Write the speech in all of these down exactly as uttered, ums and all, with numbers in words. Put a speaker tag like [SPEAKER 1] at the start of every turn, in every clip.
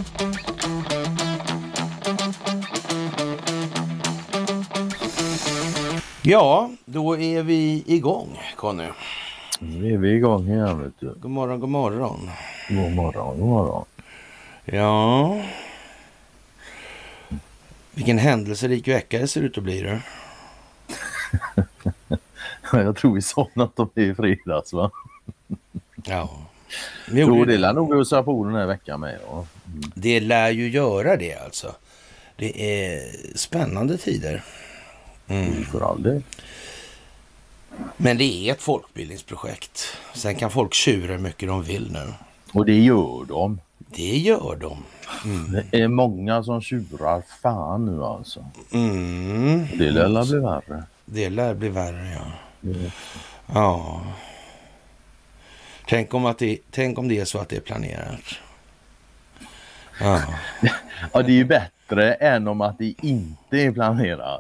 [SPEAKER 1] Ja, då är vi igång, Conny.
[SPEAKER 2] Nu är vi igång igen, vet du.
[SPEAKER 1] God morgon, god morgon.
[SPEAKER 2] God morgon, god morgon.
[SPEAKER 1] Ja. Vilken händelserik vecka det ser ut att bli, du.
[SPEAKER 2] Jag tror vi sa att de är i fredags, va?
[SPEAKER 1] Ja.
[SPEAKER 2] Jo, det lär nog ösa på den här veckan med. Ja.
[SPEAKER 1] Mm. Det lär ju göra det, alltså. Det är spännande tider.
[SPEAKER 2] Mm. För all det.
[SPEAKER 1] Men det är ett folkbildningsprojekt. Sen kan folk tjura hur mycket de vill nu.
[SPEAKER 2] Och det gör de.
[SPEAKER 1] Det gör de.
[SPEAKER 2] Mm. Det är många som tjurar fan nu alltså.
[SPEAKER 1] Mm.
[SPEAKER 2] Det lär bli värre.
[SPEAKER 1] Det lär bli värre, ja.
[SPEAKER 2] Mm.
[SPEAKER 1] Ja. Tänk om, att det, tänk om det är så att det är planerat. Ja.
[SPEAKER 2] Ja, det är ju bättre än om att det inte är planerat.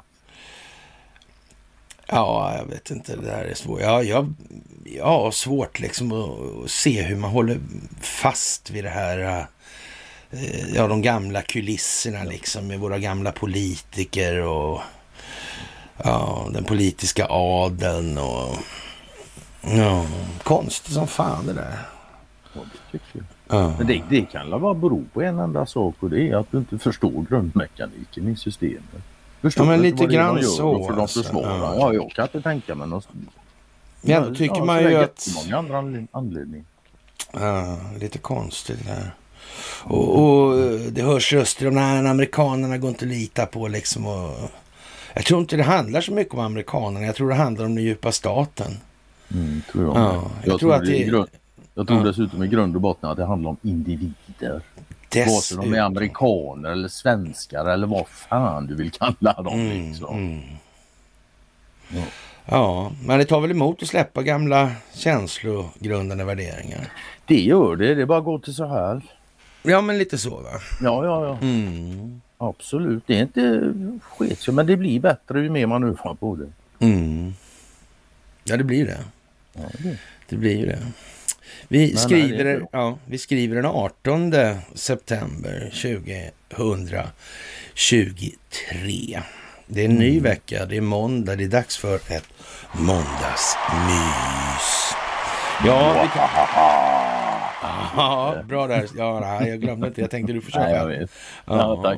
[SPEAKER 1] Ja, jag vet inte. Det där är svårt. Ja, jag, jag har svårt liksom att se hur man håller fast vid det här. Ja, de gamla kulisserna liksom med våra gamla politiker och ja, den politiska adeln och ja, konstigt som fan det där.
[SPEAKER 2] Ja, det tycker jag. Ja. Men det, det kan väl bara bero på en enda sak, och det är att du inte förstår grundmekaniken i systemet. Förstår
[SPEAKER 1] ja, men
[SPEAKER 2] du
[SPEAKER 1] lite grann så.
[SPEAKER 2] För de försvarar. Ja. ja, jag kan inte tänka mig något.
[SPEAKER 1] Ja, då tycker ja, man ju att
[SPEAKER 2] många andra anledningar.
[SPEAKER 1] Ja, lite konstigt där. Och, och det hörs röster om när amerikanerna går inte att lita på liksom. Och jag tror inte det handlar så mycket om amerikanerna. Jag tror det handlar om den djupa staten.
[SPEAKER 2] Mm, tror jag.
[SPEAKER 1] Ja, jag,
[SPEAKER 2] jag
[SPEAKER 1] tror
[SPEAKER 2] tror
[SPEAKER 1] att det
[SPEAKER 2] är grund, Jag tror
[SPEAKER 1] ja.
[SPEAKER 2] dessutom i grund och botten att det handlar om individer. Vare sig de är amerikaner eller svenskar eller vad fan du vill kalla dem.
[SPEAKER 1] Mm,
[SPEAKER 2] liksom.
[SPEAKER 1] mm.
[SPEAKER 2] Ja.
[SPEAKER 1] Ja, men det tar väl emot att släppa gamla känslogrundande värderingar.
[SPEAKER 2] Det gör det, det är bara att gå till så här.
[SPEAKER 1] Ja, men lite så va?
[SPEAKER 2] Ja, ja, ja.
[SPEAKER 1] Mm.
[SPEAKER 2] Absolut, det är inte skit, men det blir bättre ju mer man övar på det.
[SPEAKER 1] Mm. Ja, det blir det.
[SPEAKER 2] Ja, det.
[SPEAKER 1] det blir ju det. Vi
[SPEAKER 2] men
[SPEAKER 1] skriver,
[SPEAKER 2] nej, det
[SPEAKER 1] ja, vi skriver den artonde september tjugohundratjugotre. Det är en ny mm. vecka, det är måndag, det är dags för ett måndagsmys. Ja, vi kan... Ja, bra där. Ja, nej, jag glömde inte, jag tänkte du försöka.
[SPEAKER 2] Nej, jag vet. Ja, tack.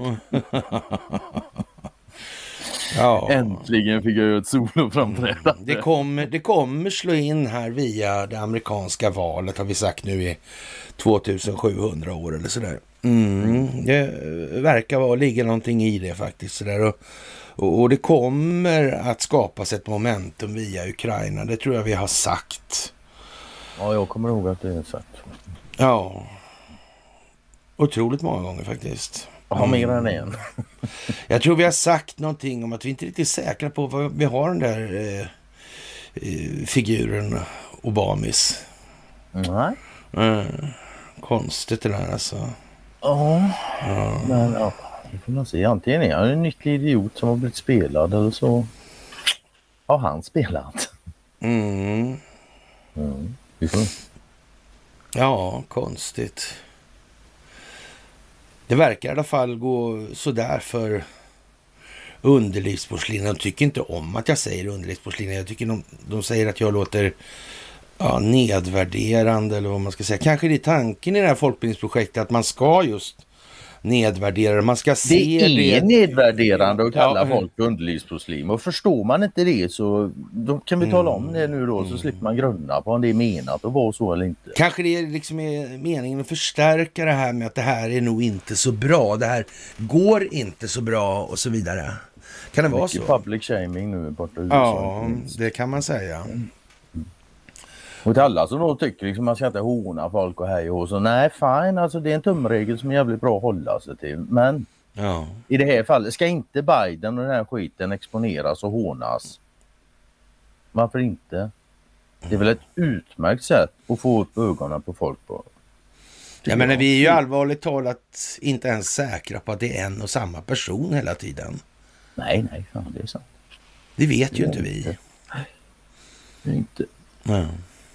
[SPEAKER 1] Ja.
[SPEAKER 2] Äntligen fick jag ju ett soloframträdande.
[SPEAKER 1] Det kommer, det kommer slå in här via det amerikanska valet, har vi sagt nu i tjugosjuhundra år eller sådär. Mm, det verkar vara, ligga någonting i det faktiskt sådär. Och, och, och det kommer att skapas ett momentum via Ukraina, det tror jag vi har sagt.
[SPEAKER 2] Ja, jag kommer ihåg att det är sagt.
[SPEAKER 1] Ja, otroligt många gånger faktiskt.
[SPEAKER 2] Ja, mer än en.
[SPEAKER 1] Jag tror vi har sagt någonting om att vi inte är riktigt säkra på vad vi har den där eh, eh, figuren Obamis.
[SPEAKER 2] Nej.
[SPEAKER 1] Mm. Konstigt det där alltså.
[SPEAKER 2] Ja,
[SPEAKER 1] ja.
[SPEAKER 2] Men ja, det får man se. Antingen är han en nyttig idiot som har blivit spelad eller så har han spelat.
[SPEAKER 1] Mm.
[SPEAKER 2] Mm. Vi får...
[SPEAKER 1] Ja, konstigt. Det verkar i alla fall gå så där för underlivsporslin. De tycker inte om att jag säger underlivsporslin. Jag tycker de, de säger att jag låter ja, nedvärderande eller vad man ska säga. Kanske det är tanken i det här folkbildningsprojektet att man ska just nedvärdera. Man ska se
[SPEAKER 2] det. är
[SPEAKER 1] det.
[SPEAKER 2] nedvärderande att kalla
[SPEAKER 1] ja.
[SPEAKER 2] folk underlivsporslin. Och förstår man inte det så då kan vi tala om det nu då så mm. slipper man grunna på om det är menat att vara så eller inte.
[SPEAKER 1] Kanske det är liksom är meningen att förstärka det här med att det här är nog inte så bra. Det här går inte så bra och så vidare. Kan det vara så?
[SPEAKER 2] Public shaming nu borta i U S A.
[SPEAKER 1] Ja, det kan man säga.
[SPEAKER 2] Mm. Och till alla som då tycker liksom man ska inte håna folk och hej och så. Nej, fine, alltså det är en tumregel som är jävligt bra att hålla sig till. Men
[SPEAKER 1] ja.
[SPEAKER 2] i det här fallet ska inte Biden och den här skiten exponeras och hånas. Varför inte? Det är väl ett utmärkt sätt att få upp ögonen på folk på.
[SPEAKER 1] Ja, men vi är ju allvarligt talat inte ens säkra på att det är en och samma person hela tiden.
[SPEAKER 2] Nej, nej, fan, det är sant.
[SPEAKER 1] Det vet
[SPEAKER 2] det
[SPEAKER 1] ju inte vi.
[SPEAKER 2] Inte. Det är inte.
[SPEAKER 1] Ja.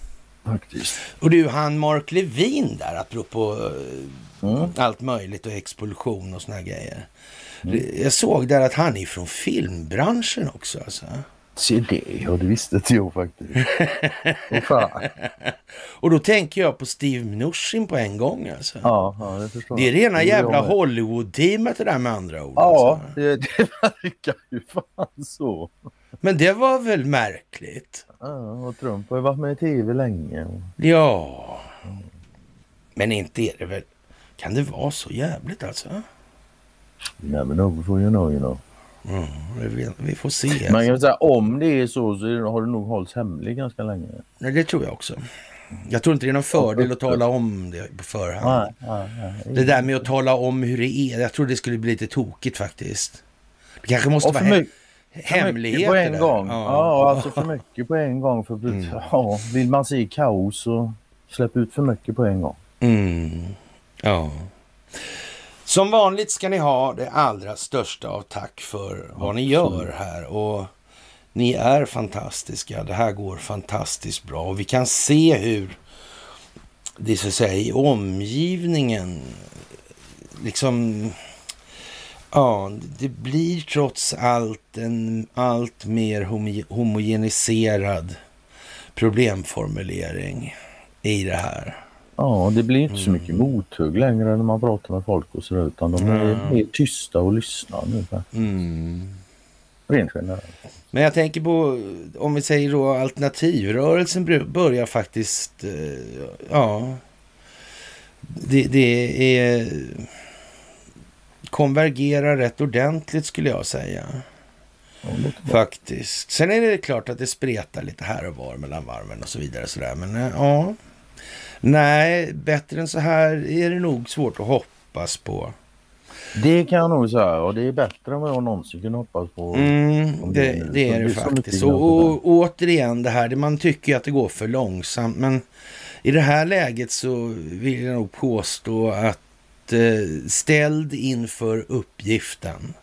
[SPEAKER 2] Faktiskt.
[SPEAKER 1] Och du, han Mark Levin där, apropå
[SPEAKER 2] Mm.
[SPEAKER 1] allt möjligt och explosion och såna här grejer. Mm. Jag såg där att han är från filmbranschen också alltså.
[SPEAKER 2] Se det, ja det visste inte jag faktiskt. Oh, fan.
[SPEAKER 1] Och då tänker jag på Steve Mnuchin på en gång alltså.
[SPEAKER 2] Ja, ja det förstår
[SPEAKER 1] Det är rena
[SPEAKER 2] det
[SPEAKER 1] jävla
[SPEAKER 2] jag
[SPEAKER 1] Hollywood-teamet det där med andra ord.
[SPEAKER 2] Ja,
[SPEAKER 1] alltså.
[SPEAKER 2] det, det verkar ju fan så.
[SPEAKER 1] Men det var väl märkligt?
[SPEAKER 2] Ja, och Trump har ju varit med i tv länge.
[SPEAKER 1] Ja. Men inte är det väl... Kan det vara så jävligt alltså?
[SPEAKER 2] Nej men då får ju know, you know.
[SPEAKER 1] Mm, vi, vi får se.
[SPEAKER 2] Man
[SPEAKER 1] Alltså.
[SPEAKER 2] kan säga om det är så så har det nog hållits hemligt ganska länge.
[SPEAKER 1] Nej, det tror jag också. Jag tror inte det är någon fördel att tala om det på förhand.
[SPEAKER 2] Nej, nej, nej.
[SPEAKER 1] Det där med att tala om hur det är, jag tror det skulle bli lite tokigt faktiskt. Det kanske måste
[SPEAKER 2] och för
[SPEAKER 1] vara he-
[SPEAKER 2] mycket,
[SPEAKER 1] hemligheter
[SPEAKER 2] för mycket på en
[SPEAKER 1] där.
[SPEAKER 2] gång.
[SPEAKER 1] Ja.
[SPEAKER 2] Ja, alltså för mycket på en gång. För, mm. ja, vill man se kaos så släpp ut för mycket på en gång.
[SPEAKER 1] Mm. Ja. Som vanligt ska ni ha det allra största av tack för vad ni gör här. Och ni är fantastiska. Det här går fantastiskt bra. Och vi kan se hur det så att säga i omgivningen liksom... Ja, det blir trots allt en allt mer homo- homogeniserad problemformulering i det här.
[SPEAKER 2] Ja, det blir inte så
[SPEAKER 1] Mm.
[SPEAKER 2] mycket mothugg längre när man pratar med folk och så där, utan de är
[SPEAKER 1] Mm.
[SPEAKER 2] mer tysta och lyssnar nu.
[SPEAKER 1] Mm.
[SPEAKER 2] Rent generellt.
[SPEAKER 1] Men jag tänker på, om vi säger då alternativrörelsen börjar faktiskt, eh, ja, det, det är konvergerar rätt ordentligt skulle jag säga.
[SPEAKER 2] Ja, lite bra.
[SPEAKER 1] Faktiskt. Sen är det klart att det spretar lite här och var mellan varven och så vidare. Så där. Men eh, ja, nej, bättre än så här är det nog svårt att hoppas på.
[SPEAKER 2] Det kan jag nog säga, och det är bättre än vad jag någonsin kunde hoppas på.
[SPEAKER 1] Mm, det, det är det faktiskt. Och, och, och återigen det här, det man tycker att det går för långsamt. Men i det här läget så vill jag nog påstå att eh, ställd inför uppgiften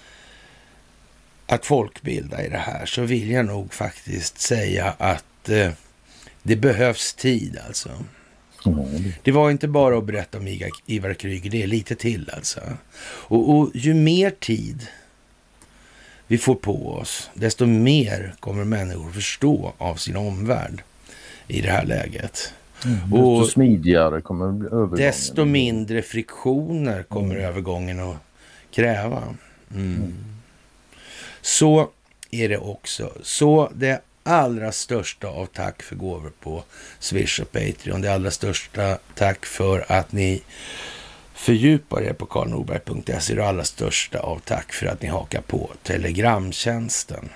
[SPEAKER 1] att folkbilda i det här, så vill jag nog faktiskt säga att eh, det behövs tid alltså.
[SPEAKER 2] Mm.
[SPEAKER 1] Det var inte bara att berätta om Iga, Ivar Kryger, det är lite till alltså. Och, och ju mer tid vi får på oss, desto mer kommer människor förstå av sin omvärld i det här läget.
[SPEAKER 2] Mm.
[SPEAKER 1] Och
[SPEAKER 2] desto smidigare kommer övergången.
[SPEAKER 1] Desto mindre friktioner kommer mm. övergången att kräva. Mm. Mm. Så är det också. Så det allra största av tack för gåvor på Swish och Patreon. Det allra största tack för att ni fördjupar er på karl norberg punkt se. Det allra största av tack för att ni hakar på telegramtjänsten.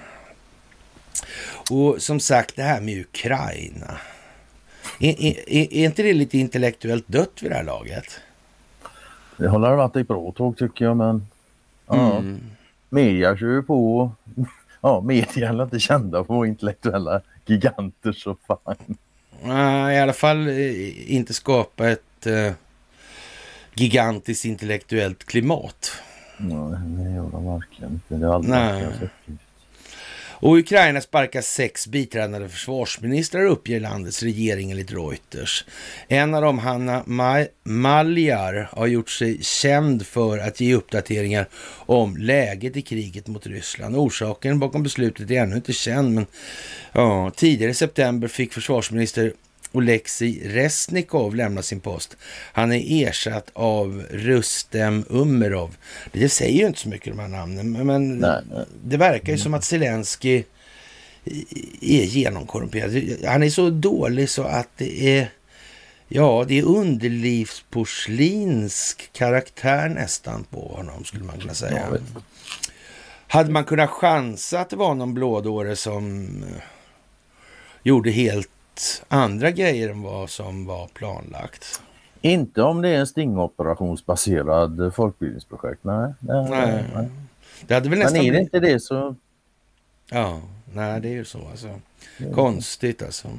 [SPEAKER 1] Och som sagt, det här med Ukraina. Är, är, är inte det lite intellektuellt dött vid det här laget?
[SPEAKER 2] Det har varit ett bra tåg tycker jag, men ja,
[SPEAKER 1] mm.
[SPEAKER 2] media kör ju på. Ja, media är inte kända för intellektuella giganter så fan.
[SPEAKER 1] Uh, I alla fall uh, inte skapa ett uh, gigantiskt intellektuellt klimat.
[SPEAKER 2] Nej, det gör de verkligen inte. Det är aldrig
[SPEAKER 1] Nej. Och Ukraina sparkar sex biträdande försvarsministrar, uppger landets regering enligt Reuters. En av dem, Hanna Maliar, har gjort sig känd för att ge uppdateringar om läget i kriget mot Ryssland. Orsaken bakom beslutet är ännu inte känd, men ja, tidigare i september fick försvarsminister Oleksij Resnikov lämna sin post. Han är ersatt av Rustem Umerov. Det säger ju inte så mycket de här namnen, men nej, nej. Det verkar ju som att Zelensky är genomkorrumperad. Han är så dålig så att det är, ja, det är underlivsporslinsk karaktär nästan på honom, skulle man kunna säga. Hade man kunnat chansa att det var någon blådåre som gjorde helt andra grejer än vad som var planlagt?
[SPEAKER 2] Inte om det är en stingoperationsbaserad folkbildningsprojekt, nej. nej, nej. nej.
[SPEAKER 1] Det hade väl nästan...
[SPEAKER 2] Men är det inte det så...
[SPEAKER 1] Ja, nej det är ju så alltså. Konstigt alltså.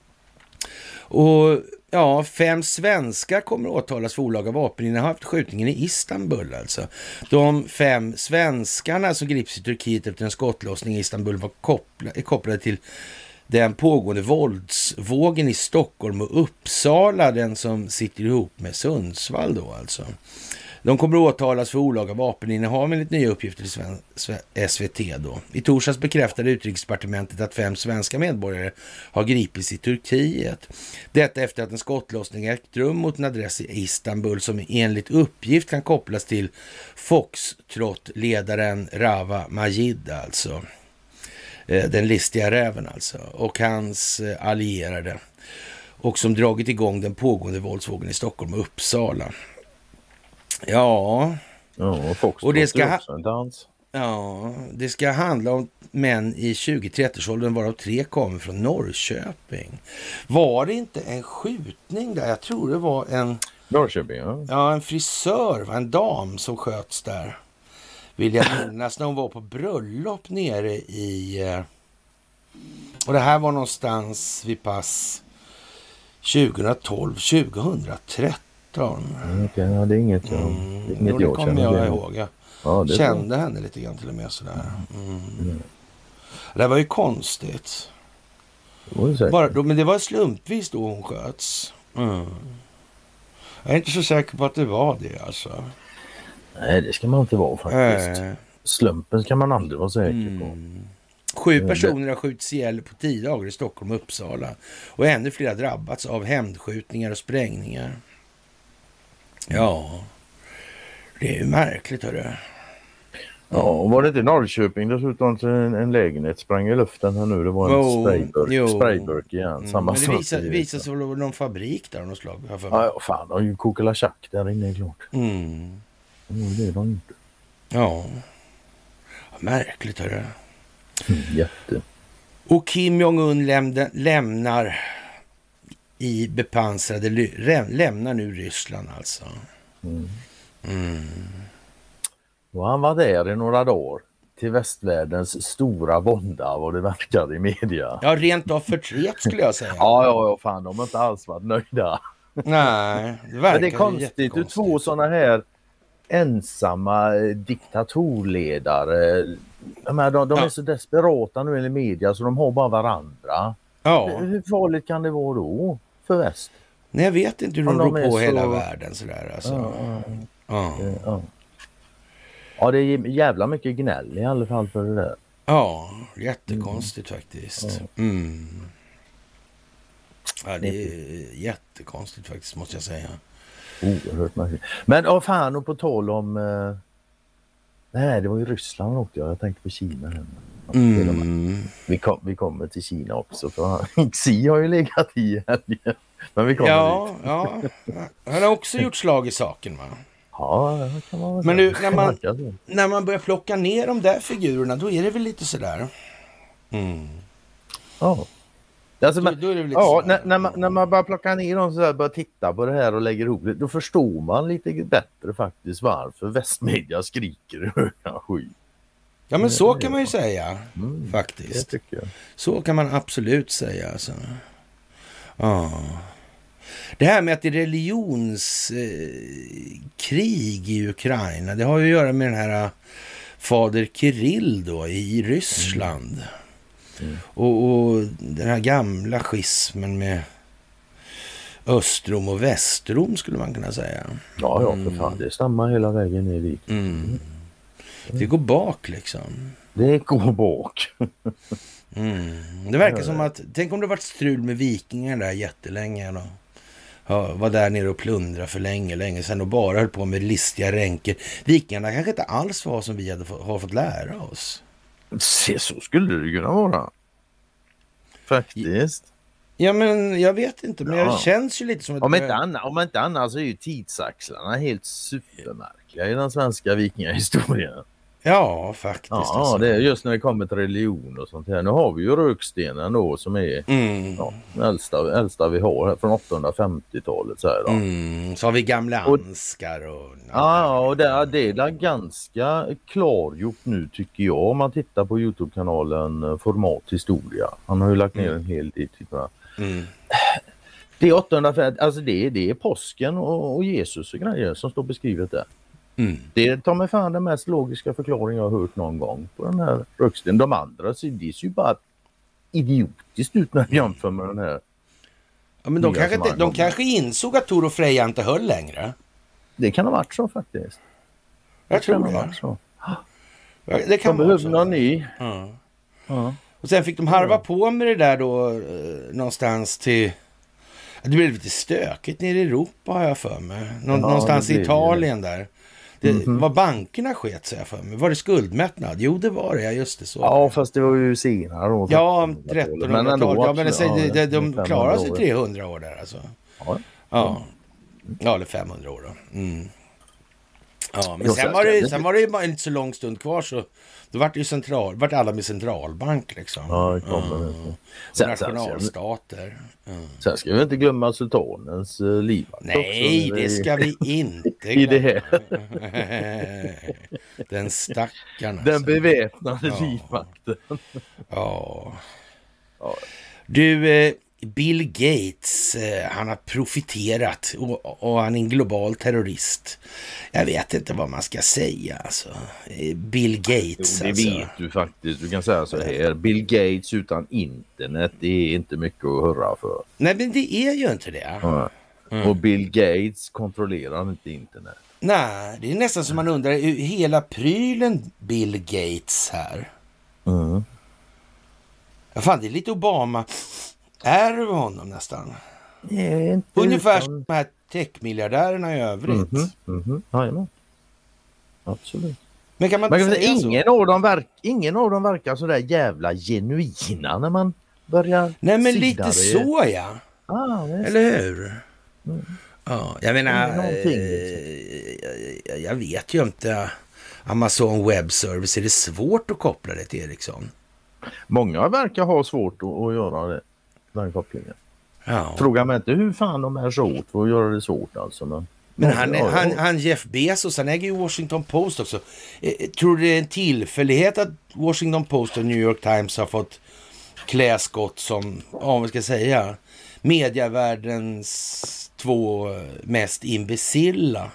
[SPEAKER 1] Och ja, fem svenskar kommer åtalas för olaga vapeninnehav efter skjutningen i Istanbul alltså. De fem svenskarna som grips i Turkiet efter en skottlossning i Istanbul var kopplade, kopplade till den pågående våldsvågen i Stockholm och Uppsala, den som sitter ihop med Sundsvall då alltså. De kommer att åtalas för olaga vapeninnehav enligt nya uppgifter till S V T då. I torsdags bekräftade utrikesdepartementet att fem svenska medborgare har gripits i Turkiet. Detta efter att en skottlossning ägt rum mot en adress i Istanbul som enligt uppgift kan kopplas till Foxtrot-ledaren Rava Majid alltså. Den listiga räven alltså. Och hans allierade. Och som dragit igång den pågående våldsvågen i Stockholm och Uppsala. Ja,
[SPEAKER 2] ja och,
[SPEAKER 1] och det ska, ha- ja, det ska handla om män i tjugo-trettio-årsåldern varav tre kommer från Norrköping. Var det inte en skjutning där? Jag tror det var en,
[SPEAKER 2] Norrköping, ja.
[SPEAKER 1] Ja, en frisör, en dam som sköts där. Vill jag minnas när hon var på bröllop nere i... Och det här var någonstans vid pass tjugohundratolv tjugohundratretton.
[SPEAKER 2] Mm, okay, ja, det är inget jag,
[SPEAKER 1] mm,
[SPEAKER 2] det är inget
[SPEAKER 1] det
[SPEAKER 2] jag
[SPEAKER 1] kommer jag
[SPEAKER 2] igen.
[SPEAKER 1] ihåg. Jag
[SPEAKER 2] ja, det
[SPEAKER 1] kände
[SPEAKER 2] var...
[SPEAKER 1] henne lite grann till och med sådär. Mm.
[SPEAKER 2] Mm.
[SPEAKER 1] Det var ju konstigt.
[SPEAKER 2] Det var ju
[SPEAKER 1] Bara, då, men det var slumpvis då hon sköts. Mm. Jag är inte så säker på att det var det alltså.
[SPEAKER 2] Nej, det ska man inte vara faktiskt. Äh. Slumpen ska man aldrig vara säker mm. på.
[SPEAKER 1] Sju personer har skjutits ihjäl på tio dagar i Stockholm och Uppsala. Och ännu fler har drabbats av hämndskjutningar och sprängningar. Ja, det är ju märkligt, hörru.
[SPEAKER 2] Ja, och var det inte i Norrköping dessutom en, en lägenhet sprang i luften här nu? Det var en oh, sprayburk, sprayburk igen. Mm, Samma
[SPEAKER 1] men det visade, visade sig vara någon fabrik där av något slag.
[SPEAKER 2] Ja, fan, de har ju kokelachack där inne, klart.
[SPEAKER 1] Mm.
[SPEAKER 2] Mm, det är de inte.
[SPEAKER 1] Ja, märkligt, hörru.
[SPEAKER 2] Mm, jätte.
[SPEAKER 1] Och Kim Jong-Un lämde, lämnar i bepansrade lämnar nu Ryssland alltså.
[SPEAKER 2] Mm.
[SPEAKER 1] Mm.
[SPEAKER 2] Och han var där i några dagar till västvärldens stora vånda vad det verkar i media.
[SPEAKER 1] Ja, rent av förtret skulle jag säga.
[SPEAKER 2] ja, ja, ja, fan, de har inte alls varit nöjda.
[SPEAKER 1] Nej, det verkar.
[SPEAKER 2] Men det är konstigt hur två sådana här ensamma diktatorledare, de, här, de, de ja. är så desperata nu i media så de har bara varandra.
[SPEAKER 1] Ja.
[SPEAKER 2] Hur farligt kan det vara då för väst?
[SPEAKER 1] Nej, jag vet inte hur de, de rår på så... hela världen sådär alltså.
[SPEAKER 2] Ja,
[SPEAKER 1] ja.
[SPEAKER 2] Ja. Ja. ja, det är jävla mycket gnäll i alla fall för det där.
[SPEAKER 1] Ja, jättekonstigt mm. faktiskt. Ja. Mm. Ja, det är jättekonstigt faktiskt, måste jag säga.
[SPEAKER 2] Oerhört märkligt. Men oh, fan, och på tal om... Eh... Nej, det var ju Ryssland också. Jag tänkte på Kina.
[SPEAKER 1] Mm.
[SPEAKER 2] Vi, kom, vi kommer till Kina också. För Xi har ju legat i helgen. Men vi kommer
[SPEAKER 1] ja, ja, han har också gjort slag i saken, va?
[SPEAKER 2] Ja, det kan man väl.
[SPEAKER 1] Men nu, när man, när man börjar plocka ner de där figurerna, då är det väl lite sådär. Mm.
[SPEAKER 2] Ja. Alltså, men,
[SPEAKER 1] då, då är det väl lite
[SPEAKER 2] ja, när, när, man, när man bara plockar ner dem så där, börjar titta på det här och lägger ihop det, då förstår man lite bättre faktiskt varför västmedia skriker i höga sky.
[SPEAKER 1] Ja, men så kan man ju säga, mm, faktiskt.
[SPEAKER 2] Det tycker jag.
[SPEAKER 1] Så kan man absolut säga. Alltså. Ja. Det här med att det är religionskrig eh, i Ukraina, det har ju att göra med den här uh, fader Kirill då i Ryssland. Mm. Mm. Och, och den här gamla schismen med Östrom och Västrom skulle man kunna säga.
[SPEAKER 2] Ja, ja, för fan. Det stammar hela vägen ner dit.
[SPEAKER 1] Mm. Mm. Det går bak liksom.
[SPEAKER 2] Det går bak.
[SPEAKER 1] mm. Det verkar som att, tänk om det varit strul med vikingar där jättelänge då. Ja, var där nere och plundra för länge, länge sedan och bara höll på med listiga ränker. Vikingarna kanske inte alls var som vi hade få, har fått lära oss.
[SPEAKER 2] Se, så skulle det kunna vara. Faktiskt.
[SPEAKER 1] Ja, men jag vet inte, men ja. Det känns ju lite som ett...
[SPEAKER 2] Om inte, anna, om inte annars är ju tidsaxlarna helt supermärkliga i den svenska vikingahistorien.
[SPEAKER 1] Ja, faktiskt.
[SPEAKER 2] Ja, alltså. Det är just när det kommer till religion och sånt här. Nu har vi ju rökstenen då som är
[SPEAKER 1] mm.
[SPEAKER 2] ja, den äldsta, äldsta vi har här från åttahundrafemtiotalet. Så, här då.
[SPEAKER 1] Mm. Så har vi gamla anskar och...
[SPEAKER 2] Ja, och det, det är ganska klargjort nu tycker jag om man tittar på YouTube-kanalen Format Historia. Han har ju lagt ner en hel del typer.
[SPEAKER 1] Mm.
[SPEAKER 2] Det är åttahundrafemtio, alltså det, det är påsken och, och Jesus och grejer som står beskrivet där.
[SPEAKER 1] Mm.
[SPEAKER 2] Det tar mig fan den mest logiska förklaringen jag har hört någon gång på den här röksten. De andra så det är ju bara idiotiskt ut när jag jämför med den här.
[SPEAKER 1] Ja, men de kanske, inte, de kanske insåg att Tor och Freja inte höll längre.
[SPEAKER 2] Det kan ha varit så faktiskt.
[SPEAKER 1] Jag
[SPEAKER 2] det
[SPEAKER 1] tror
[SPEAKER 2] kan
[SPEAKER 1] det.
[SPEAKER 2] Ha varit så.
[SPEAKER 1] Det kan
[SPEAKER 2] de behövde någon ny.
[SPEAKER 1] Ja.
[SPEAKER 2] Ja.
[SPEAKER 1] Och sen fick de harva ja. på med det där då eh, någonstans till... Det blev lite stökigt nere i Europa har jag för mig. Nå- ja, någonstans i Italien det. där. Det mm-hmm. var bankerna sket sig för mig. Var det skuldmättnad? Jo, det var det. Ja, just det. Så.
[SPEAKER 2] Ja, fast det var ju senare då.
[SPEAKER 1] Ja, trettonhundratalet. Ja, men det, ja, de, de, de klarade sig trehundra år där alltså. Ja. Ja, ja eller femhundra år då. Mm. Ja, men sen var, det, sen var det ju inte så lång stund kvar så då var det ju central, vart alla med centralbank liksom.
[SPEAKER 2] Ja, det kommer mm. det.
[SPEAKER 1] Sen, nationalstater.
[SPEAKER 2] Mm. Sen ska vi inte glömma sultanens uh, livvakt.
[SPEAKER 1] Nej, det ska vi inte
[SPEAKER 2] glömma. I det här.
[SPEAKER 1] Den stackarna.
[SPEAKER 2] Den beväpnade ja. livvakten.
[SPEAKER 1] Ja. ja. Du... Eh, Bill Gates, eh, han har profiterat och, och han är en global terrorist. Jag vet inte vad man ska säga alltså. Bill Gates.
[SPEAKER 2] Jo, det
[SPEAKER 1] alltså.
[SPEAKER 2] vet du faktiskt. Du kan säga så här. Bill Gates utan internet, det är inte mycket att hurra för.
[SPEAKER 1] Nej, men det är ju inte det.
[SPEAKER 2] Ja. Mm. Och Bill Gates kontrollerar inte internet.
[SPEAKER 1] Nej, det är nästan som man undrar hela prylen Bill Gates här.
[SPEAKER 2] Mm.
[SPEAKER 1] Ja, fan, det är lite Obama. Är över honom nästan.
[SPEAKER 2] Nej, inte
[SPEAKER 1] ungefär
[SPEAKER 2] utan...
[SPEAKER 1] som de här techmiljardärerna i övrigt.
[SPEAKER 2] Mm-hmm, mm-hmm. Jajamän. Absolut.
[SPEAKER 1] Men kan man
[SPEAKER 2] inte
[SPEAKER 1] man kan
[SPEAKER 2] säga ingen
[SPEAKER 1] så?
[SPEAKER 2] Av dem verk, ingen av dem verkar så där jävla genuina när man börjar.
[SPEAKER 1] Nej, men lite det. Så ja.
[SPEAKER 2] Ah,
[SPEAKER 1] eller hur?
[SPEAKER 2] Mm.
[SPEAKER 1] Ja, jag menar eh, jag, jag vet ju inte. Amazon Web Service, är det svårt att koppla det till Ericsson?
[SPEAKER 2] Många verkar ha svårt att, att göra det. Den kopplingen.
[SPEAKER 1] Ja.
[SPEAKER 2] Fråga mig inte hur fan de är så åt för att göra det svårt alltså. Men,
[SPEAKER 1] men han, ja, han, han Jeff Bezos, han äger ju Washington Post också. Eh, tror du det är en tillfällighet att Washington Post och New York Times har fått kläskott som, ja vad ska jag säga, medievärldens två mest imbecilla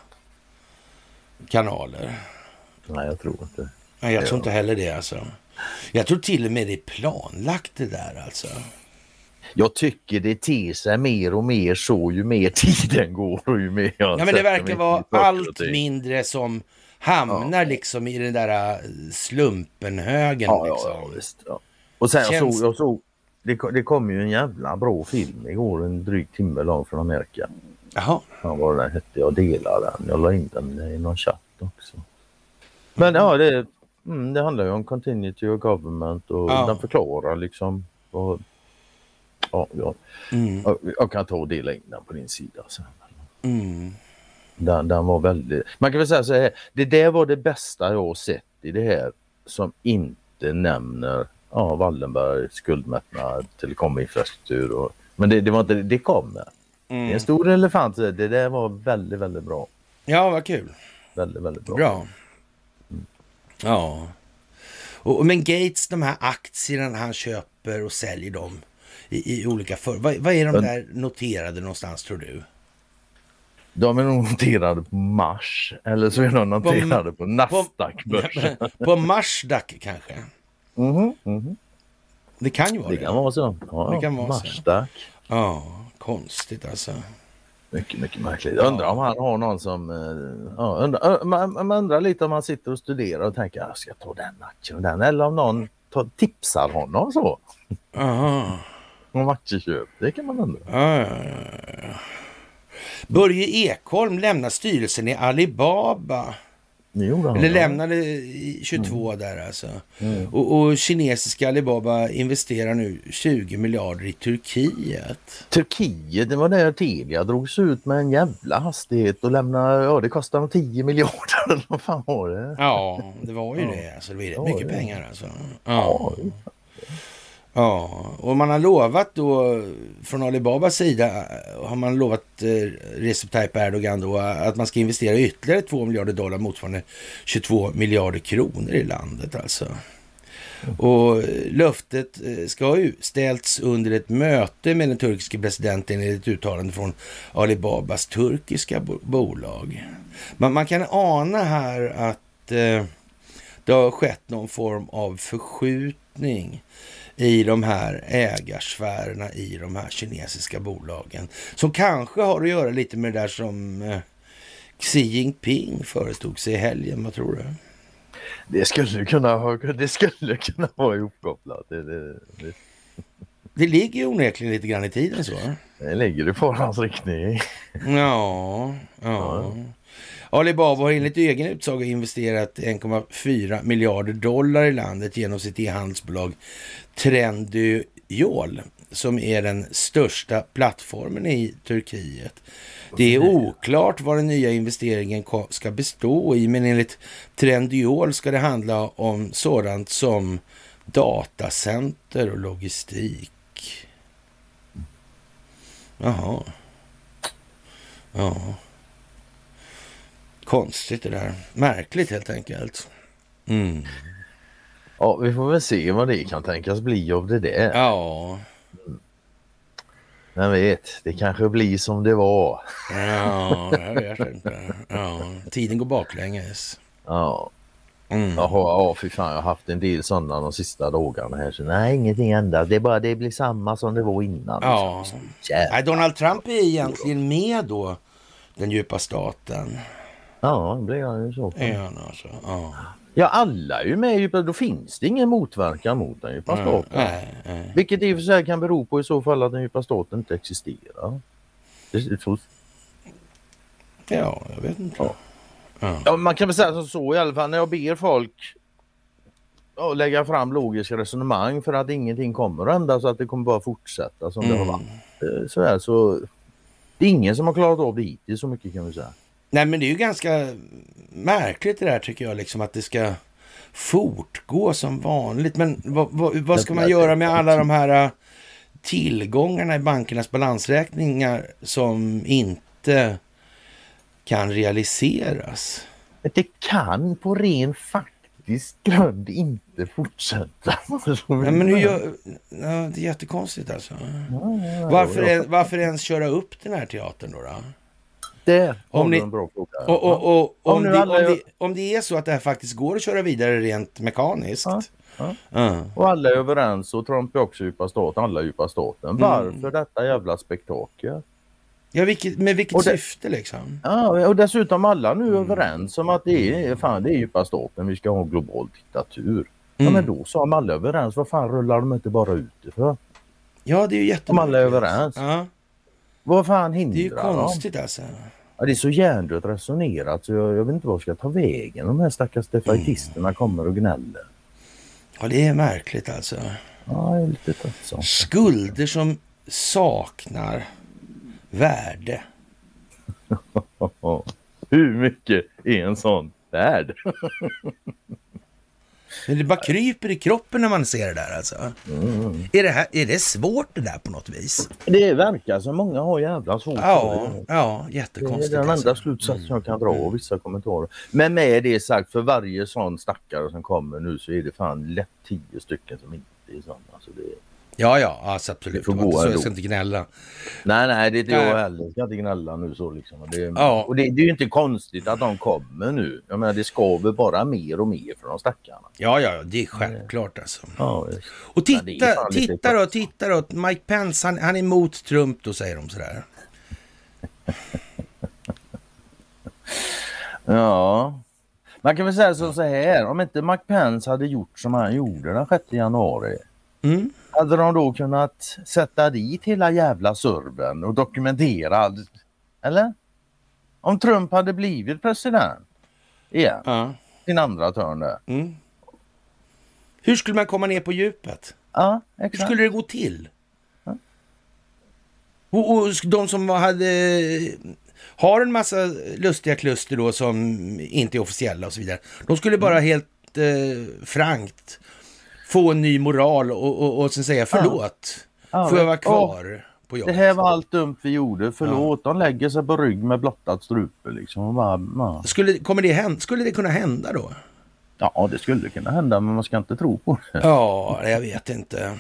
[SPEAKER 1] kanaler?
[SPEAKER 2] Nej, jag tror inte.
[SPEAKER 1] Nej, jag tror inte heller det alltså. Jag tror till och med det är planlagt det där alltså.
[SPEAKER 2] Jag tycker det ter sig mer och mer så ju mer tiden går och ju mer jag
[SPEAKER 1] ja, men det verkar vara allt mindre som hamnar ja. liksom i den där slumpenhögen.
[SPEAKER 2] Ja,
[SPEAKER 1] liksom.
[SPEAKER 2] ja, visst. Ja. Och sen Känns... jag såg, jag såg det, det kom ju en jävla bra film igår, en dryg timme lång från Amerika.
[SPEAKER 1] Jaha.
[SPEAKER 2] Ja, vad den hette, jag delade den. Jag la in den i någon chatt också. Men ja, det, mm, det handlar ju om continuity och government och ja. Den förklarar liksom och, ja, ja. Mm. Jag, jag kan ta och dela in den på din sida sen.
[SPEAKER 1] Mm.
[SPEAKER 2] Den, den var väldigt, man kan väl säga så här, det där var det bästa jag har sett i det här som inte nämner ja, Wallenberg, skuldmättnad, telekominfrastruktur och, men det, det var inte, det kommer. Mm. Det är en stor elefant, det där var väldigt, väldigt bra.
[SPEAKER 1] Ja, vad kul.
[SPEAKER 2] Väldigt, väldigt bra.
[SPEAKER 1] Bra. Mm. Ja. Och, men Gates, de här aktierna han köper och säljer dem i, i olika för. Vad, vad är de men, där noterade någonstans tror du?
[SPEAKER 2] De är nog noterade på Mars eller så är de noterade på, på Nasdaq-börsen.
[SPEAKER 1] På, på Marsdack kanske?
[SPEAKER 2] Mhm, mhm.
[SPEAKER 1] Det kan ju vara
[SPEAKER 2] det.
[SPEAKER 1] Det
[SPEAKER 2] kan vara så. Ja,
[SPEAKER 1] det kan vara
[SPEAKER 2] Marsdack.
[SPEAKER 1] Så. Ja, konstigt alltså.
[SPEAKER 2] Mycket, mycket märkligt. Jag undrar om han har någon som... Ja, undrar, man, man undrar lite om man sitter och studerar och tänker jag ska ta den aktien och den. Eller om någon tar, tipsar honom så.
[SPEAKER 1] Aha.
[SPEAKER 2] Om aktieköp. Det kan man undra.
[SPEAKER 1] Ja, ja, ja. Börje Ekholm lämnar styrelsen i Alibaba. Eller lämnade tjugotvå mm. där alltså. Mm. Och, och kinesiska Alibaba investerar nu tjugo miljarder i Turkiet.
[SPEAKER 2] Turkiet, det var där Telia drogs ut med en jävla hastighet och lämnade, ja det kostar tio miljarder eller vad fan var det?
[SPEAKER 1] Ja, det var ju ja. det. Alltså, det var ja, mycket det. pengar alltså.
[SPEAKER 2] Ja.
[SPEAKER 1] ja. Ja, och man har lovat då från Alibabas sida har man lovat eh, Recep Tayyip Erdogan då att man ska investera ytterligare två miljarder dollar motsvarande tjugotvå miljarder kronor i landet alltså. Och löftet eh, ska ha ställts under ett möte med den turkiska presidenten i ett uttalande från Alibabas turkiska bo- bolag. Man, man kan ana här att eh, det har skett någon form av förskjutning i de här ägarsfärerna i de här kinesiska bolagen. Som kanske har att göra lite med det där som eh, Xi Jinping företog sig i helgen, vad tror du?
[SPEAKER 2] Det skulle kunna ha, det skulle kunna vara ihopkopplat. Det, det, det.
[SPEAKER 1] det ligger ju onekligen lite grann i tiden så.
[SPEAKER 2] Det ligger i farans riktning.
[SPEAKER 1] Ja, ja. Alibaba har enligt egen utsaga investerat en komma fyra miljarder dollar i landet genom sitt e-handelsbolag Trendyol, som är den största plattformen i Turkiet. Det är oklart vad den nya investeringen ska bestå i, men enligt Trendyol ska det handla om sådant som datacenter och logistik. Jaha. Ja. Konstigt det där. Märkligt helt enkelt. Mm.
[SPEAKER 2] Ja, vi får väl se vad det kan tänkas bli av det där.
[SPEAKER 1] Ja.
[SPEAKER 2] Jag vet, det kanske blir som det var.
[SPEAKER 1] Ja, jag vet inte. Ja, tiden går baklänges.
[SPEAKER 2] Ja.
[SPEAKER 1] Mm.
[SPEAKER 2] Jaha, ja, fy fan, jag har haft en del sådana de sista dagarna här. Så nej, ingenting ändras. Det är bara det blir samma som det var innan.
[SPEAKER 1] Ja. Nej, Donald Trump är egentligen med då, den djupa staten.
[SPEAKER 2] Ja, det blir han ju så.
[SPEAKER 1] Ja, alltså. Ja.
[SPEAKER 2] Ja, alla är ju med i djupa, då finns det ingen motverkan mot den djupa staten.
[SPEAKER 1] Nej, nej.
[SPEAKER 2] Vilket i och för sig kan bero på i så fall att den djupa staten inte existerar. Det är så.
[SPEAKER 1] Ja, jag vet inte.
[SPEAKER 2] Ja.
[SPEAKER 1] Ja.
[SPEAKER 2] Ja, man kan väl säga som så i alla fall när jag ber folk att lägga fram logiska resonemang för att ingenting kommer att hända så att det kommer bara fortsätta som mm. det har varit. Så, här, så det är ingen som har klarat av det hittills, så mycket kan vi säga.
[SPEAKER 1] Nej, men det är ju ganska märkligt det där tycker jag, liksom att det ska fortgå som vanligt. Men vad, vad, vad ska man göra med alla de här tillgångarna i bankernas balansräkningar som inte kan realiseras?
[SPEAKER 2] Det kan på ren faktisk grund inte fortsätta.
[SPEAKER 1] Nej, men hur gör... Ja, det är jättekonstigt alltså. Ja, ja, varför, är, varför ens köra upp den här teatern då? då?
[SPEAKER 2] Det
[SPEAKER 1] om, ni,
[SPEAKER 2] en bra fråga.
[SPEAKER 1] Och, och, och, om, om, det,
[SPEAKER 2] alla...
[SPEAKER 1] om, det, om det är så att det här faktiskt går att köra vidare rent mekaniskt.
[SPEAKER 2] Ja, ja.
[SPEAKER 1] Mm.
[SPEAKER 2] Och alla är överens och Trump är också djupa staten, alla är djupa staten. Mm. Varför detta jävla spektakel?
[SPEAKER 1] Ja, vilket, med vilket
[SPEAKER 2] det,
[SPEAKER 1] syfte liksom?
[SPEAKER 2] Ja, och dessutom alla nu mm. överens om att det är, fan, det är djupa staten, vi ska ha en global diktatur. Mm. Ja, men då så om alla är överens, vad fan rullar de inte bara ut det för?
[SPEAKER 1] Ja, det är ju jättemärkligt.
[SPEAKER 2] Om alla är överens.
[SPEAKER 1] Ja.
[SPEAKER 2] Vad fan hindrar
[SPEAKER 1] Det är ju konstigt
[SPEAKER 2] dem?
[SPEAKER 1] alltså.
[SPEAKER 2] Ja, det är så hjärndött resonerat så jag, jag vet inte vad ska ta vägen. De här stackars defaitisterna mm. kommer och gnäller.
[SPEAKER 1] Ja, det är märkligt alltså.
[SPEAKER 2] Ja, det är lite tröttsamt.
[SPEAKER 1] Skulder som saknar värde.
[SPEAKER 2] Hur mycket är en sån värd?
[SPEAKER 1] Men det bara kryper i kroppen när man ser det där alltså. Mm. Är, det här, är det svårt det där på något vis?
[SPEAKER 2] Det verkar som många har jävla svårt.
[SPEAKER 1] Ja, ja, jättekonstigt.
[SPEAKER 2] Det är den
[SPEAKER 1] alltså.
[SPEAKER 2] enda slutsats jag kan dra av vissa kommentarer. Men med det sagt, för varje sån stackare som kommer nu så är det fan lätt tio stycken som inte är sådana. Alltså det är...
[SPEAKER 1] Ja, ja, alltså absolut. Det så jag ska inte gnälla.
[SPEAKER 2] Nej, nej, det är inte jag heller. Jag ska inte gnälla nu så liksom. Det är, ja. Och det, det är ju inte konstigt att de kommer nu. Jag menar, det skaver bara mer och mer för de stackarna.
[SPEAKER 1] Ja, ja, det är självklart alltså.
[SPEAKER 2] Ja,
[SPEAKER 1] och titta, titta då, titta då. Mike Pence, han, han är emot Trump, då säger de sådär.
[SPEAKER 2] Ja. Man kan väl säga så, så här. Om inte Mike Pence hade gjort som han gjorde den sjätte januari. Mm. Hade de då kunnat sätta dit hela jävla servern och dokumentera, eller? Om Trump hade blivit president igen, ja. Sin andra törn där. Mm.
[SPEAKER 1] Hur skulle man komma ner på djupet?
[SPEAKER 2] Ja, exakt.
[SPEAKER 1] Hur skulle det gå till? Ja. Och, och de som hade har en massa lustiga kluster då som inte är officiella och så vidare, de skulle bara mm. helt eh, frankt få en ny moral och, och, och sen säga förlåt. Ja. Får jag vara kvar ja. på jobbet?
[SPEAKER 2] Det här var allt dumt vi gjorde. Förlåt. Ja. De lägger sig på rygg med blottat strupe. Liksom. Bara, ja.
[SPEAKER 1] skulle, kommer det hända, skulle det kunna hända då?
[SPEAKER 2] Ja, det skulle kunna hända. Men man ska inte tro på det.
[SPEAKER 1] Ja, jag vet inte.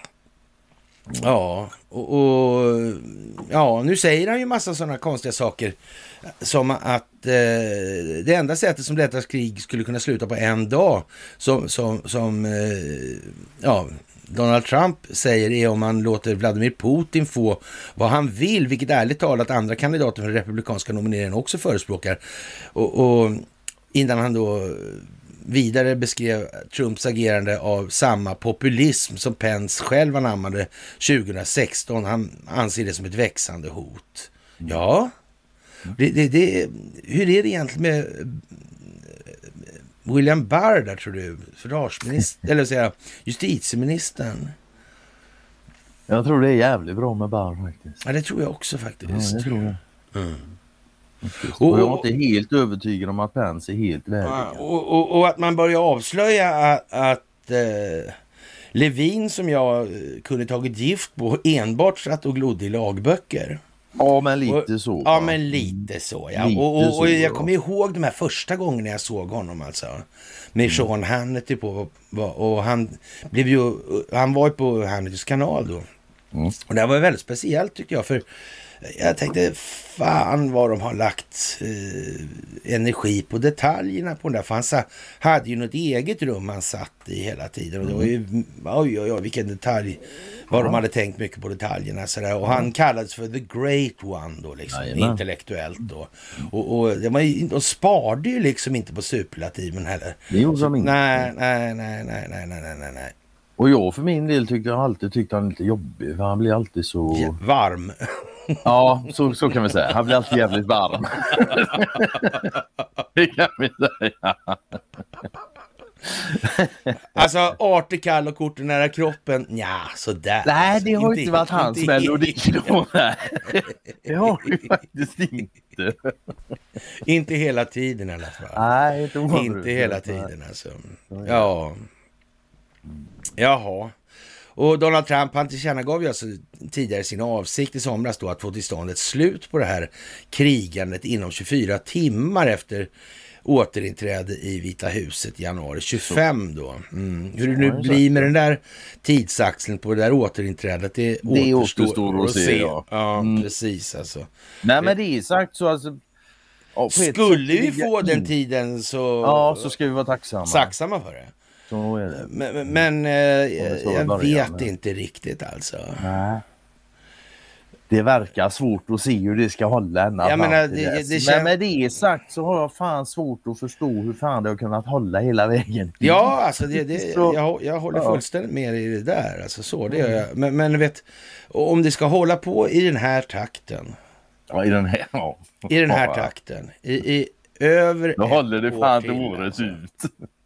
[SPEAKER 1] Ja, och, och ja, nu säger han ju massa sådana konstiga saker som att eh, det enda sättet som detta krig skulle kunna sluta på en dag som, som, som eh, ja, Donald Trump säger är om man låter Vladimir Putin få vad han vill, vilket ärligt talat andra kandidater för republikanska nomineringen också förespråkar. Och, och innan han då vidare beskrev Trumps agerande av samma populism som Pence själv anammade tjugohundrasexton. Han anser det som ett växande hot. Mm. Ja, det, det, det, hur är det egentligen med William Barr där, tror du? Försvarsminister, eller säga justitieministern.
[SPEAKER 2] Jag tror det är jävligt bra med Barr faktiskt.
[SPEAKER 1] Ja, det tror jag också faktiskt.
[SPEAKER 2] Ja, det tror jag.
[SPEAKER 1] Mm.
[SPEAKER 2] Och, och jag är inte helt övertygad om att Pence är helt värdig.
[SPEAKER 1] Ja, och, och, och att man börjar avslöja att, att eh, Levin, som jag kunde tagit gift på, enbart satt och glodde i lagböcker.
[SPEAKER 2] Ja, men lite
[SPEAKER 1] och,
[SPEAKER 2] så.
[SPEAKER 1] Ja, ja, men lite så. Ja.
[SPEAKER 2] Lite
[SPEAKER 1] och, och, och
[SPEAKER 2] så,
[SPEAKER 1] jag kommer ihåg de här första gångerna jag såg honom alltså. Med mm. Sean Hannity på. Och han blev ju, han var ju på Hannitys kanal då. Mm. Och det var väldigt speciellt tycker jag. För jag tänkte, fan vad de har lagt eh, energi på detaljerna på den där. För han sa, hade ju något eget rum han satt i hela tiden. Och det var ju, oj oj oj, vilken detalj. Vad ja. de hade tänkt mycket på detaljerna. Sådär. Och han kallades för the great one då, liksom, ja, intellektuellt då. Och, och det var ju, de sparade ju liksom inte på superlativen heller.
[SPEAKER 2] Det gjorde de inte.
[SPEAKER 1] Nej, nej, nej, nej, nej, nej, nej, nej.
[SPEAKER 2] Och jag för min del tyckte jag alltid tyckte han lite jobbig. För han blir alltid så...
[SPEAKER 1] Ja, varm.
[SPEAKER 2] Ja, så, så kan vi säga. Han blir alltid jävligt varm. Det kan vi säga.
[SPEAKER 1] Alltså, artig, kall och kort nära kroppen. Ja, sådär.
[SPEAKER 2] Nej, det har inte, inte varit hans inte melodi då. Det har ju faktiskt inte.
[SPEAKER 1] Inte hela tiden i alla fall.
[SPEAKER 2] Nej, det var
[SPEAKER 1] inte hela tiden alltså. Ja. Jaha. Och Donald Trump, han tillkännagav ju alltså tidigare sin avsikt i somras då att få till stånd ett slut på det här krigandet inom tjugofyra timmar efter återinträde i Vita huset i januari tjugofem då. Mm. Hur det nu blir med den där tidsaxeln på det där återinträdet, det,
[SPEAKER 2] det återstår att se. se.
[SPEAKER 1] Ja, ja mm. precis alltså.
[SPEAKER 2] Nej, men det är sagt så alltså.
[SPEAKER 1] Ja, skulle vi få den tiden så...
[SPEAKER 2] Ja, så ska vi vara tacksamma.
[SPEAKER 1] Tacksamma för det.
[SPEAKER 2] Så är det.
[SPEAKER 1] Men, men eh, jag vet med. inte riktigt alltså. Nej.
[SPEAKER 2] Det verkar svårt att se hur det ska hålla ända
[SPEAKER 1] jag menar, det, det, det känns...
[SPEAKER 2] Men med det sagt så har jag fan svårt att förstå hur fan det har kunnat hålla hela vägen.
[SPEAKER 1] Ja, alltså det, det, jag, jag håller fullständigt med i det där. Alltså så, det gör jag. Men, men vet, om det ska hålla på i den här takten.
[SPEAKER 2] Ja, i den här, ja.
[SPEAKER 1] I den här takten. I, i över
[SPEAKER 2] då håller det fan till året alltså. Ut.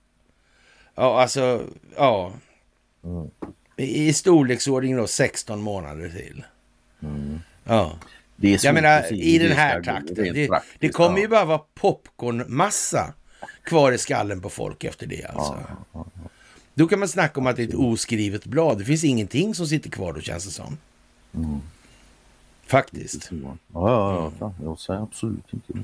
[SPEAKER 1] Ja, alltså, ja. Mm. I, I storleksordning då sexton månader till. Mm. Ja. Det är jag menar, i den här takten. Det, det kommer ju bara vara popcornmassa kvar i skallen på folk efter det alltså. Ja, ja, ja. Då kan man snacka om att det är ett oskrivet blad. Det finns ingenting som sitter kvar då, känns det som. Mm. Faktiskt.
[SPEAKER 2] Ja, ja, ja. Jag säger absolut inte det.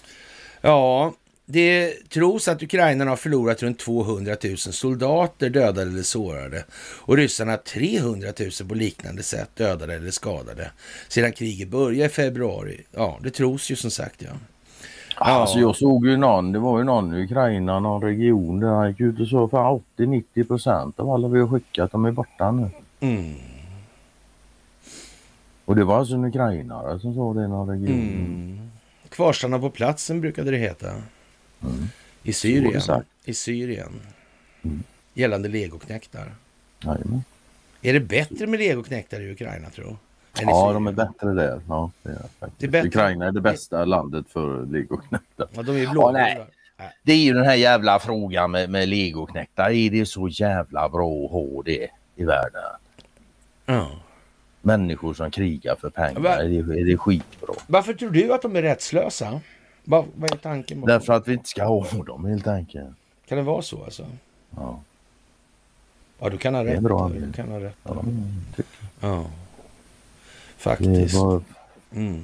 [SPEAKER 1] Ja, det tros att ukrainarna har förlorat runt tvåhundratusen soldater dödade eller sårade och ryssarna trehundratusen på liknande sätt dödade eller skadade sedan kriget började i februari. Ja, det tros ju som sagt, ja.
[SPEAKER 2] Ja. Alltså jag såg ju någon, det var ju någon i Ukraina, någon region där han gick ut och så för åttio till nittio procent av alla vi har skickat, de är borta nu. Mm. Och det var alltså en ukrainare som sa det i någon region. Mm.
[SPEAKER 1] Kvarstanna på platsen brukade det heta. Mm. I Syrien. I Syrien. Mm. Gällande legoknäktar.
[SPEAKER 2] Jajamän.
[SPEAKER 1] Är det bättre med legoknäktar i Ukraina, tror du?
[SPEAKER 2] Ja, de är bättre där. Ja, det är faktiskt. Det är bättre. Ukraina är det bästa landet för legoknäktar.
[SPEAKER 1] Ja, de är blå.
[SPEAKER 2] Ja, nej. Det är ju den här jävla frågan med, med legoknäktar. Är det så jävla bra att ha det i världen? Ja. Människor som krigar för pengar, Va? är, det, är det skitbra.
[SPEAKER 1] Varför tror du att de är rättslösa? Vad, vad är tanken?
[SPEAKER 2] Därför att vi inte ska ha dem helt enkelt.
[SPEAKER 1] Kan det vara så alltså?
[SPEAKER 2] Ja.
[SPEAKER 1] Ja, du kan ha rätt.
[SPEAKER 2] Det är bra.
[SPEAKER 1] Du kan ha rätt.
[SPEAKER 2] Ja,
[SPEAKER 1] ja. Faktiskt.
[SPEAKER 2] Bara... Mm.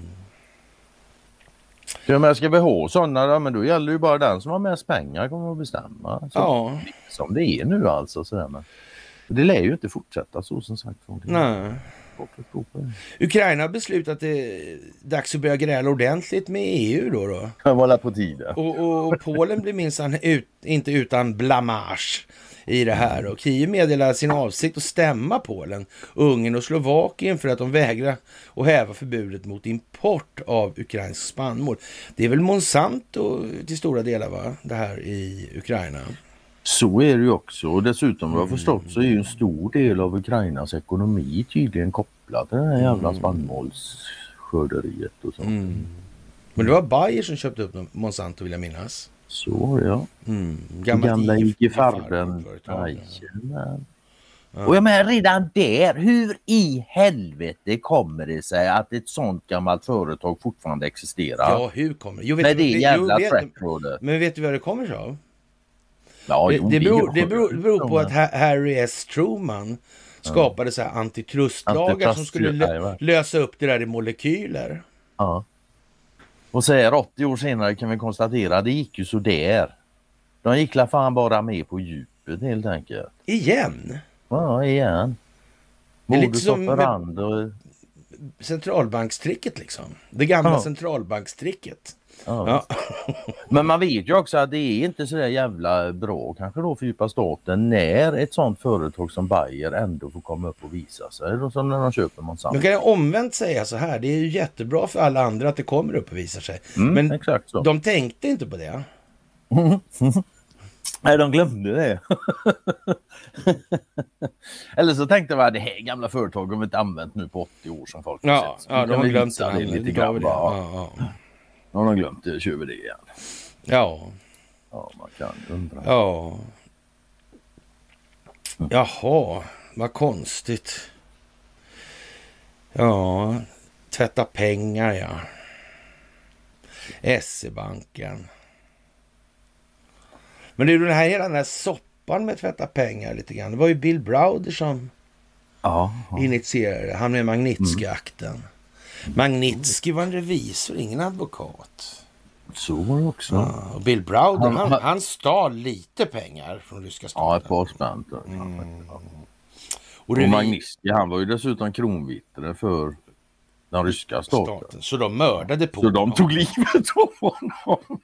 [SPEAKER 2] Ja, men ska vi ha sådana då? Men då gäller ju bara den som har mest pengar kommer att bestämma. Så,
[SPEAKER 1] ja.
[SPEAKER 2] Som det är nu alltså. Sådär. Men det lär ju inte fortsätta så som sagt.
[SPEAKER 1] Nej.
[SPEAKER 2] svårt att tro på det.
[SPEAKER 1] Ukraina har beslutat att det är dags att börja gräla ordentligt med E U då. då.
[SPEAKER 2] Kan vara på tiden.
[SPEAKER 1] Och, och, och Polen blir minsann ut, inte utan blamage i det här. Och Kiev meddelar sin avsikt att stämma Polen, Ungern och Slovakien för att de vägrar att häva förbudet mot import av ukrainsk spannmål. Det är väl Monsanto till stora delar, va? Det här i Ukraina.
[SPEAKER 2] Så är det ju också, och dessutom vad jag har förstått så är ju en stor del av Ukrainas ekonomi tydligen kopplad till det här jävla mm. spannmålsskörderiet och sånt. Mm.
[SPEAKER 1] Men det var Bayer som köpte upp Monsanto, vill jag minnas.
[SPEAKER 2] Så ja.
[SPEAKER 1] Mm.
[SPEAKER 2] Gamla, Gamla I G Farben. Ja. Och jag menar redan där, hur i helvete kommer det sig att ett sånt gammalt företag fortfarande existerar?
[SPEAKER 1] Ja, hur kommer det? Jo, vet
[SPEAKER 2] Med det jävla
[SPEAKER 1] jo,
[SPEAKER 2] trackrådet.
[SPEAKER 1] Men vet du vad det kommer sig av?
[SPEAKER 2] Ja,
[SPEAKER 1] det,
[SPEAKER 2] jo,
[SPEAKER 1] det, beror,
[SPEAKER 2] det,
[SPEAKER 1] det beror, beror på att Harry S. Truman skapade så här antitrustlagar Antitrust, som skulle lö, lösa upp det där i molekyler.
[SPEAKER 2] Ja. Och så här åttio år senare kan vi konstatera att det gick ju så där. De gick la fan bara med på djupet helt enkelt.
[SPEAKER 1] Igen?
[SPEAKER 2] Ja, igen. Modus operandi.
[SPEAKER 1] Centralbankstricket liksom. Det gamla ja. centralbankstricket.
[SPEAKER 2] Ja. Ja. Men man vet ju också att det är inte så där jävla bra kanske då för djupa staten när ett sånt företag som Bayer ändå får komma upp och visa sig. Då, som när de köper Monsanto.
[SPEAKER 1] Man kan ju omvänt säga så här. Det är ju jättebra för alla andra att det kommer upp och visar sig.
[SPEAKER 2] Mm,
[SPEAKER 1] men
[SPEAKER 2] exakt så.
[SPEAKER 1] De tänkte inte på det.
[SPEAKER 2] Nej, de glömde det. Eller så tänkte man att det här gamla företaget har vi inte använt nu på åttio år som folk
[SPEAKER 1] ja,
[SPEAKER 2] har sett.
[SPEAKER 1] Ja, de har glömt det.
[SPEAKER 2] det lite grann. Ja, ja. Nu har de glömt det, kör vi det igen.
[SPEAKER 1] Ja.
[SPEAKER 2] Ja, man kan undra.
[SPEAKER 1] Ja. Mm. Jaha, vad konstigt. Ja, tvätta pengar, ja. S E-banken. Men det är ju den här hela den här soppan med tvätta pengar lite grann. Det var ju Bill Browder som
[SPEAKER 2] ja, ja.
[SPEAKER 1] initierade. Han med Magnitsky-akten. Mm. Magnitsky var en revisor, ingen advokat.
[SPEAKER 2] Så var det också.
[SPEAKER 1] Ja, och Bill Browder, han, han, han stal lite pengar från ryska staten.
[SPEAKER 2] Ja, ett par spänn. Mm. Och, och Magnitsky, han var ju dessutom kronvittne för den ryska staten. staten.
[SPEAKER 1] Så de mördade Putin.
[SPEAKER 2] Så de tog livet av honom.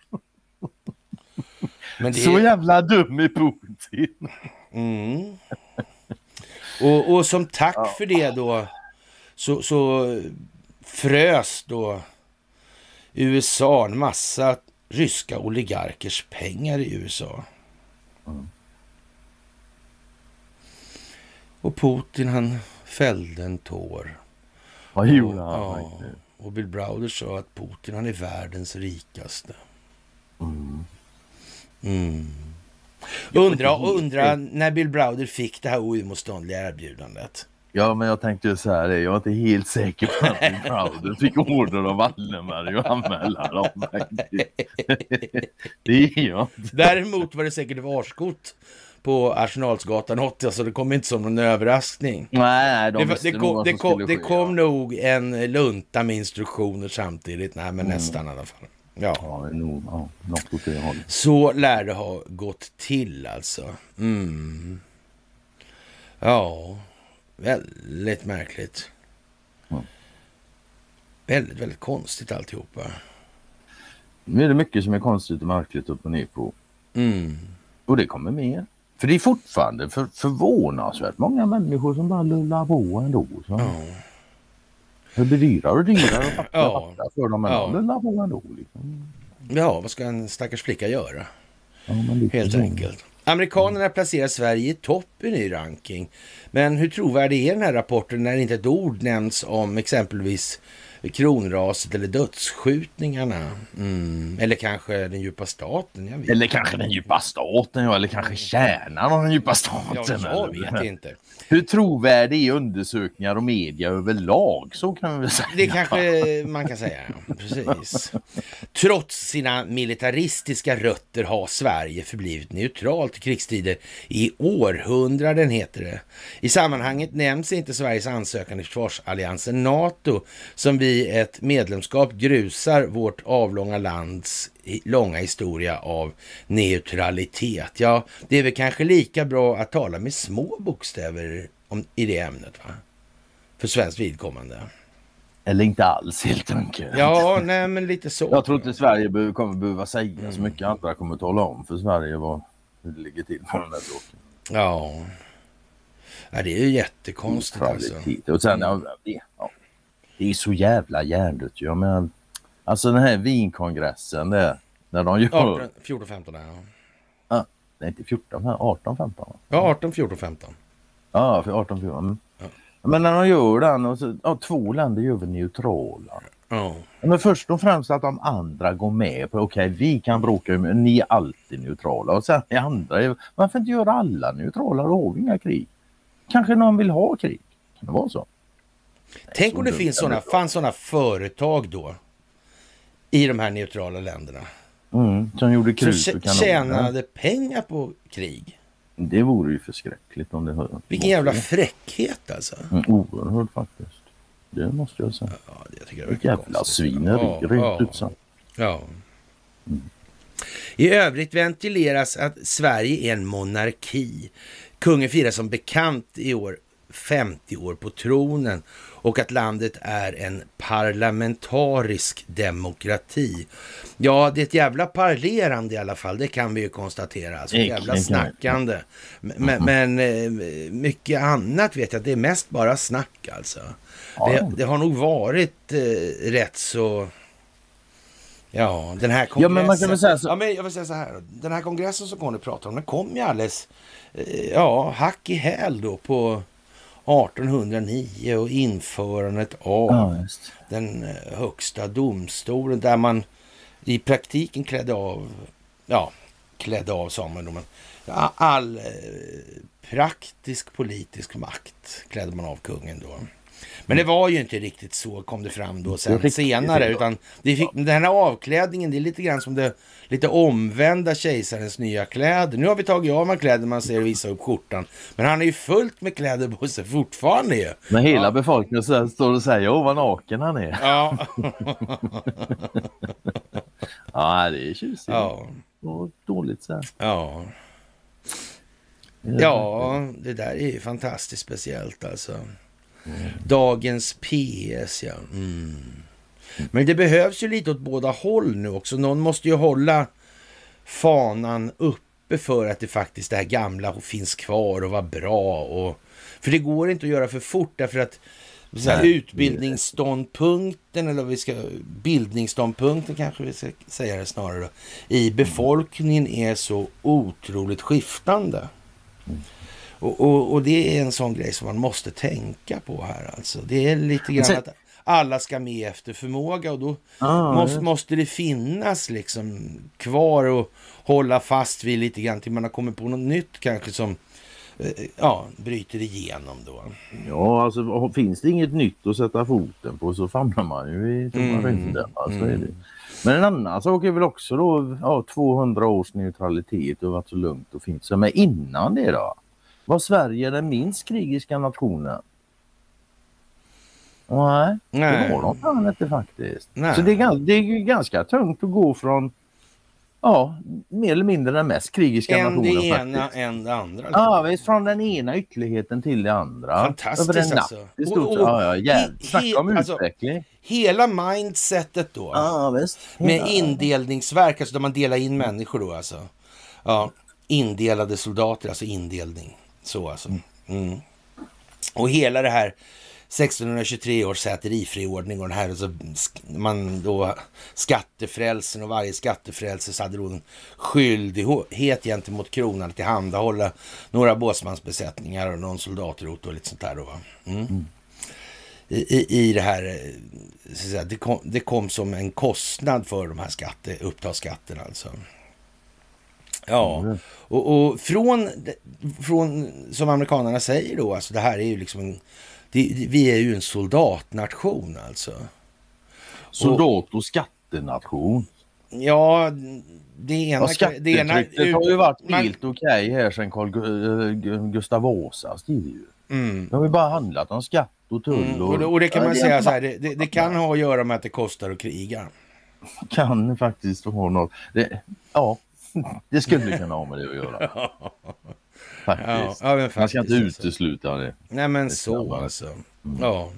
[SPEAKER 1] Men det...
[SPEAKER 2] Så jävla dum i Putin.
[SPEAKER 1] Mm. Och, och som tack ja. för det då så, så frös då U S A en massa ryska oligarkers pengar i U S A. Mm. Och Putin han fällde en tår.
[SPEAKER 2] Vad gjorde han?
[SPEAKER 1] Ja, och Bill Browder sa att Putin han är världens rikaste.
[SPEAKER 2] Mm.
[SPEAKER 1] Mm. Undra, undra när Bill Browder fick det här oemotståndliga erbjudandet.
[SPEAKER 2] Ja, men jag tänkte så här, jag är inte helt säker på att Bill Browder fick order av Wallenberg och anmäla dem. Det är jag.
[SPEAKER 1] Däremot var det säkert varskott på Arsenalsgatan åttio, så det kom inte som någon överraskning.
[SPEAKER 2] Nej, de
[SPEAKER 1] det, det, kom, det, kom, det kom nog en lunta med instruktioner samtidigt. Nej, men mm. nästan i alla fall. Ja,
[SPEAKER 2] ja, nog, ja något åt det hållet.
[SPEAKER 1] Så lär det ha gått till alltså. Mm. Ja, väldigt märkligt. Mm. Väldigt, väldigt konstigt alltihopa.
[SPEAKER 2] Nu är det mycket som är konstigt och märkligt upp och ner på.
[SPEAKER 1] Mm.
[SPEAKER 2] Och det kommer mer. För det är fortfarande för, förvånansvärt många människor som bara lullar på ändå. Så.
[SPEAKER 1] Ja.
[SPEAKER 2] Det blir dyrare och dyrare och fattar,
[SPEAKER 1] ja.
[SPEAKER 2] fattar för dem, men ja. de lullar på ändå. Liksom.
[SPEAKER 1] Ja, vad ska en stackars flicka göra?
[SPEAKER 2] Ja, men
[SPEAKER 1] helt så. enkelt. Amerikanerna placerar Sverige i toppen i ranking. Men hur trovärdig är den här rapporten när inte ett ord nämns om exempelvis kronraset eller dödsskjutningarna? Mm. Eller kanske den djupa staten? Jag vet.
[SPEAKER 2] Eller kanske den djupa staten, ja, eller kanske kärnan av den djupa staten.
[SPEAKER 1] Ja, jag vet inte.
[SPEAKER 2] Hur trovärdig är undersökningar och media överlag? Så kan man väl säga.
[SPEAKER 1] Det kanske man kan säga, precis. Trots sina militaristiska rötter har Sverige förblivit neutralt i krigstider i århundraden, heter det. I sammanhanget nämns inte Sveriges ansökan i försvarsalliansen NATO, som vid ett medlemskap grusar vårt avlånga lands långa historia av neutralitet. Ja, det är väl kanske lika bra att tala med små bokstäver om, i det ämnet, va? för svenskt vidkommande.
[SPEAKER 2] Eller inte alls helt enkelt.
[SPEAKER 1] Ja, nej men lite så.
[SPEAKER 2] Jag tror inte Sverige be- kommer behöva säga mm. så mycket. Andra kommer tala om för Sverige vad hur det ligger till på den här bråken.
[SPEAKER 1] Ja. Ja, det är ju jättekonstigt alltså.
[SPEAKER 2] Och sen, ja, det, ja, det är så jävla hjärndött. Jag menar, alltså den här vinkongressen där, när de gör...
[SPEAKER 1] arton, fjorton, femton, ja.
[SPEAKER 2] Ah, det är inte fjorton, arton, femton.
[SPEAKER 1] Ja, arton, fjorton, femton.
[SPEAKER 2] Ja, för arton, fjorton. Mm.
[SPEAKER 1] Ja.
[SPEAKER 2] Men när de gör den, och så, ja, två länder gör vi neutrala.
[SPEAKER 1] Ja.
[SPEAKER 2] Men först och främst att de andra går med på, okej, okay, vi kan bråka, men ni är alltid neutrala. Och sen i andra, varför inte göra alla neutrala? Då har vi inga krig. Kanske någon vill ha krig. Kan det vara så?
[SPEAKER 1] Tänk om det finns sådana, fanns sådana företag då i de här neutrala länderna.
[SPEAKER 2] Mm, som gjorde krut
[SPEAKER 1] som
[SPEAKER 2] och kanoner.
[SPEAKER 1] Tjänade pengar på krig.
[SPEAKER 2] Det vore ju förskräckligt om det hör.
[SPEAKER 1] Vilken jävla fräckhet alltså.
[SPEAKER 2] Mm, oerhört faktiskt. Det måste jag säga.
[SPEAKER 1] Ja, det jag tycker det är
[SPEAKER 2] jävla svineri.
[SPEAKER 1] Ja,
[SPEAKER 2] rent
[SPEAKER 1] ja,
[SPEAKER 2] utsatt.
[SPEAKER 1] Ja. Mm. I övrigt ventileras att Sverige är en monarki. Kungen firar som bekant i år femtio år på tronen och att landet är en parlamentarisk demokrati. Ja, det är ett jävla parlerande i alla fall, det kan vi ju konstatera. Alltså, jävla snackande. Men, men mycket annat vet jag, det är mest bara snack alltså. Det, det har nog varit eh, rätt så... Ja, den här kongressen...
[SPEAKER 2] Ja, men man kan väl säga så...
[SPEAKER 1] Ja, men jag vill säga så här. Den här kongressen som Conny pratar om, den kom ju alldeles... Ja, hack i häl då på artonhundranio och införandet av ja, den högsta domstolen där man i praktiken klädde av, ja, klädde av sa man då, men all eh, praktisk politisk makt klädde man av kungen då. Men det var ju inte riktigt så, kom det fram då sen det senare, det utan det fick, den här avklädningen, det är lite grann som det lite omvända kejsarens nya kläder. Nu har vi tagit av med kläder, man ser visa upp skjortan, men han är ju fullt med kläder på sig fortfarande ju.
[SPEAKER 2] Men hela ja. befolkningen så står och säger, åh vad naken han är.
[SPEAKER 1] Ja.
[SPEAKER 2] Ja, det är tjusigt.
[SPEAKER 1] Ja.
[SPEAKER 2] Och dåligt så här.
[SPEAKER 1] Ja. Ja, det där är ju fantastiskt speciellt alltså. Mm. Dagens P S, ja. Mm. Men det behövs ju lite åt båda håll nu också. Någon måste ju hålla fanan uppe för att det faktiskt det här gamla finns kvar och var bra. Och, för det går inte att göra för fort därför att så här, utbildningsståndpunkten eller vi ska, bildningsståndpunkten kanske vi ska säga det snarare då, i befolkningen är så otroligt skiftande. Mm. Och, och, och det är en sån grej som man måste tänka på här alltså. Det är lite grann att alla ska med efter förmåga och då ah, måste, ja. måste det finnas liksom kvar och hålla fast vid lite grann till man har kommit på något nytt kanske som ja, bryter igenom då.
[SPEAKER 2] Ja, alltså finns det inget nytt att sätta foten på så famlar man ju i tomma mm, rymden. Alltså, mm. är det. Men en annan sak är väl också då ja, tvåhundra års neutralitet och varit så lugnt och fint. Så men innan det då var Sverige den minst krigiska nationen? Nej, Nej. det var de fan inte faktiskt. Nej. Så det är, det är ju ganska tungt att gå från ja, mer eller mindre den mest krigiska
[SPEAKER 1] en
[SPEAKER 2] nationen
[SPEAKER 1] det ena,
[SPEAKER 2] faktiskt.
[SPEAKER 1] En det andra. Alltså.
[SPEAKER 2] Ja, visst, från den ena ytterligheten till det andra.
[SPEAKER 1] Fantastiskt alltså.
[SPEAKER 2] Och, och, ja, ja, yeah. Snacka om alltså, utveckling.
[SPEAKER 1] Hela mindsetet då.
[SPEAKER 2] Ja, visst.
[SPEAKER 1] Med indelningsverk, alltså där man delar in människor då alltså. Ja, indelade soldater, alltså indelning. Så alltså. Mm. Och hela det här sextonhundratjugotre års säterifriordning och den här, alltså, man då skattefrälsen och varje skattefrälse så hade då en skyldighet gentemot kronan att tillhandahålla några båtsmansbesättningar och någon soldatrot och lite sånt där då va. Mm. Mm. I, i, I det här så att säga, det, kom, det kom som en kostnad för de här skatte, upptagsskatterna alltså. Ja, mm. och, och från, från som amerikanerna säger då, alltså det här är ju liksom en Det, vi är ju en soldatnation alltså.
[SPEAKER 2] Soldat och, och skattenation.
[SPEAKER 1] Ja, det ena...
[SPEAKER 2] Ja, skattetrycket det ena, har ju varit man, helt okej okay här sedan Carl Gustav Vasas tid ju. Mm. Det har ju bara handlat om skatt och tull. Mm, och, och,
[SPEAKER 1] och det kan man ja, säga så här, det, det, det kan ha att göra med att det kostar att kriga.
[SPEAKER 2] Kan faktiskt ha något. Det, ja, det skulle kunna ha med det att göra. Faktiskt. Ja, ja, men faktiskt. Man ska inte utesluta det.
[SPEAKER 1] Nej men så alltså. Mm. Ja.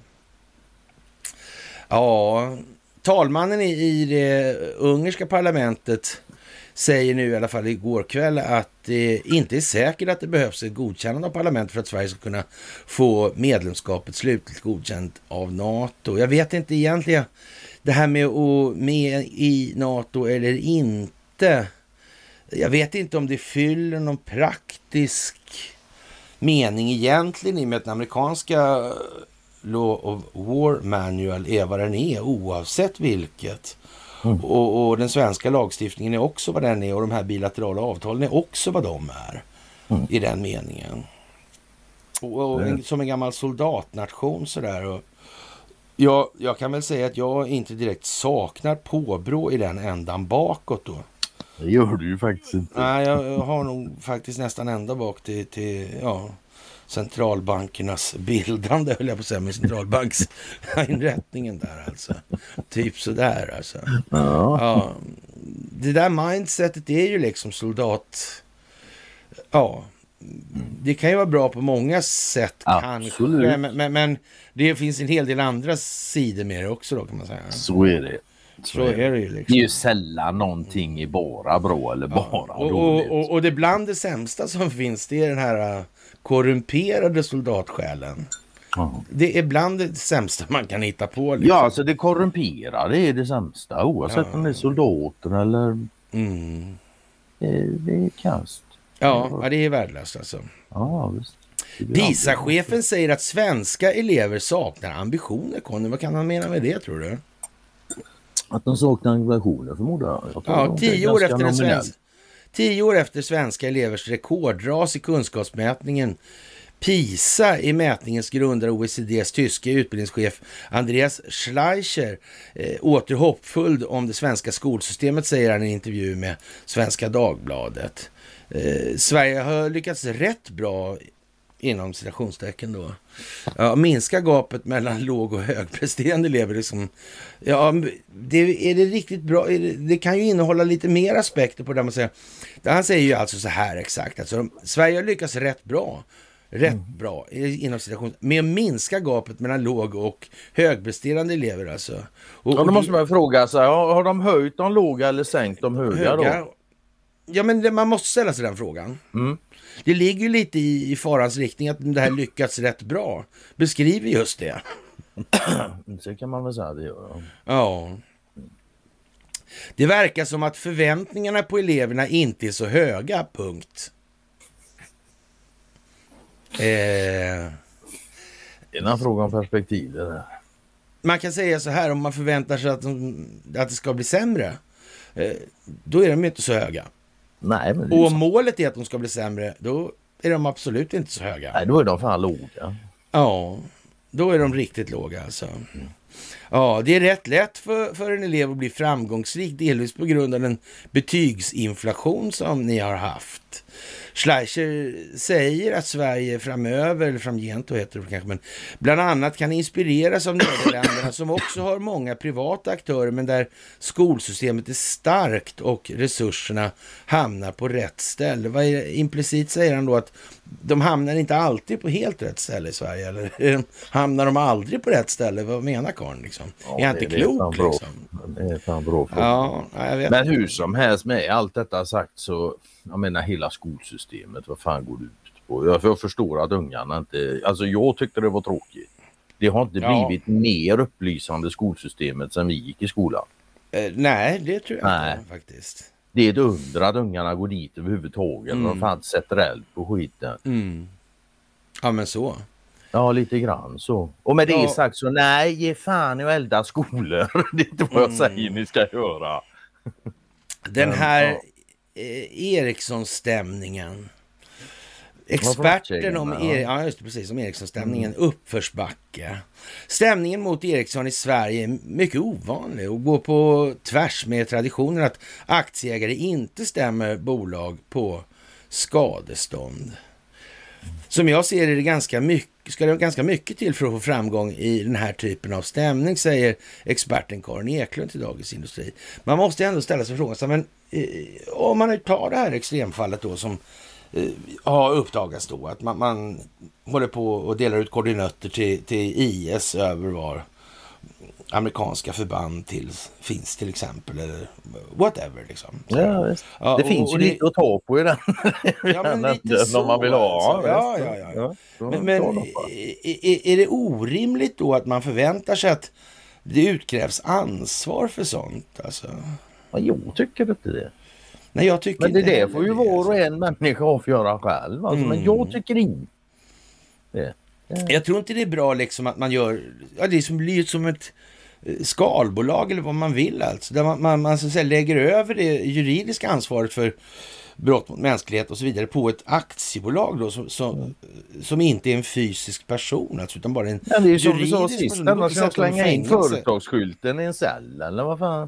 [SPEAKER 1] Ja, talmannen i, i det ungerska parlamentet säger nu i alla fall igår kväll att det inte är säkert att det behövs ett godkännande av parlamentet för att Sverige ska kunna få medlemskapet slutligt godkänt av NATO. Jag vet inte egentligen det här med att med i NATO eller inte. Jag vet inte om det fyller någon praktisk mening egentligen i och med att den amerikanska Law of War Manual är vad den är oavsett vilket. Mm. Och, och den svenska lagstiftningen är också vad den är och de här bilaterala avtalen är också vad de är mm. i den meningen. Och, och en, som en gammal soldatnation sådär. Och jag, jag kan väl säga att jag inte direkt saknar påbrå i den ändan bakåt då.
[SPEAKER 2] Det gör du ju faktiskt inte.
[SPEAKER 1] Nej, jag har nog faktiskt nästan ända bak till, till ja, centralbankernas bildande, höll jag på att säga, med centralbanksinrättningen där alltså. Typ sådär alltså.
[SPEAKER 2] Ja.
[SPEAKER 1] Ja, det där mindsetet är ju liksom soldat. Ja, det kan ju vara bra på många sätt kanske, men, men, men det finns en hel del andra sidor med det också då kan man säga.
[SPEAKER 2] Så är det.
[SPEAKER 1] Så, så är det ju liksom.
[SPEAKER 2] Det är ju sällan någonting i bara bra eller bara
[SPEAKER 1] ja. och, och, och, och det bland det sämsta som finns, det är den här uh, korrumperade soldatsjälen. Ja. Det är bland det sämsta man kan hitta på. Liksom.
[SPEAKER 2] Ja, alltså det korrumperade är det sämsta. Oavsett ja. om det är soldater eller...
[SPEAKER 1] Mm.
[SPEAKER 2] Det, det är kast.
[SPEAKER 1] Ja, ja, det är värdelöst alltså.
[SPEAKER 2] Ja, visst.
[SPEAKER 1] PISA-chefen säger att svenska elever saknar ambitioner. Conny, vad kan han mena med det, tror du?
[SPEAKER 2] Att de saknar ambitioner, förmodar jag. jag
[SPEAKER 1] ja, tio år, efter den svenska, tio år efter svenska elevers rekordras i kunskapsmätningen PISA i mätningens grundare O E C D:s tyska utbildningschef Andreas Schleicher eh, åter hoppfull om det svenska skolsystemet, säger han i en intervju med Svenska Dagbladet. Eh, Sverige har lyckats rätt bra inom citationstecken då. Ja, minska gapet mellan låg- och högpresterande elever. Liksom. Ja, det, är det riktigt bra? Det, det kan ju innehålla lite mer aspekter på det man säger. Han säger ju alltså så här exakt. Alltså, Sverige har lyckats rätt bra. Rätt mm. bra inom situation med att minska gapet mellan låg- och högpresterande elever. Alltså. Och,
[SPEAKER 2] ja, då måste man fråga sig, har de höjt de låga eller sänkt de höga, höga då?
[SPEAKER 1] Ja, men det, man måste ställa sig den frågan.
[SPEAKER 2] Mm.
[SPEAKER 1] Det ligger ju lite i, i farans riktning att det här lyckats rätt bra. Beskriver just det.
[SPEAKER 2] Så kan man väl säga det gör.
[SPEAKER 1] Ja. Det verkar som att förväntningarna på eleverna inte är så höga, punkt. Eh...
[SPEAKER 2] Det är en fråga om perspektiv det där.
[SPEAKER 1] Man kan säga så här, om man förväntar sig att, de, att det ska bli sämre, eh, då är de inte så höga.
[SPEAKER 2] Nej, men
[SPEAKER 1] och om målet är att de ska bli sämre, då är de absolut inte så höga.
[SPEAKER 2] Nej, då är de fan låga.
[SPEAKER 1] Ja, då är de riktigt låga alltså. Mm. Ja, det är rätt lätt för, för en elev att bli framgångsrik, delvis på grund av den betygsinflation som ni har haft. Schleicher säger att Sverige framöver, eller framgent då heter det kanske, men bland annat kan inspireras av Nederländerna som också har många privata aktörer, men där skolsystemet är starkt och resurserna hamnar på rätt ställe. Vad är, implicit säger han då att de hamnar inte alltid på helt rätt ställe i Sverige, eller hamnar de aldrig på rätt ställe? Vad menar Karl liksom? Ja, är han inte klok liksom?
[SPEAKER 2] Det är fan bra.
[SPEAKER 1] Ja, jag vet.
[SPEAKER 2] Men hur som helst, med allt detta sagt så, jag menar hela skolsystemet, vad fan går det ut på? Jag, jag förstår att ungarna inte, alltså jag tyckte det var tråkigt. Det har inte ja. blivit mer upplysande skolsystemet sen vi gick i skolan.
[SPEAKER 1] Eh, nej, det tror jag nej. inte faktiskt.
[SPEAKER 2] Det är ett under att ungarna går dit överhuvudtaget. Mm. De fan sätter eld på skiten.
[SPEAKER 1] Mm. Ja, men så.
[SPEAKER 2] Ja, lite grann så. Och med det ja. sagt så, nej, ge fan i elda skolor. Det är inte vad jag mm. säger ni ska göra.
[SPEAKER 1] Den här ja. eh, Eriksson-stämningen. Experten om, er, ja, just det, precis, om Eriksson-stämningen, mm. uppförsbacke. Stämningen mot Eriksson i Sverige är mycket ovanlig och går på tvärs med traditionen att aktieägare inte stämmer bolag på skadestånd. Som jag ser är det ganska mycket, ska det ganska mycket till för att få framgång i den här typen av stämning, säger experten Karin Eklund till Dagens Industri. Man måste ändå ställa sig frågan, men eh, om man tar det här extremfallet då som eh, har uppdagats då att man, man håller på och delar ut koordinater till, till I S över var amerikanska förband till, finns till exempel, eller whatever liksom.
[SPEAKER 2] Ja, visst. Ja, det och, finns och ju det, lite att ta på i den.
[SPEAKER 1] Ja, men lite så.
[SPEAKER 2] Man vill ha.
[SPEAKER 1] Alltså. Ja, ja, ja. ja. ja men men är, är det orimligt då att man förväntar sig att det utkrävs ansvar för sånt? Alltså?
[SPEAKER 2] Ja, jag tycker inte det.
[SPEAKER 1] Nej, jag tycker
[SPEAKER 2] men det
[SPEAKER 1] inte
[SPEAKER 2] där får ju var och en människa avgöra själv. Alltså, mm. Men jag tycker inte det. Ja.
[SPEAKER 1] Jag tror inte det är bra liksom att man gör, ja, det är som, blir som ett skalbolag eller vad man vill alltså. Där man, man, man så att säga, lägger över det juridiska ansvaret för brott mot mänsklighet och så vidare på ett aktiebolag då som, som, mm. som inte är en fysisk person alltså, utan bara en
[SPEAKER 2] ja, det är ju som
[SPEAKER 1] juridisk
[SPEAKER 2] du sa sist, person. Man ska slänga in företagsskylten i en cell eller vad fan.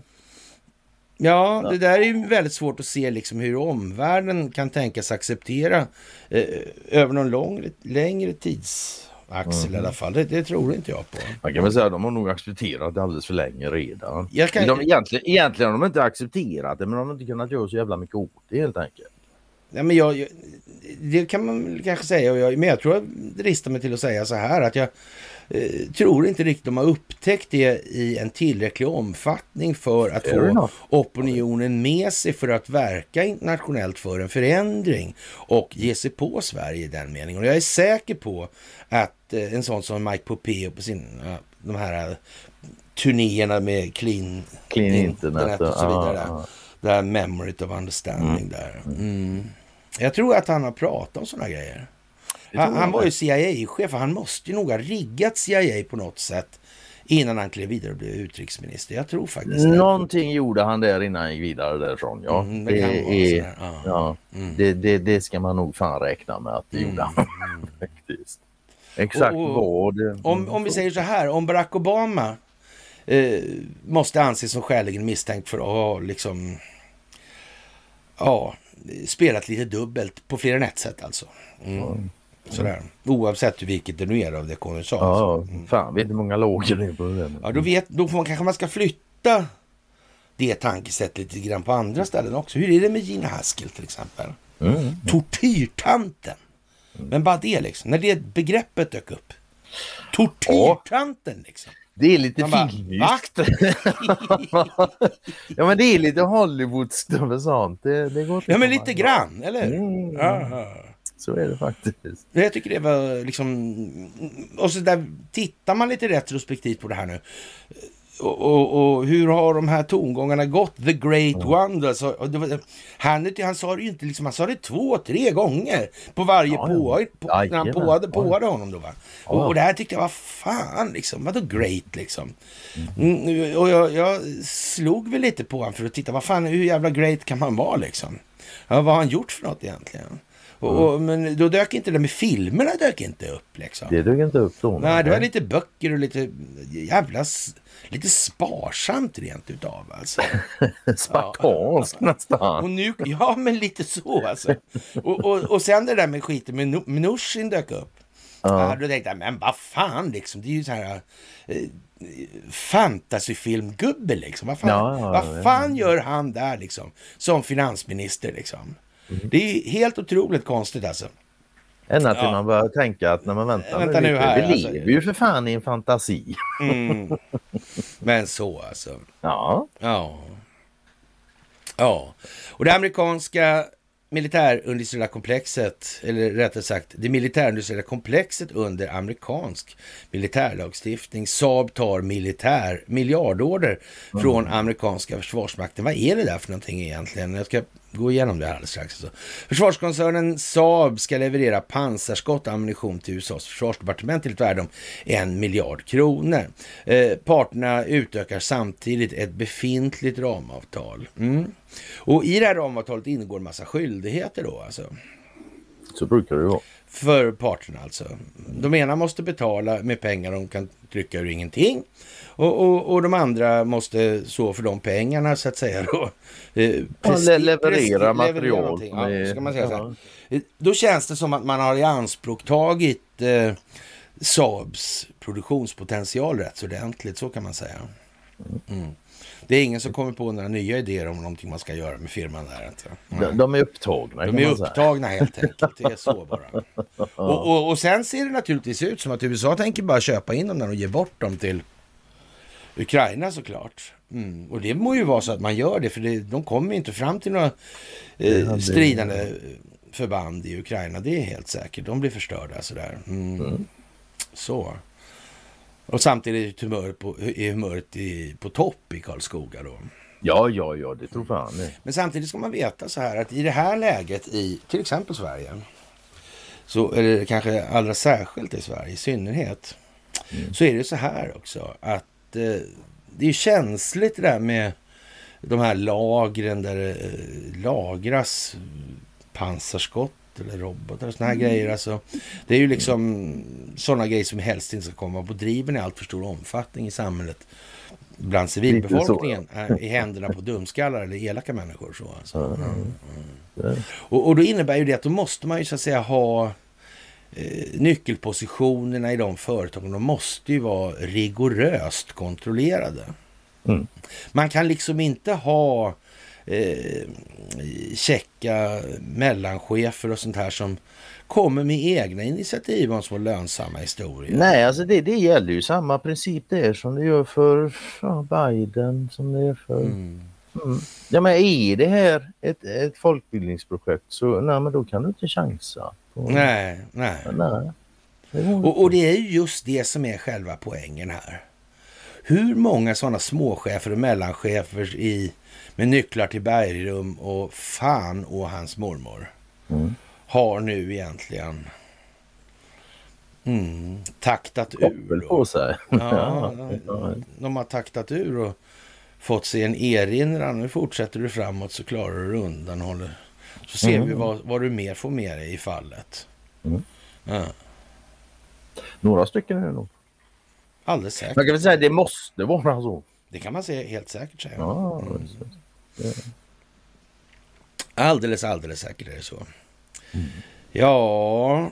[SPEAKER 1] Ja, ja, det där är ju väldigt svårt att se liksom hur omvärlden kan tänkas acceptera eh, över någon lång, längre tidsaxel mm. i alla fall. Det, det tror inte jag på.
[SPEAKER 2] Man kan väl säga att de har nog accepterat det alldeles för länge redan.
[SPEAKER 1] Jag kan...
[SPEAKER 2] de, egentligen, egentligen har de inte accepterat det, men de har inte kunnat göra så jävla mycket åt det helt enkelt.
[SPEAKER 1] Ja, men jag, jag, det kan man kanske säga, och jag, men jag tror jag dristar mig till att säga så här att jag eh, tror inte riktigt de har upptäckt det i en tillräcklig omfattning för att få opinionen med sig för att verka internationellt för en förändring och ge sig på Sverige i den meningen. Och jag är säker på att eh, en sån som Mike Pompeo på sin, ja, de här uh, turnéerna med clean,
[SPEAKER 2] clean internet,
[SPEAKER 1] internet och så vidare.
[SPEAKER 2] Ah, ah.
[SPEAKER 1] Det här memory of understanding mm. där. Mm. Jag tror att han har pratat om såna grejer. Han, han var ju C I A-chef och han måste ju nog ha riggat C I A på något sätt innan han klev vidare och blev utrikesminister. Jag tror faktiskt
[SPEAKER 2] någonting det. Gjorde han där innan han gick vidare därifrån. Ja, mm, det, det, är, ja. Ja, mm. det, det, det ska man nog fan räkna med att det mm. gjorde han faktiskt. Exakt och, och, vad det,
[SPEAKER 1] om, om vi säger så här, om Barack Obama eh, måste anses som skäligen misstänkt för att ha liksom ja, spelat lite dubbelt på fler än ett sätt alltså. Mm. Mm. Sådär. Oavsett vilket det nu är av det konungen sa.
[SPEAKER 2] Ja, mm. fan, vet du hur många lågor det är på den?
[SPEAKER 1] Ja, då, vet, då får man, kanske man ska flytta det tankesättet lite grann på andra ställen också. Hur är det med Gina Haskell till exempel?
[SPEAKER 2] Mm. Mm.
[SPEAKER 1] Tortyrtanten. Mm. Men bara det liksom, när det begreppet dök upp. Tortyrtanten liksom.
[SPEAKER 2] Det är lite filmiskt. Ja, men det är lite Hollywoodskt och sånt. Det, det går
[SPEAKER 1] ja, men lite grann, eller? Mm.
[SPEAKER 2] Ja. Så är det faktiskt.
[SPEAKER 1] Jag tycker det var liksom... Och så där tittar man lite retrospektivt på det här nu. Och, och, och hur har de här tongångarna gått? The Great mm. Wonder. Alltså, och det var, han, han sa det ju inte liksom, han sa det två, tre gånger på varje ja, på, ja. på när han påade, påade honom då va. Ja. Och, och det här tyckte jag var fan liksom, vadå great liksom. Mm. Mm, och jag, jag slog väl lite på honom för att titta, vad fan, hur jävla great kan man vara liksom? Ja, vad har han gjort för något egentligen? Och, och, men då dök inte det med filmerna dök inte upp liksom.
[SPEAKER 2] Det dök inte upp då.
[SPEAKER 1] Nej, det var lite böcker och lite jävla lite sparsamt rent utav alltså.
[SPEAKER 2] Spartansk ja. Nästan.
[SPEAKER 1] Och nu, ja, men lite så alltså. Och, och, och sen det där med skiten med Mnuchin dök upp. Ja. Ja, då tänkte jag, men vad fan liksom, det är ju så här eh, fantasyfilmgubbe liksom. Vad fan, ja, ja, vad fan ja. Gör han där liksom som finansminister liksom? Mm. Det är helt otroligt konstigt alltså.
[SPEAKER 2] Ända till ja. Man börjar tänka att när man väntar
[SPEAKER 1] Vänta nu här,
[SPEAKER 2] vi
[SPEAKER 1] alltså.
[SPEAKER 2] lever ju för fan i en fantasi.
[SPEAKER 1] Mm. Men så alltså.
[SPEAKER 2] Ja.
[SPEAKER 1] Ja. Ja. Och det amerikanska militärindustriella komplexet, eller rättare sagt det militärindustriella komplexet under amerikansk militärlagstiftning. Saab tar militär miljardorder mm. från amerikanska försvarsmakten. Vad är det där för någonting egentligen? Jag ska gå igenom det här alldeles strax. Så. Försvarskoncernen Saab ska leverera pansarskott och ammunition till U S A:s försvarsdepartement till ett värde om en miljard kronor. Eh, parterna utökar samtidigt ett befintligt ramavtal. Mm. Och i det här ramavtalet ingår en massa skyldigheter då alltså.
[SPEAKER 2] Så brukar det vara.
[SPEAKER 1] För parterna alltså. De ena måste betala med pengar de kan trycka ur ingenting. Och, och, och de andra måste så för de pengarna så att säga då. Eh,
[SPEAKER 2] presti- ja, leverera presti- material.
[SPEAKER 1] Leverera ja, ska man säga ja. Så här. Då känns det som att man har i anspråk tagit eh, Saabs produktionspotential rätt så ordentligt, så kan man säga. Mm. Det är ingen som kommer på några nya idéer om någonting man ska göra med firman där. Inte?
[SPEAKER 2] De, de är upptagna.
[SPEAKER 1] De är upptagna helt enkelt. Det är så bara. Och, och, och sen ser det naturligtvis ut som att U S A tänker bara köpa in dem där och ge bort dem till Ukraina såklart. Mm. Och det må ju vara så att man gör det, för det, de kommer inte fram till några eh, stridande förband i Ukraina. Det är helt säkert. De blir förstörda sådär. Mm. Mm. Så. Och samtidigt är humöret på, är humöret i, på topp i Karlskoga då.
[SPEAKER 2] Ja, ja, ja, det tror fan. Nej.
[SPEAKER 1] Men samtidigt ska man veta så här att i det här läget i till exempel Sverige, så är det kanske allra särskilt i Sverige i synnerhet, mm. så är det så här också att eh, det är känsligt det där med de här lagren där det eh, lagras pansarskott eller robotar och såna här mm. grejer. Alltså, det är ju liksom sådana grejer som helst inte ska komma på driven i allt för stor omfattning i samhället bland civilbefolkningen så, ja. I händerna på dumskallar eller elaka människor. Så, alltså. mm. Mm. Och, och då innebär ju det att då måste man ju så att säga ha eh, nyckelpositionerna i de företagen. De måste ju vara rigoröst kontrollerade. Mm. Man kan liksom inte ha Eh, checka mellanchefer och sånt här som kommer med egna initiativ om små lönsamma historier.
[SPEAKER 2] Nej, alltså det, det gäller ju samma princip där som det gör för ja, Biden, som det är för... Mm. Mm. Ja, men är det här ett, ett folkbildningsprojekt så nej, men då kan du inte chansa. På...
[SPEAKER 1] Nej, nej.
[SPEAKER 2] nej.
[SPEAKER 1] Det och, och det är ju just det som är själva poängen här. Hur många sådana småchefer och mellanchefer i med nycklar till bergrum och fan och hans mormor mm. har nu egentligen mm, taktat ur.
[SPEAKER 2] På sig.
[SPEAKER 1] Ja, de, de har taktat ur och fått sig en erinran. Nu fortsätter du framåt så klarar du undan. Håller. Så ser mm. vi vad, vad du mer får med dig i fallet. Mm. Ja.
[SPEAKER 2] Några stycken är det nog.
[SPEAKER 1] Alldeles säkert.
[SPEAKER 2] Man kan väl säga att det måste vara så.
[SPEAKER 1] Det kan man säga helt säkert säga.
[SPEAKER 2] Ja,
[SPEAKER 1] mm. Alldeles, alldeles säkert är det så. Mm. Ja,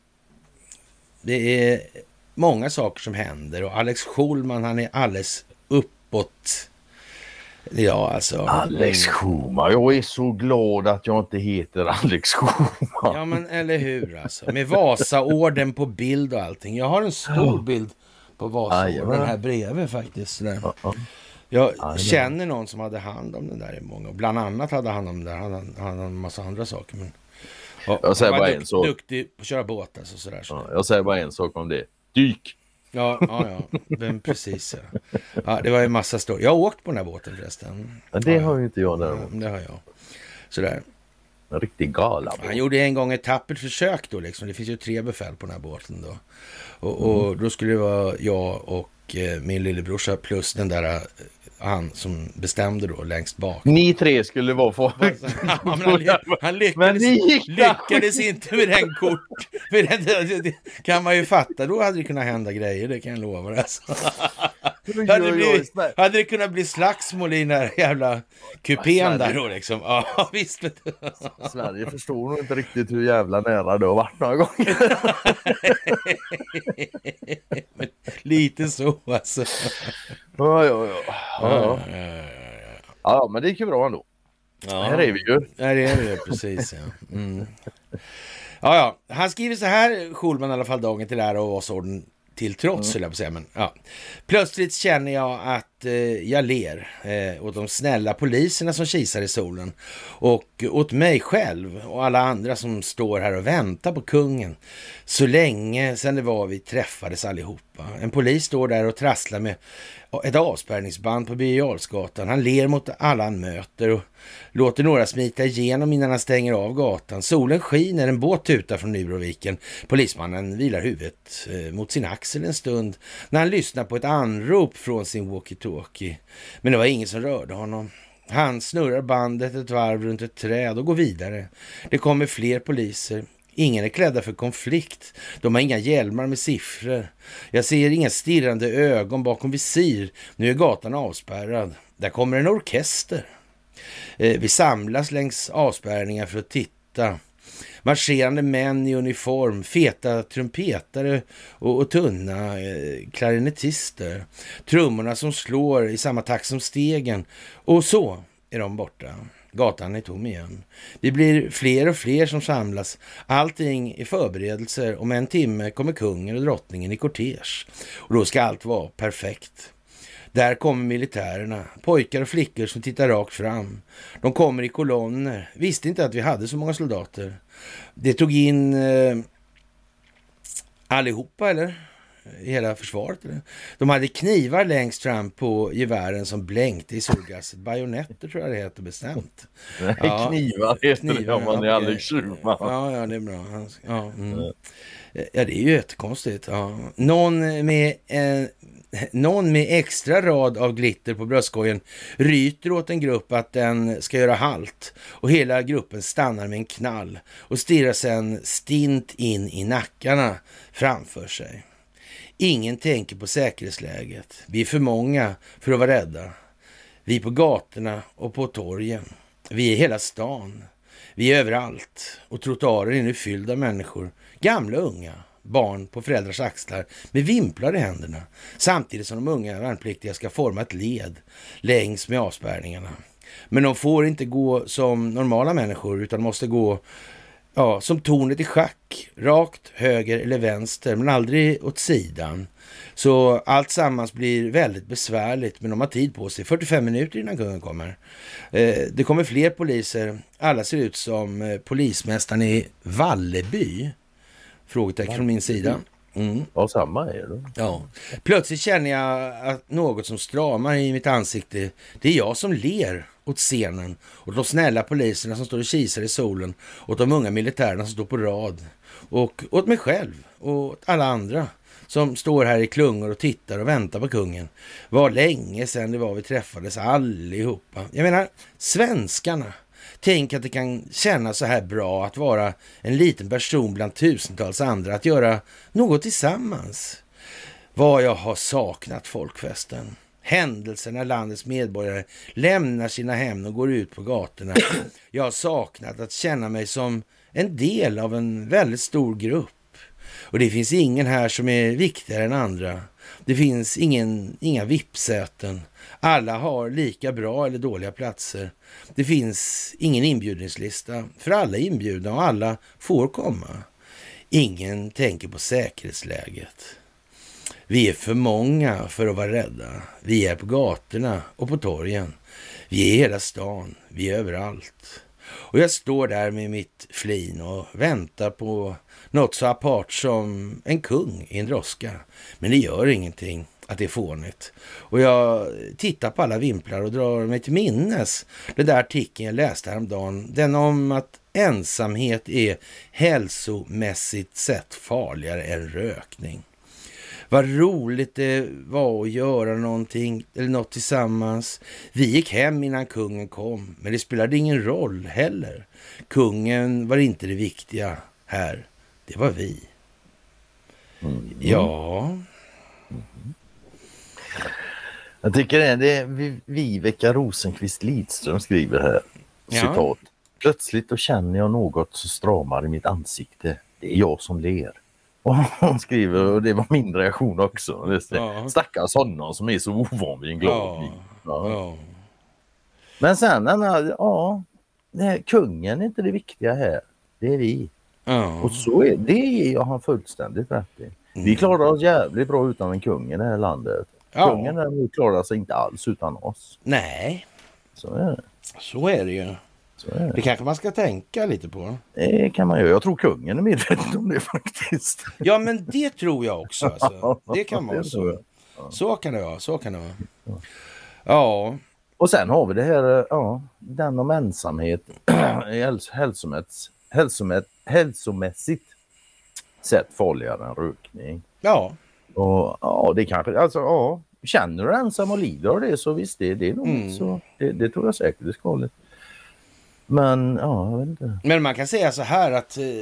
[SPEAKER 1] det är många saker som händer och Alex Schulman, han är alldeles uppåt. Ja, alltså.
[SPEAKER 2] Alex Schulman, jag är så glad att jag inte heter Alex Schulman.
[SPEAKER 1] Ja, men eller hur alltså. Med Vasaorden på bild och allting. Jag har en stor ja. bild på Vasaorden här bredvid faktiskt. Ja, ja. Jag ja, känner någon som hade hand om den där i många. Bland annat hade han om den där. Han hade, han hade en massa andra saker. Men, och,
[SPEAKER 2] jag säger
[SPEAKER 1] han
[SPEAKER 2] bara
[SPEAKER 1] var
[SPEAKER 2] en
[SPEAKER 1] duk,
[SPEAKER 2] sak.
[SPEAKER 1] duktig på att köra båt. Alltså, sådär, sådär.
[SPEAKER 2] Ja, jag säger bara en sak om det. Dyk!
[SPEAKER 1] Ja, ja, ja. Men precis. Ja. Ja, det var ju en massa stor. Jag har åkt på den här båten förresten.
[SPEAKER 2] Ja, det
[SPEAKER 1] ja,
[SPEAKER 2] har ju inte jag där.
[SPEAKER 1] Ja, det har jag. Sådär.
[SPEAKER 2] En riktig gala.
[SPEAKER 1] Han gjorde en gång ett tappert försök då liksom. Det finns ju tre befäl på den här båten då. Och, och mm. då skulle det vara jag och eh, min lillebrorsa plus den där eh, han som bestämde då längst bak.
[SPEAKER 2] Ni tre skulle vara för...
[SPEAKER 1] Ja, han, han lyckades, lyckades inte med den kort. Med den, det, det kan man ju fatta. Då hade det kunnat hända grejer, det kan jag lova. Alltså. hade, det blivit, hade det kunnat bli slagsmål i den här jävla kupén där då liksom. Ja, visst. Vet du.
[SPEAKER 2] Sverige förstår nog inte riktigt hur jävla nära det har varit några gånger.
[SPEAKER 1] Men lite så alltså.
[SPEAKER 2] Ja, ja, ja. Ja, ja, ja. Ja, men det gick ju bra ändå. Ja, här är vi ju.
[SPEAKER 1] Här är vi ju, precis. Ja. Mm. Ja, ja. Han skriver så här, Schulman i alla fall dagen till ära och Vasaorden till trots, mm. jag på säga, men ja. Plötsligt känner jag att eh, jag ler eh, åt de snälla poliserna som kisar i solen och åt mig själv och alla andra som står här och väntar på kungen så länge sedan det var vi träffades allihopa. En polis står där och trasslar med ett avspärrningsband på Birger Jarlsgatan. Han ler mot alla han möter och låter några smita igenom innan han stänger av gatan. Solen skiner, en båt tutar från Nybroviken. Polismannen vilar huvudet eh, mot sin axel en stund när han lyssnar på ett anrop från sin walkie-talkie. Men det var ingen som rörde honom. Han snurrar bandet ett varv runt ett träd och går vidare. Det kommer fler poliser. Ingen är klädda för konflikt. De har inga hjälmar med siffror. Jag ser inga stirrande ögon bakom visir. Nu är gatan avspärrad. Där kommer en orkester. Eh, vi samlas längs avspärrningar för att titta. Marscherande män i uniform, feta trumpetare och, och tunna eh, klarinettister. Trummorna som slår i samma takt som stegen. Och så är de borta. Gatan är tom igen. Vi blir fler och fler som samlas. Allting är förberedelser. Om en timme kommer kungen och drottningen i kortege. Och då ska allt vara perfekt. Där kommer militärerna, pojkar och flickor som tittar rakt fram. De kommer i kolonner. Visste inte att vi hade så många soldater. Det tog in eh, allihopa, eller? I hela försvaret. Eller? De hade knivar längst fram på gevären som blänkte i solgaset. Bajonetter tror jag det heter bestämt.
[SPEAKER 2] Nej, ja, knivar heter knivar, det om man är Alex Schulman.
[SPEAKER 1] Ja, ja, det är bra. Ja, mm. Ja, det är ju jättekonstigt. Ja. Någon med en... Någon med extra rad av glitter på bröstkorgen ryter åt en grupp att den ska göra halt och hela gruppen stannar med en knall och stirrar sedan stint in i nackarna framför sig. Ingen tänker på säkerhetsläget. Vi är för många för att vara rädda. Vi är på gatorna och på torgen. Vi är hela stan. Vi är överallt och trottoarer är nu fyllda av människor, gamla och unga. Barn på föräldrars axlar med vimplar i händerna samtidigt som de unga värnpliktiga ska forma ett led längs med avspärrningarna. Men de får inte gå som normala människor utan måste gå ja, som tornet i schack, rakt, höger eller vänster men aldrig åt sidan. Så allt sammans blir väldigt besvärligt men de har tid på sig, fyrtiofem minuter innan kungen kommer. Eh, det kommer fler poliser, alla ser ut som eh, polismästaren i Valleby. Frågetecken från min sida. Mm.
[SPEAKER 2] Ja, samma är det.
[SPEAKER 1] Ja. Plötsligt känner jag att något som stramar i mitt ansikte. Det är jag som ler åt scenen. Åt de snälla poliserna som står och kisar i solen. Åt de unga militärerna som står på rad. Och åt mig själv. Och åt alla andra som står här i klungor och tittar och väntar på kungen. Var länge sedan det var vi träffades allihopa. Jag menar, svenskarna. Tänk att det kan kännas så här bra att vara en liten person bland tusentals andra. Att göra något tillsammans. Vad jag har saknat folkfesten. Händelser när landets medborgare lämnar sina hem och går ut på gatorna. Jag har saknat att känna mig som en del av en väldigt stor grupp. Och det finns ingen här som är viktigare än andra. Det finns ingen, inga vippsäten. Alla har lika bra eller dåliga platser. Det finns ingen inbjudningslista. För alla är inbjudna och alla får komma. Ingen tänker på säkerhetsläget. Vi är för många för att vara rädda. Vi är på gatorna och på torgen. Vi är i hela stan. Vi är överallt. Och jag står där med mitt flin och väntar på något så apart som en kung i en droska. Men det gör ingenting att det är fånigt. Och jag tittar på alla vimplar och drar mig till minnes den där artikeln jag läste häromdagen. Den om att ensamhet är hälsomässigt sett farligare än rökning. Vad roligt det var att göra någonting eller något tillsammans. Vi gick hem innan kungen kom, men det spelade ingen roll heller. Kungen var inte det viktiga här. Det var vi. Mm. Ja.
[SPEAKER 2] Mm. Jag tycker det är, det är Viveka Rosenqvist Lidström skriver här. Ja. Citat. Plötsligt då känner jag något så stramar i mitt ansikte. Det är jag som ler. Och hon skriver, och det var min reaktion också. Det är, ja. Stackars honom som är så ovan vid en glad ja. Ja. Ja. Men sen, ja, det här, kungen är inte det viktiga här. Det är vi. Ja. Och så är det, jag har fullständigt rätt i. Mm. Vi klarar oss jävligt bra utan en kung i det här landet. Ja. Kungen däremot klarar sig inte alls utan oss.
[SPEAKER 1] Nej.
[SPEAKER 2] Så är det.
[SPEAKER 1] Så är det ju. Så är det. Det kanske man ska tänka lite på.
[SPEAKER 2] Det kan man göra. Jag tror kungen är medveten om det faktiskt.
[SPEAKER 1] Ja, men det tror jag också. Alltså. Det kan vara så. Ja. Så kan det vara. Så kan det vara. Ja. Ja.
[SPEAKER 2] Och sen har vi det här, ja, den om ensamhet hälsomässigt, hälsomässigt, hälsomässigt sett farligare än rökning.
[SPEAKER 1] Ja.
[SPEAKER 2] Och ja, det kanske, alltså ja, känner du ensam och lider av det så visst det, det är nog mm. så, det, det tror jag säkert det är skadligt. Men ja, jag vet inte.
[SPEAKER 1] Men man kan säga så här att eh,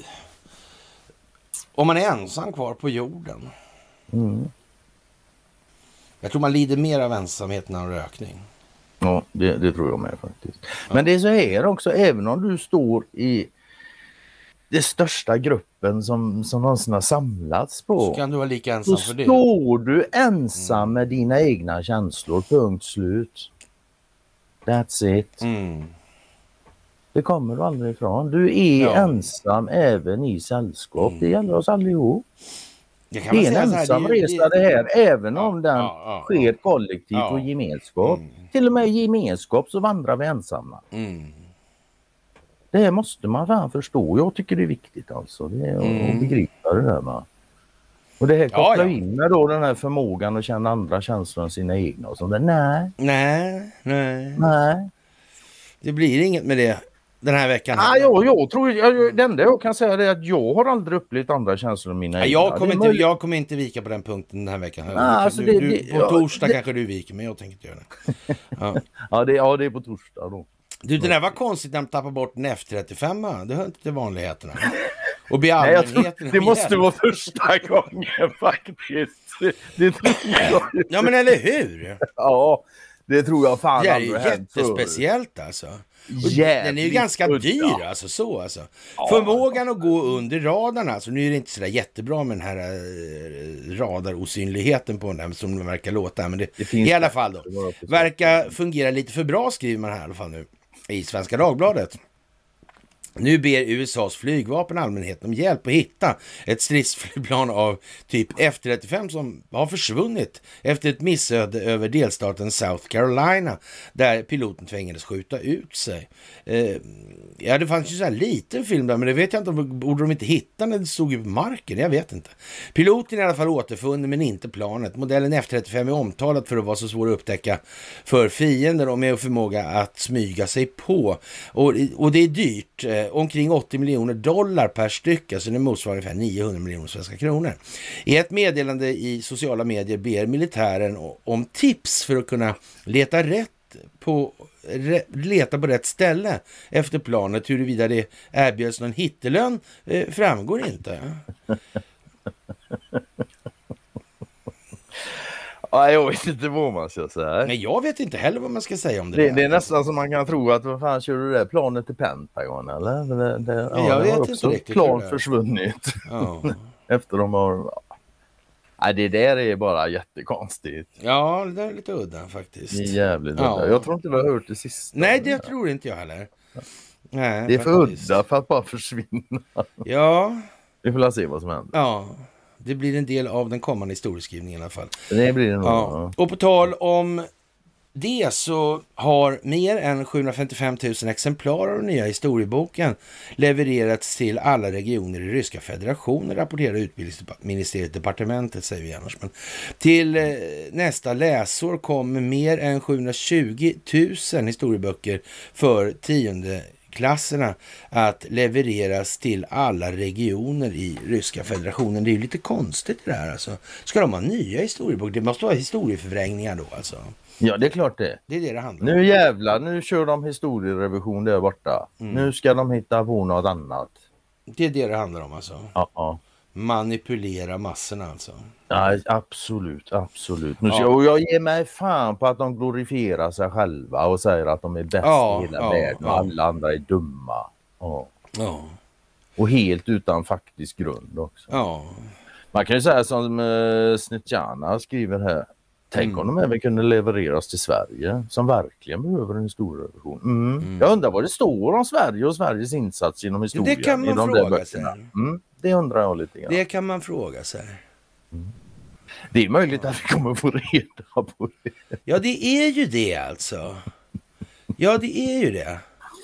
[SPEAKER 1] om man är ensam kvar på jorden.
[SPEAKER 2] Mm.
[SPEAKER 1] Jag tror man lider mer av ensamheten än rökning.
[SPEAKER 2] Ja, det, det tror jag med faktiskt. Ja. Men det är så här också, även om du står i det största gruppen som, som någonsin har samlats på.
[SPEAKER 1] Så kan du vara lika ensam
[SPEAKER 2] så
[SPEAKER 1] för det.
[SPEAKER 2] står du ensam mm. med dina egna känslor, punkt slut. That's it.
[SPEAKER 1] Mm.
[SPEAKER 2] Det kommer du aldrig ifrån. Du är
[SPEAKER 1] ja.
[SPEAKER 2] ensam även i sällskap. Mm. Det gäller oss allihop.
[SPEAKER 1] Det,
[SPEAKER 2] det är en ensam det, resa det här, även ja, om den
[SPEAKER 1] ja, ja,
[SPEAKER 2] sker kollektivt
[SPEAKER 1] ja.
[SPEAKER 2] och gemenskap.
[SPEAKER 1] Mm.
[SPEAKER 2] Till och med i gemenskap så vandrar vi ensamma.
[SPEAKER 1] Mm.
[SPEAKER 2] Det här måste man fan förstå. Jag tycker det är viktigt alltså. Det är mm. att begripa det där med. Och det här kopplar ja, ja. in med då den här förmågan att känna andra känslor än sina egna. Och sånt där. Nej.
[SPEAKER 1] Nej, nej.
[SPEAKER 2] Nej.
[SPEAKER 1] Det blir inget med det den här veckan.
[SPEAKER 2] Ah, jag, jag tror, jag, det enda jag kan säga är att jag har aldrig upplevt andra känslor än mina
[SPEAKER 1] ja,
[SPEAKER 2] egna.
[SPEAKER 1] Jag kommer, inte, jag kommer inte vika på den punkten den här veckan.
[SPEAKER 2] Ah, alltså
[SPEAKER 1] du,
[SPEAKER 2] det,
[SPEAKER 1] du,
[SPEAKER 2] det,
[SPEAKER 1] på
[SPEAKER 2] ja,
[SPEAKER 1] torsdag
[SPEAKER 2] det,
[SPEAKER 1] kanske du viker, men jag tänker inte göra det. Ja,
[SPEAKER 2] ja, det, ja det är på torsdag då.
[SPEAKER 1] Du, det där var konstigt när de tappar bort en F trettiofem. Det hör inte till vanligheterna. Och bli allmänheten.
[SPEAKER 2] Det måste vara första gången faktiskt. Det, det tror jag.
[SPEAKER 1] Ja, men eller hur?
[SPEAKER 2] Ja, det tror jag fan.
[SPEAKER 1] Det är ju jättespeciellt alltså. Den är ju ganska udda. dyr alltså så alltså. Ja. Förmågan att gå under radarn alltså. Nu är det inte så där jättebra med den här äh, radarosynligheten på den som den verkar låta. Men det, det i alla fall då. Verkar fungera lite för bra, skriver man här i alla fall nu. I Svenska Dagbladet. Nu ber U S A:s flygvapen allmänheten om hjälp att hitta ett stridsflygplan av typ F trettiofem som har försvunnit efter ett missöde över delstaten South Carolina där piloten tvingades skjuta ut sig. Eh, ja, det fanns ju så här liten film där, men det vet jag inte, borde de inte hitta när det stod i marken? Jag vet inte. Piloten är i alla fall återfunnen, men inte planet. Modellen F trettiofem är omtalad för att vara så svår att upptäcka för fiender och med förmåga att smyga sig på. Och, och det är dyrt. Eh, omkring åttio miljoner dollar per stycke, så det motsvarar ungefär niohundra miljoner svenska kronor. I ett meddelande i sociala medier ber militären om tips för att kunna leta rätt på re, leta på rätt ställe efter planet. Huruvida det erbjöds någon hittelön eh, framgår inte.
[SPEAKER 2] Ja, jag vet inte vad man ska säga.
[SPEAKER 1] Men jag vet inte heller vad man ska säga om det.
[SPEAKER 2] Det,
[SPEAKER 1] där.
[SPEAKER 2] det är nästan som man kan tro att vad fan kör du det planet till Pentagon eller? Det, det, ja,
[SPEAKER 1] jag
[SPEAKER 2] det
[SPEAKER 1] vet inte riktigt.
[SPEAKER 2] Plan försvunnit.
[SPEAKER 1] Ja.
[SPEAKER 2] Efter de har... Nej, det där är bara jättekonstigt.
[SPEAKER 1] Ja, det är lite udda faktiskt.
[SPEAKER 2] Det är jävligt
[SPEAKER 1] ja.
[SPEAKER 2] udda. Jag tror inte vi har hört det sista.
[SPEAKER 1] Nej, det tror inte jag heller. Nej,
[SPEAKER 2] det är för
[SPEAKER 1] faktiskt.
[SPEAKER 2] udda för att bara försvinna.
[SPEAKER 1] Ja.
[SPEAKER 2] Vi får se vad som händer.
[SPEAKER 1] Ja. Det blir en del av den kommande historieskrivningen i alla fall.
[SPEAKER 2] Det blir det nog.
[SPEAKER 1] Ja. Och på tal om det så har mer än sjuhundrafemtiofem tusen exemplar av den nya historieboken levererats till alla regioner i Ryska federationen, rapporterar utbildningsministeriet, departementet säger vi annars. Men till eh, nästa läsår kommer mer än sjuhundratjugo tusen historieböcker för tionde klasserna att levereras till alla regioner i Ryska federationen. Det är ju lite konstigt det här alltså. Ska de ha nya historieböcker? Det måste vara historieförvrängningar då alltså.
[SPEAKER 2] Ja, det är klart det.
[SPEAKER 1] Det är det det handlar om.
[SPEAKER 2] Nu jävlar, nu kör de historierevision där borta. Mm. Nu ska de hitta på något annat.
[SPEAKER 1] Det är det det handlar om alltså.
[SPEAKER 2] Ja, ja.
[SPEAKER 1] Manipulera massorna alltså.
[SPEAKER 2] Ja, absolut, absolut. Nu ska,
[SPEAKER 1] ja.
[SPEAKER 2] Och jag ger mig fan på att de glorifierar sig själva och säger att de är bäst
[SPEAKER 1] ja,
[SPEAKER 2] i hela
[SPEAKER 1] ja,
[SPEAKER 2] världen och
[SPEAKER 1] ja.
[SPEAKER 2] alla andra är dumma. Ja.
[SPEAKER 1] Ja.
[SPEAKER 2] Och helt utan faktisk grund också.
[SPEAKER 1] Ja.
[SPEAKER 2] Man kan ju säga som uh, Snitjana skriver här. Tänk mm. om de även kunde levereras till Sverige som verkligen behöver en historierevision. Mm. Mm. Jag undrar vad det står om Sverige och Sveriges insats inom historien.
[SPEAKER 1] Det kan man
[SPEAKER 2] de
[SPEAKER 1] fråga sig.
[SPEAKER 2] Mm. Det undrar jag lite grann.
[SPEAKER 1] Det kan man fråga sig.
[SPEAKER 2] Mm. Det är möjligt att vi kommer få reda på det.
[SPEAKER 1] Ja, det är ju det alltså. Ja, det är ju det.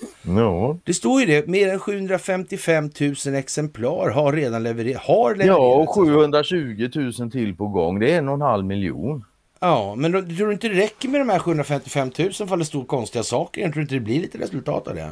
[SPEAKER 2] No.
[SPEAKER 1] Det står ju det. Mer än sjuhundrafemtiofem tusen exemplar har redan levererat. Har levererat.
[SPEAKER 2] Ja, och sjuhundratjugo tusen till på gång. Det är en och en halv miljon.
[SPEAKER 1] Ja, men då, tror du inte det räcker med de här sjuhundrafemtiofem tusen för det står konstiga saker? Jag tror inte det blir lite resultat av det.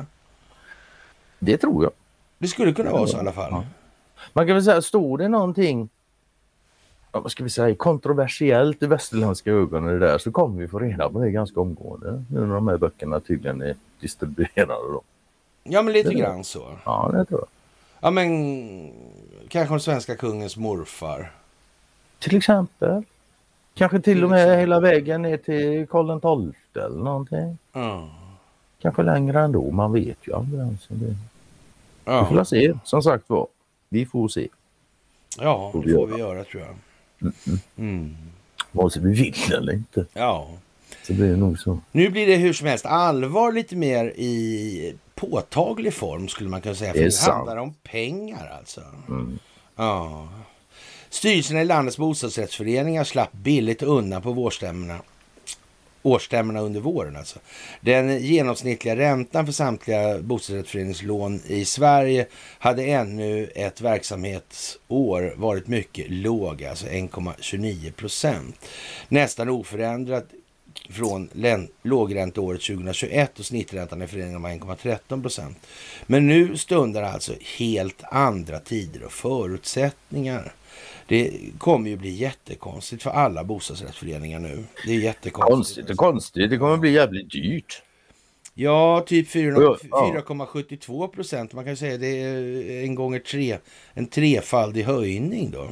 [SPEAKER 2] Det tror jag.
[SPEAKER 1] Det skulle kunna vara så i alla fall.
[SPEAKER 2] Ja. Man kan väl säga, står det någonting, ja, vad ska vi säga, kontroversiellt i västerländska ögon det där, så kommer vi få reda på det ganska omgående. Nu när de här böckerna tydligen är distribuerade då.
[SPEAKER 1] Ja, men lite
[SPEAKER 2] det
[SPEAKER 1] grann så.
[SPEAKER 2] Ja, det tror jag.
[SPEAKER 1] Ja, men kanske den svenska kungens morfar.
[SPEAKER 2] Till exempel. Kanske till och med hela vägen ner till Karl den tolfte eller någonting.
[SPEAKER 1] Mm.
[SPEAKER 2] Kanske längre ändå, man vet ju aldrig. Alltså det... Ja. Vi får se, som sagt var. Vi får se.
[SPEAKER 1] Ja, det får vi göra tror jag.
[SPEAKER 2] Mm. Mm. Vare sig vi vill eller inte.
[SPEAKER 1] Ja.
[SPEAKER 2] Så blir det nog så.
[SPEAKER 1] Nu blir det hur som helst allvar lite mer i påtaglig form skulle man kunna säga. För det, det handlar om pengar alltså.
[SPEAKER 2] Mm.
[SPEAKER 1] Ja. Styrelserna i landets bostadsrättsföreningar slapp billigt undan på vårstämmorna. Årsstämmorna under våren alltså. Den genomsnittliga räntan för samtliga bostadsrättsföreningslån i Sverige hade ännu ett verksamhetsår varit mycket låg, alltså en komma tjugonio procent. Nästan oförändrat från lågränteåret tjugohundratjugoett och snitträntan i föreningen var en komma tretton procent. Men nu stundar alltså helt andra tider och förutsättningar. Det kommer ju bli jättekonstigt för alla bostadsrättsföreningar nu. Det är jättekonstigt.
[SPEAKER 2] Konstigt och konstigt. Det kommer bli jävligt dyrt.
[SPEAKER 1] Ja, typ fyra komma sjuttiotvå procent. Man kan säga det är en gånger tre, en trefaldig höjning då.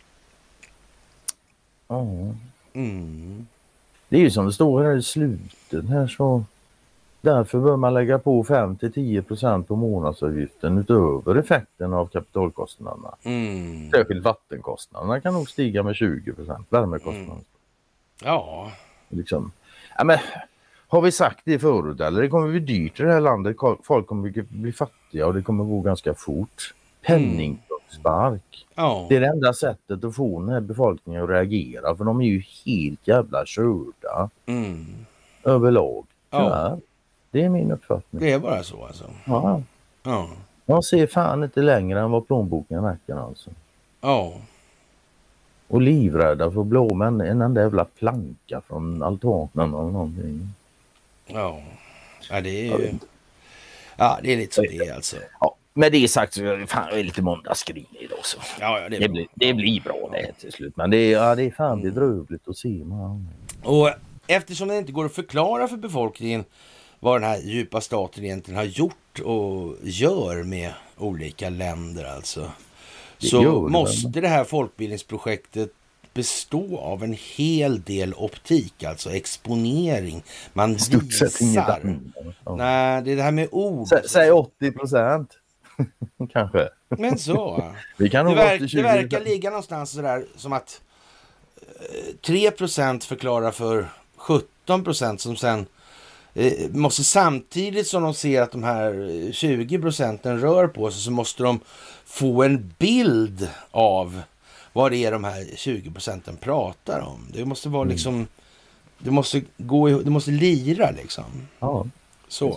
[SPEAKER 2] Ja.
[SPEAKER 1] Mm.
[SPEAKER 2] Det är ju som det står här i slutet här så. Därför bör man lägga på fem till tio procent på månadsavgiften utöver effekten av kapitalkostnaderna.
[SPEAKER 1] Mm.
[SPEAKER 2] Särskilt vattenkostnaderna kan nog stiga med tjugo procent. Värmekostnaderna.
[SPEAKER 1] Mm. Ja.
[SPEAKER 2] Liksom. Ja, men har vi sagt det förut eller? Det kommer bli dyrt i det här landet. Folk kommer bli fattiga och det kommer gå ganska fort. Penningtångsspark.
[SPEAKER 1] Mm. Ja.
[SPEAKER 2] Det är det enda sättet att få den här befolkningen att reagera. För de är ju helt jävla körda.
[SPEAKER 1] Mm.
[SPEAKER 2] Överlag.
[SPEAKER 1] Ja.
[SPEAKER 2] Det är min uppfattning.
[SPEAKER 1] Det är bara så alltså.
[SPEAKER 2] Ja.
[SPEAKER 1] Ja.
[SPEAKER 2] Man ser fan inte längre än vad plånboken räcker alltså.
[SPEAKER 1] Ja.
[SPEAKER 2] Och livrädda för blåmän en enda jävla planka från altanen eller någonting.
[SPEAKER 1] Ja. Ja, det är ju... Ja, det är lite så det är alltså.
[SPEAKER 2] Ja, med det sagt så är det fan lite måndagsskrin idag så.
[SPEAKER 1] Ja, ja, det,
[SPEAKER 2] det, blir, det blir bra det till slut. Men det är, ja, det är fan bedrövligt att se. Man.
[SPEAKER 1] Och eftersom det inte går att förklara för befolkningen vad den här djupa staten egentligen har gjort och gör med olika länder alltså. Så det måste det här folkbildningsprojektet bestå av en hel del optik, alltså exponering. Man
[SPEAKER 2] stort sett
[SPEAKER 1] visar. Ja. Nej, det är det här med ord.
[SPEAKER 2] Sä, säg åttio procent. Kanske.
[SPEAKER 1] Men så.
[SPEAKER 2] Vi kan
[SPEAKER 1] det, verk, det verkar ligga någonstans sådär som att eh, tre procent förklarar för sjutton procent som sen eh, måste samtidigt som de ser att de här tjugo procenten rör på sig så måste de få en bild av vad det är de här tjugo procenten pratar om. Det måste vara liksom mm. det måste gå det måste lira liksom.
[SPEAKER 2] Ja.
[SPEAKER 1] Så.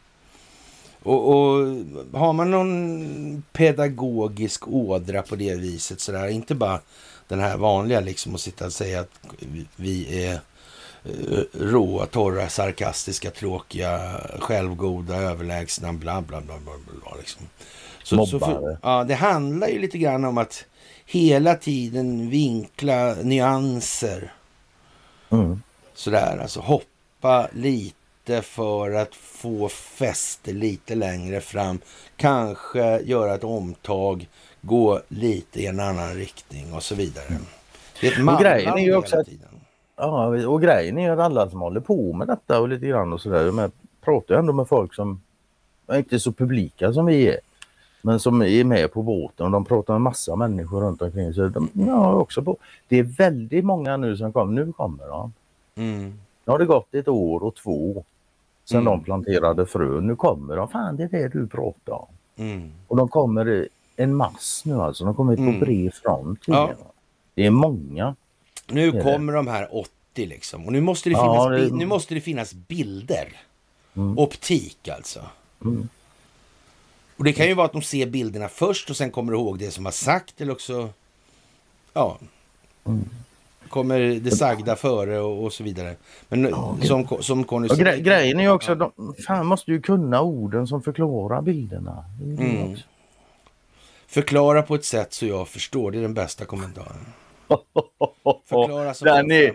[SPEAKER 1] Och, och har man någon pedagogisk ådra på det viset sådär, inte bara den här vanliga liksom att sitta och säga att vi, vi är råa, torra, sarkastiska, tråkiga, självgoda, överlägsna, bla bla bla bla, bla liksom. Så, så för, ja, det handlar ju lite grann om att hela tiden vinkla nyanser.
[SPEAKER 2] Mm.
[SPEAKER 1] Sådär, alltså hoppa lite för att få fäste lite längre fram. Kanske göra ett omtag, gå lite i en annan riktning och så vidare. Det är ett
[SPEAKER 2] mallande hela också,
[SPEAKER 1] tiden.
[SPEAKER 2] Ja, och grejen är att alla som håller på med detta och lite grann och sådär, de pratar ändå med folk som inte är så publika som vi är. Men som är med på båten och de pratar med massa människor runt omkring. Så de, ja, också på. Det är väldigt många nu som kommer. Nu kommer de.
[SPEAKER 1] Mm.
[SPEAKER 2] Nu har det gått ett år och två sedan
[SPEAKER 1] mm.
[SPEAKER 2] de planterade frö. Nu kommer de. Fan, det är det du pratar om.
[SPEAKER 1] Mm.
[SPEAKER 2] Och de kommer en mass nu alltså. De kommer
[SPEAKER 1] mm.
[SPEAKER 2] på bred front.
[SPEAKER 1] Ja.
[SPEAKER 2] Det är många.
[SPEAKER 1] Nu det kommer det. De här åttio liksom. Och nu måste det finnas, ja, det... Bi- nu måste det finnas bilder.
[SPEAKER 2] Mm.
[SPEAKER 1] Optik alltså.
[SPEAKER 2] Mm.
[SPEAKER 1] Och det kan ju vara att de ser bilderna först och sen kommer ihåg det som har sagt eller också ja
[SPEAKER 2] mm.
[SPEAKER 1] kommer det sagda före och, och så vidare. Men ja, okay. som, som Conny
[SPEAKER 2] säger... Gre- grejen är ju också att de fan måste ju kunna orden som förklarar bilderna.
[SPEAKER 1] Mm. Förklara på ett sätt så jag förstår. Det är den bästa kommentaren. Förklara som
[SPEAKER 2] den är,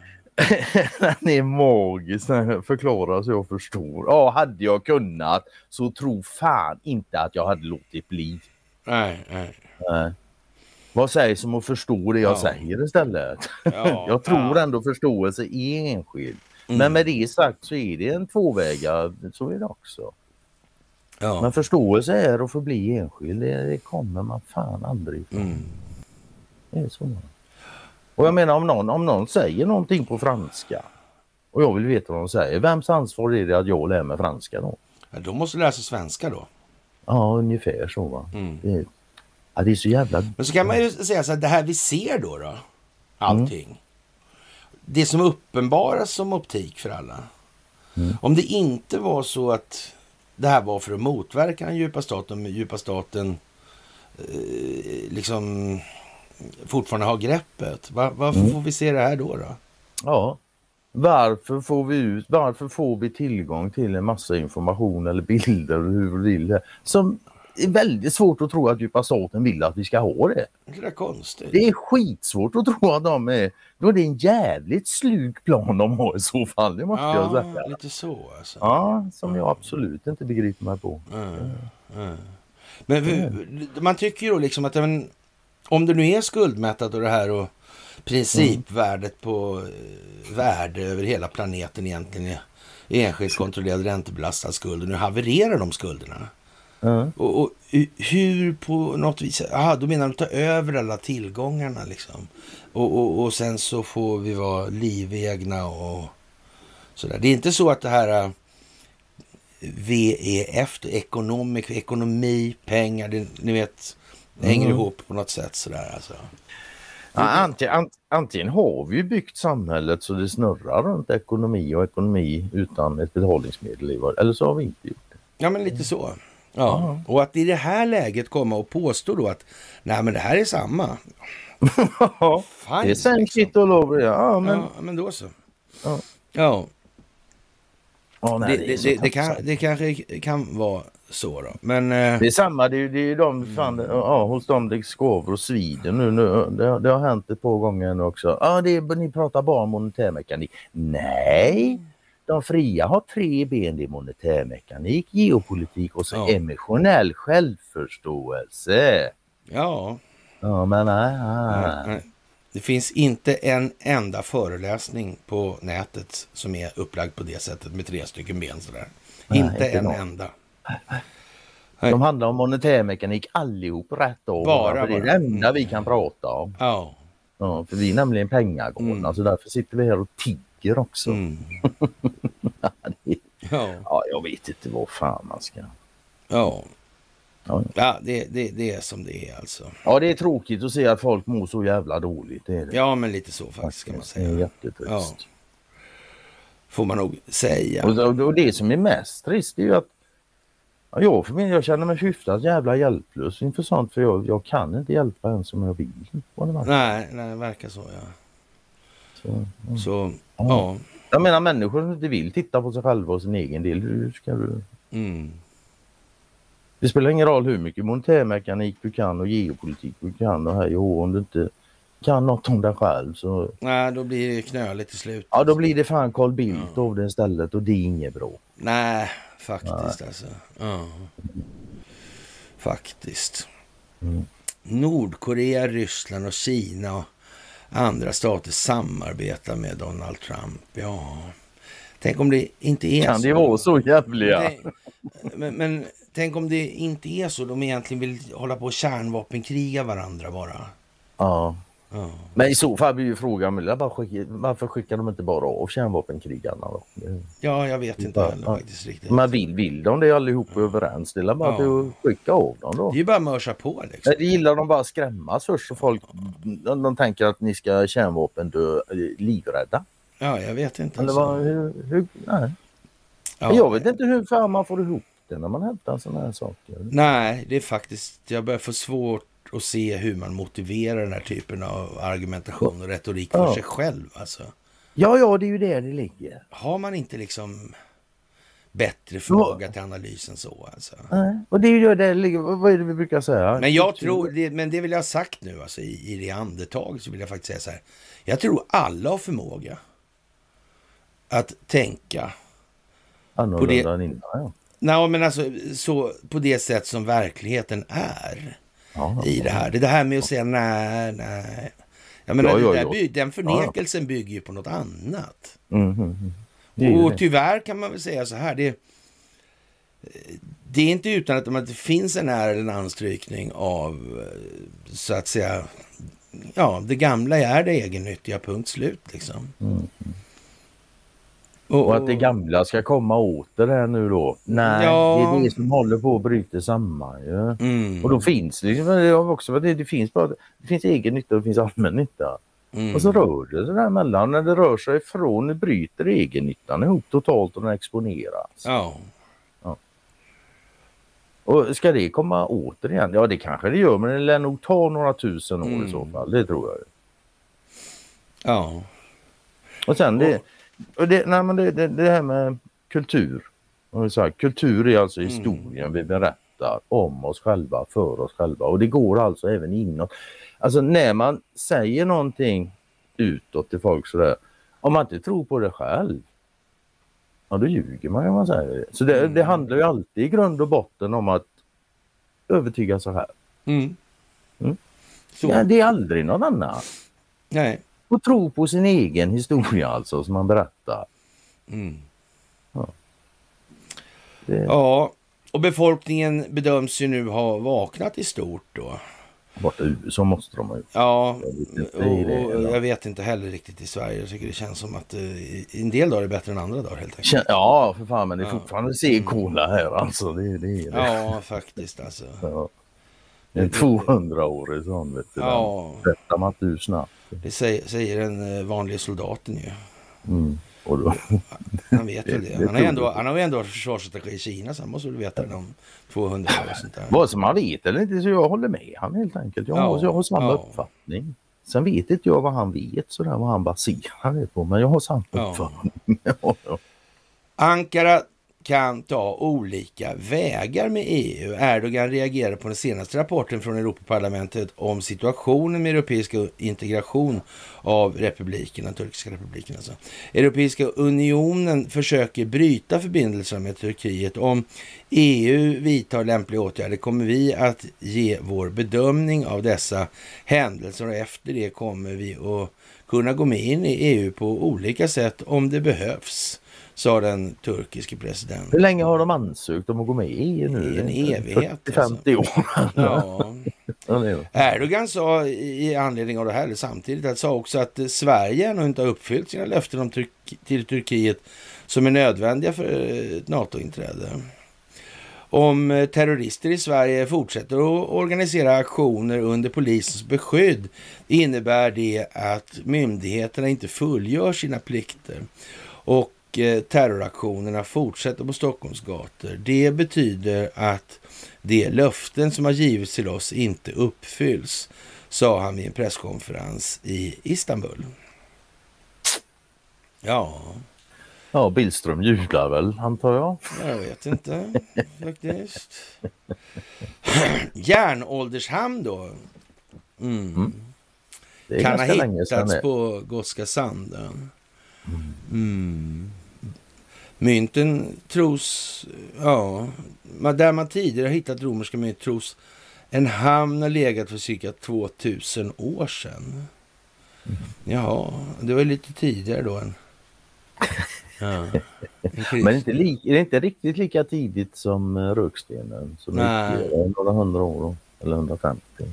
[SPEAKER 2] den är magisk. Förklara så jag förstår. Ja, hade jag kunnat så tro fan inte att jag hade låtit bli.
[SPEAKER 1] Nej, nej.
[SPEAKER 2] nej. Vad sägs om att förstå det jag ja. säger istället?
[SPEAKER 1] Ja,
[SPEAKER 2] jag tror
[SPEAKER 1] ja.
[SPEAKER 2] ändå förståelse är enskild.
[SPEAKER 1] Mm.
[SPEAKER 2] Men med det sagt så är det en tvåväga. Så är det också.
[SPEAKER 1] Ja.
[SPEAKER 2] Men förståelse är att få bli enskild. Det, det kommer man fan aldrig ifrån.
[SPEAKER 1] Mm.
[SPEAKER 2] Det är så. Och jag menar om någon, om någon säger någonting på franska och jag vill veta vad de säger. Vems ansvar är det att jag lär mig franska då?
[SPEAKER 1] Ja, då måste du lära sig svenska då.
[SPEAKER 2] Ja, ungefär så va.
[SPEAKER 1] Mm.
[SPEAKER 2] Det, är, ja, det är så jävla...
[SPEAKER 1] Men så kan man ju säga så att det här vi ser då då. Allting. Mm. Det som uppenbaras som optik för alla. Mm. Om det inte var så att det här var för att motverka den djupa staten, med djupa staten eh, liksom fortfarande har greppet. Var, varför mm. får vi se det här då då?
[SPEAKER 2] Ja, varför får vi ut, varför får vi tillgång till en massa information eller bilder hur vi vill det, som är väldigt svårt att tro att djupa staten vill att vi ska ha det.
[SPEAKER 1] Det är konstigt.
[SPEAKER 2] Det är skitsvårt att tro att de är, då är det en jävligt slug plan de har i så fall, det måste
[SPEAKER 1] ja,
[SPEAKER 2] jag säga.
[SPEAKER 1] Lite så alltså.
[SPEAKER 2] Ja, som jag absolut inte begriper mig på.
[SPEAKER 1] Mm. Mm. Men mm. man tycker ju då liksom att men, om det nu är skuldmättat och det här och principvärdet mm. på eh, värde över hela planeten egentligen är enskilt kontrollerad räntebelastad skuld och nu havererar de skulderna. Mm. Och, och hur på något vis, aha, då menar de ta över alla tillgångarna liksom. Och, och, och sen så får vi vara livegna och sådär. Det är inte så att det här V E F, ekonomi, ekonomi pengar, det, ni vet, hänger mm. ihop på något sätt sådär alltså.
[SPEAKER 2] Ja, antingen, ant, antingen har vi ju byggt samhället så det snurrar runt ekonomi och ekonomi utan ett betalningsmedel i var, eller så har vi inte gjort det.
[SPEAKER 1] Ja, men lite så. Ja, mm. Och att i det här läget komma och påstå då att nej men det här är samma.
[SPEAKER 2] Ja, det är sen shit all over. Ja, men...
[SPEAKER 1] ja, men då så. Ja. Ja. Oh, nej, det, det, det, det, kan, det kanske kan vara så då. Men, eh...
[SPEAKER 2] det är samma, det är, det är de fan, mm. ja, hos dem det skaver och svider nu. nu det, det har hänt ett par gånger nu också. Ja, det är, ni pratar bara om monetärmekanik. Nej, de fria har tre ben. Det är monetärmekanik, geopolitik och så ja. emotionell självförståelse.
[SPEAKER 1] Ja.
[SPEAKER 2] Ja, men nej, nej.
[SPEAKER 1] nej. Det finns inte en enda föreläsning på nätet som är upplagd på det sättet med tre stycken ben sådär. Nej, inte, inte en någon. enda.
[SPEAKER 2] Nej. De handlar om monetärmekanik allihop rätt av.
[SPEAKER 1] Bara,
[SPEAKER 2] det är det enda mm. vi kan prata om.
[SPEAKER 1] Ja.
[SPEAKER 2] Ja, för vi är nämligen pengagårdarna mm. så därför sitter vi här och tigger också. Mm. det, ja. ja, jag vet inte vad fan man ska.
[SPEAKER 1] Ja. Ja, ja det, det, det är som det är alltså.
[SPEAKER 2] Ja, det är tråkigt att se att folk mår så jävla dåligt. Det är det.
[SPEAKER 1] Ja, men lite så faktiskt kan man säga.
[SPEAKER 2] Det är jättetrist. Ja.
[SPEAKER 1] Får man nog säga.
[SPEAKER 2] Och, och, och det som är mest trist är ju att ja, jag, för mig, jag känner mig hyfsat jävla hjälplös inför sånt. För jag, jag kan inte hjälpa en som jag vill.
[SPEAKER 1] Nej, nej, det verkar så, ja.
[SPEAKER 2] Så, mm.
[SPEAKER 1] så
[SPEAKER 2] ja.
[SPEAKER 1] ja.
[SPEAKER 2] Jag menar, människor som inte vill titta på sig själva och sin egen del. Hur ska du...
[SPEAKER 1] Mm.
[SPEAKER 2] Det spelar ingen roll hur mycket monetärmekanik du kan och geopolitik du kan och hej och hå, om du inte kan något om dig själv så...
[SPEAKER 1] Nej, då blir det knöligt till slut.
[SPEAKER 2] Ja, då blir det fan Carl Bildt ja. av det istället och det är inget bra.
[SPEAKER 1] Nej, faktiskt Nej. alltså. Ja. Faktiskt. Mm. Nordkorea, Ryssland och Kina och andra stater samarbetar med Donald Trump. Ja, tänk om det inte är
[SPEAKER 2] kan
[SPEAKER 1] så.
[SPEAKER 2] Kan det vara så jävliga?
[SPEAKER 1] Men, men tänk om det inte är så. De egentligen vill hålla på och kärnvapenkriga varandra bara.
[SPEAKER 2] Ja. ja. Men i så fall blir ju frågan, varför skickar de inte bara av kärnvapenkrigarna då?
[SPEAKER 1] Ja, jag vet inte heller ja. faktiskt riktigt.
[SPEAKER 2] Men vill, vill de det allihop ja. överens? Det är bara ja. att skicka av dem då.
[SPEAKER 1] Det är ju bara att mörsa på liksom.
[SPEAKER 2] Det gillar de bara att skrämmas först så folk de, de tänker att ni ska kärnvapen dö livrädda.
[SPEAKER 1] Ja, jag vet inte.
[SPEAKER 2] Eller vad, hur, hur, nej. Ja. Jag vet inte hur fan man får ihop det när man hämtar sådana här saker.
[SPEAKER 1] Nej, det är faktiskt, jag börjar få svårt att se hur man motiverar den här typen av argumentation och retorik för ja. sig själv. Alltså.
[SPEAKER 2] Ja, ja, det är ju där det ligger.
[SPEAKER 1] Har man inte liksom bättre förmåga ja. till analysen så alltså?
[SPEAKER 2] Nej, och det är ju det ligger, vad är det vi brukar säga?
[SPEAKER 1] Men jag tror, det, men det vill jag ha sagt nu alltså, i, i det andetag så vill jag faktiskt säga så här. Jag tror alla har förmåga att tänka på det, innan, ja. nej, men alltså, så, på det sätt som verkligheten är ja, i det här. Det, det här med att säga nej, nej. Jag menar, ja, ja, ja. Den förnekelsen ja. bygger ju på något annat.
[SPEAKER 2] Mm, mm, mm. Och
[SPEAKER 1] tyvärr kan man väl säga så här. Det, det är inte utan att, att det finns en är eller en anstrykning av, så att säga, ja, det gamla är det egennyttiga, punkt slut liksom.
[SPEAKER 2] Mm. Och, och att det gamla ska komma åter här nu då. Nej, ja. Det är det som håller på att bryta samman. Ja. Mm. Och då finns det liksom, det, också, det, det finns bara, det finns egen nytta och det finns allmän nytta. Mm. Och så rör det sig däremellan. När det rör sig ifrån, det bryter egennyttan ihop totalt och den exponeras.
[SPEAKER 1] Ja.
[SPEAKER 2] Ja. Och ska det komma åter igen? Ja, det kanske det gör, men det lär nog ta några tusen år mm. i så fall. Det tror jag.
[SPEAKER 1] Ja.
[SPEAKER 2] Och sen det... Och det, nej, men det, det, det här med kultur. Säga, kultur är alltså historien mm. vi berättar om oss själva, för oss själva. Och det går alltså även inåt. Alltså när man säger någonting utåt till folk sådär, om man inte tror på det själv, ja då ljuger man kan man säga. Så det, mm. det handlar ju alltid i grund och botten om att övertyga sig här.
[SPEAKER 1] Mm.
[SPEAKER 2] Mm. Så. Ja, det är aldrig någon annan.
[SPEAKER 1] Nej.
[SPEAKER 2] Och tro på sin egen historia alltså som man berättar.
[SPEAKER 1] Mm.
[SPEAKER 2] Ja. Det...
[SPEAKER 1] ja, och befolkningen bedöms ju nu ha vaknat i stort då.
[SPEAKER 2] Borta i U S A måste de ha gjort.
[SPEAKER 1] Ja, och, och jag vet inte heller riktigt i Sverige. Jag tycker det känns som att uh, en del dagar är bättre än andra dagar helt enkelt.
[SPEAKER 2] Ja, för fan, men det är fortfarande C-cola här alltså. Det, det är det.
[SPEAKER 1] Ja, faktiskt alltså.
[SPEAKER 2] Ja. Det är tvåhundra år i sån, vet du.
[SPEAKER 1] Ja.
[SPEAKER 2] Rättar man inte ur snabbt.
[SPEAKER 1] Det säger, säger den vanliga soldaten ju.
[SPEAKER 2] Mm. Och då...
[SPEAKER 1] Han vet ju det. det. Han, är ändå, han har ju ändå varit försvarsstrategi i Kina, så han måste väl veta det om tvåhundra år och sånt där.
[SPEAKER 2] Vad som han vet eller inte, så jag håller med han helt enkelt. Jag,
[SPEAKER 1] ja,
[SPEAKER 2] har, jag har samma
[SPEAKER 1] ja.
[SPEAKER 2] uppfattning. Sen vet inte jag vad han vet, sådär vad han baserar det på, men jag har samma
[SPEAKER 1] ja.
[SPEAKER 2] uppfattning. ja, ja.
[SPEAKER 1] Ankara kan ta olika vägar med E U. Erdogan reagerar på den senaste rapporten från Europaparlamentet om situationen med europeiska integration av republiken, den turkiska republiken. Alltså. Europeiska unionen försöker bryta förbindelserna med Turkiet. Om E U vidtar lämpliga åtgärder kommer vi att ge vår bedömning av dessa händelser och efter det kommer vi att kunna gå med in i E U på olika sätt om det behövs, sa den turkiske presidenten.
[SPEAKER 2] Hur länge har de ansökt om att gå med i E U nu?
[SPEAKER 1] I en evighet.
[SPEAKER 2] fyrtio femtio år.
[SPEAKER 1] Ja. Erdogan sa i anledning av det här samtidigt att sa också att Sverige ännu inte har uppfyllt sina löften om Turk- till Turkiet som är nödvändiga för ett NATO-inträde. Om terrorister i Sverige fortsätter att organisera aktioner under polisens beskydd innebär det att myndigheterna inte fullgör sina plikter. Och terroraktionerna fortsätter på Stockholms gator. Det betyder att de löften som har givits till oss inte uppfylls, sa han vid en presskonferens i Istanbul. Ja.
[SPEAKER 2] Ja, Billström jublar väl, antar jag.
[SPEAKER 1] Jag vet inte, faktiskt. Järnåldershamn då. Mm. Mm. Kan ha hittats på Gotska Sanden. Mm. Mm. Mynten tros, ja, där man tidigare har hittat romerska mynt tros en hamn har legat för cirka tvåtusen år sedan. Mm. Ja, det var lite tidigare då än. Ja.
[SPEAKER 2] Men inte li- är det inte riktigt lika tidigt som uh, rökstenen som är några hundra år eller hundrafemtio.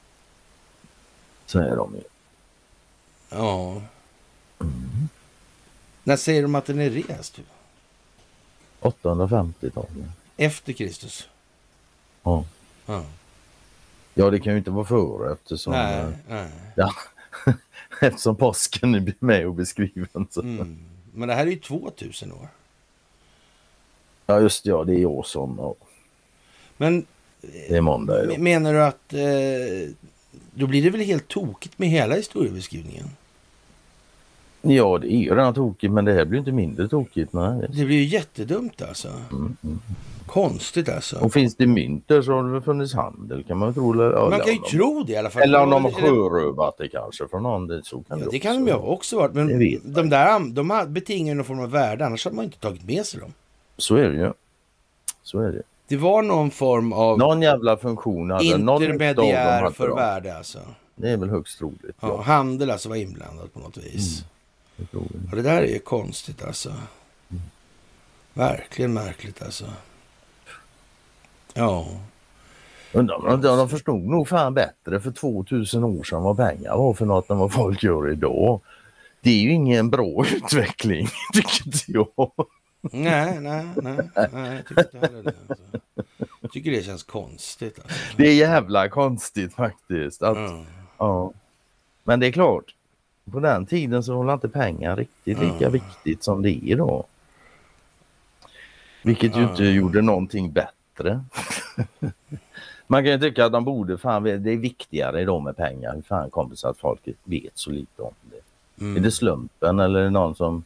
[SPEAKER 2] Så är de ju.
[SPEAKER 1] Ja. Mm. När säger de att den är rest?
[SPEAKER 2] åttahundrafemtiotalet.
[SPEAKER 1] Efter Kristus?
[SPEAKER 2] Ja.
[SPEAKER 1] Ja.
[SPEAKER 2] Ja, det kan ju inte vara före eftersom...
[SPEAKER 1] Nej, nej.
[SPEAKER 2] Ja, eftersom påsken är med och beskriven. Så.
[SPEAKER 1] Mm. Men det här är ju tvåtusen år.
[SPEAKER 2] Ja, just ja, det är år som... Ja.
[SPEAKER 1] Men...
[SPEAKER 2] Det är måndag. Ja.
[SPEAKER 1] Menar du att... Eh, då blir det väl helt tokigt med hela historiebeskrivningen?
[SPEAKER 2] Ja, det är ju redan tokigt, men det här blir inte mindre tokigt. Nej.
[SPEAKER 1] Det blir ju jättedumt alltså.
[SPEAKER 2] Mm, mm.
[SPEAKER 1] Konstigt alltså.
[SPEAKER 2] Och finns det mynter så har det funnits handel, kan man tro. Eller,
[SPEAKER 1] man kan ju tro det i alla fall.
[SPEAKER 2] Eller om de har sjörövat det kanske från någon. Det, så kan
[SPEAKER 1] ja,
[SPEAKER 2] det,
[SPEAKER 1] det kan de ju också vara. Men de där de har betingat någon form av värde, annars hade man inte tagit med sig dem.
[SPEAKER 2] Så är det ju. Så är det.
[SPEAKER 1] Det var någon form av...
[SPEAKER 2] Någon jävla funktion. Hade
[SPEAKER 1] intermediär
[SPEAKER 2] någon
[SPEAKER 1] för värde alltså.
[SPEAKER 2] Det är väl högst troligt.
[SPEAKER 1] Ja,
[SPEAKER 2] ja.
[SPEAKER 1] Handel alltså var inblandad på något vis. Mm. Det, ja, det där är ju konstigt alltså. Mm. Verkligen märkligt alltså. Ja.
[SPEAKER 2] Undrar, de, de förstod nog fan bättre för tvåtusen år sedan vad pengar var för något än vad folk gör idag. Det är ju ingen bra utveckling, tycker inte jag.
[SPEAKER 1] Nej, nej, nej, nej, jag tycker inte heller det. Alltså. Jag tycker det känns konstigt. Alltså.
[SPEAKER 2] Det är jävla konstigt faktiskt. Att,
[SPEAKER 1] Mm.
[SPEAKER 2] ja. Men det är klart, på den tiden så var inte pengar riktigt lika mm. viktigt som det är idag. Vilket ju mm. inte gjorde någonting bättre. Man kan ju tycka att de borde, fan, det är viktigare idag med pengar. Hur fan kommer det sig att folk vet så lite om det? Mm. Är det slumpen eller är det någon som...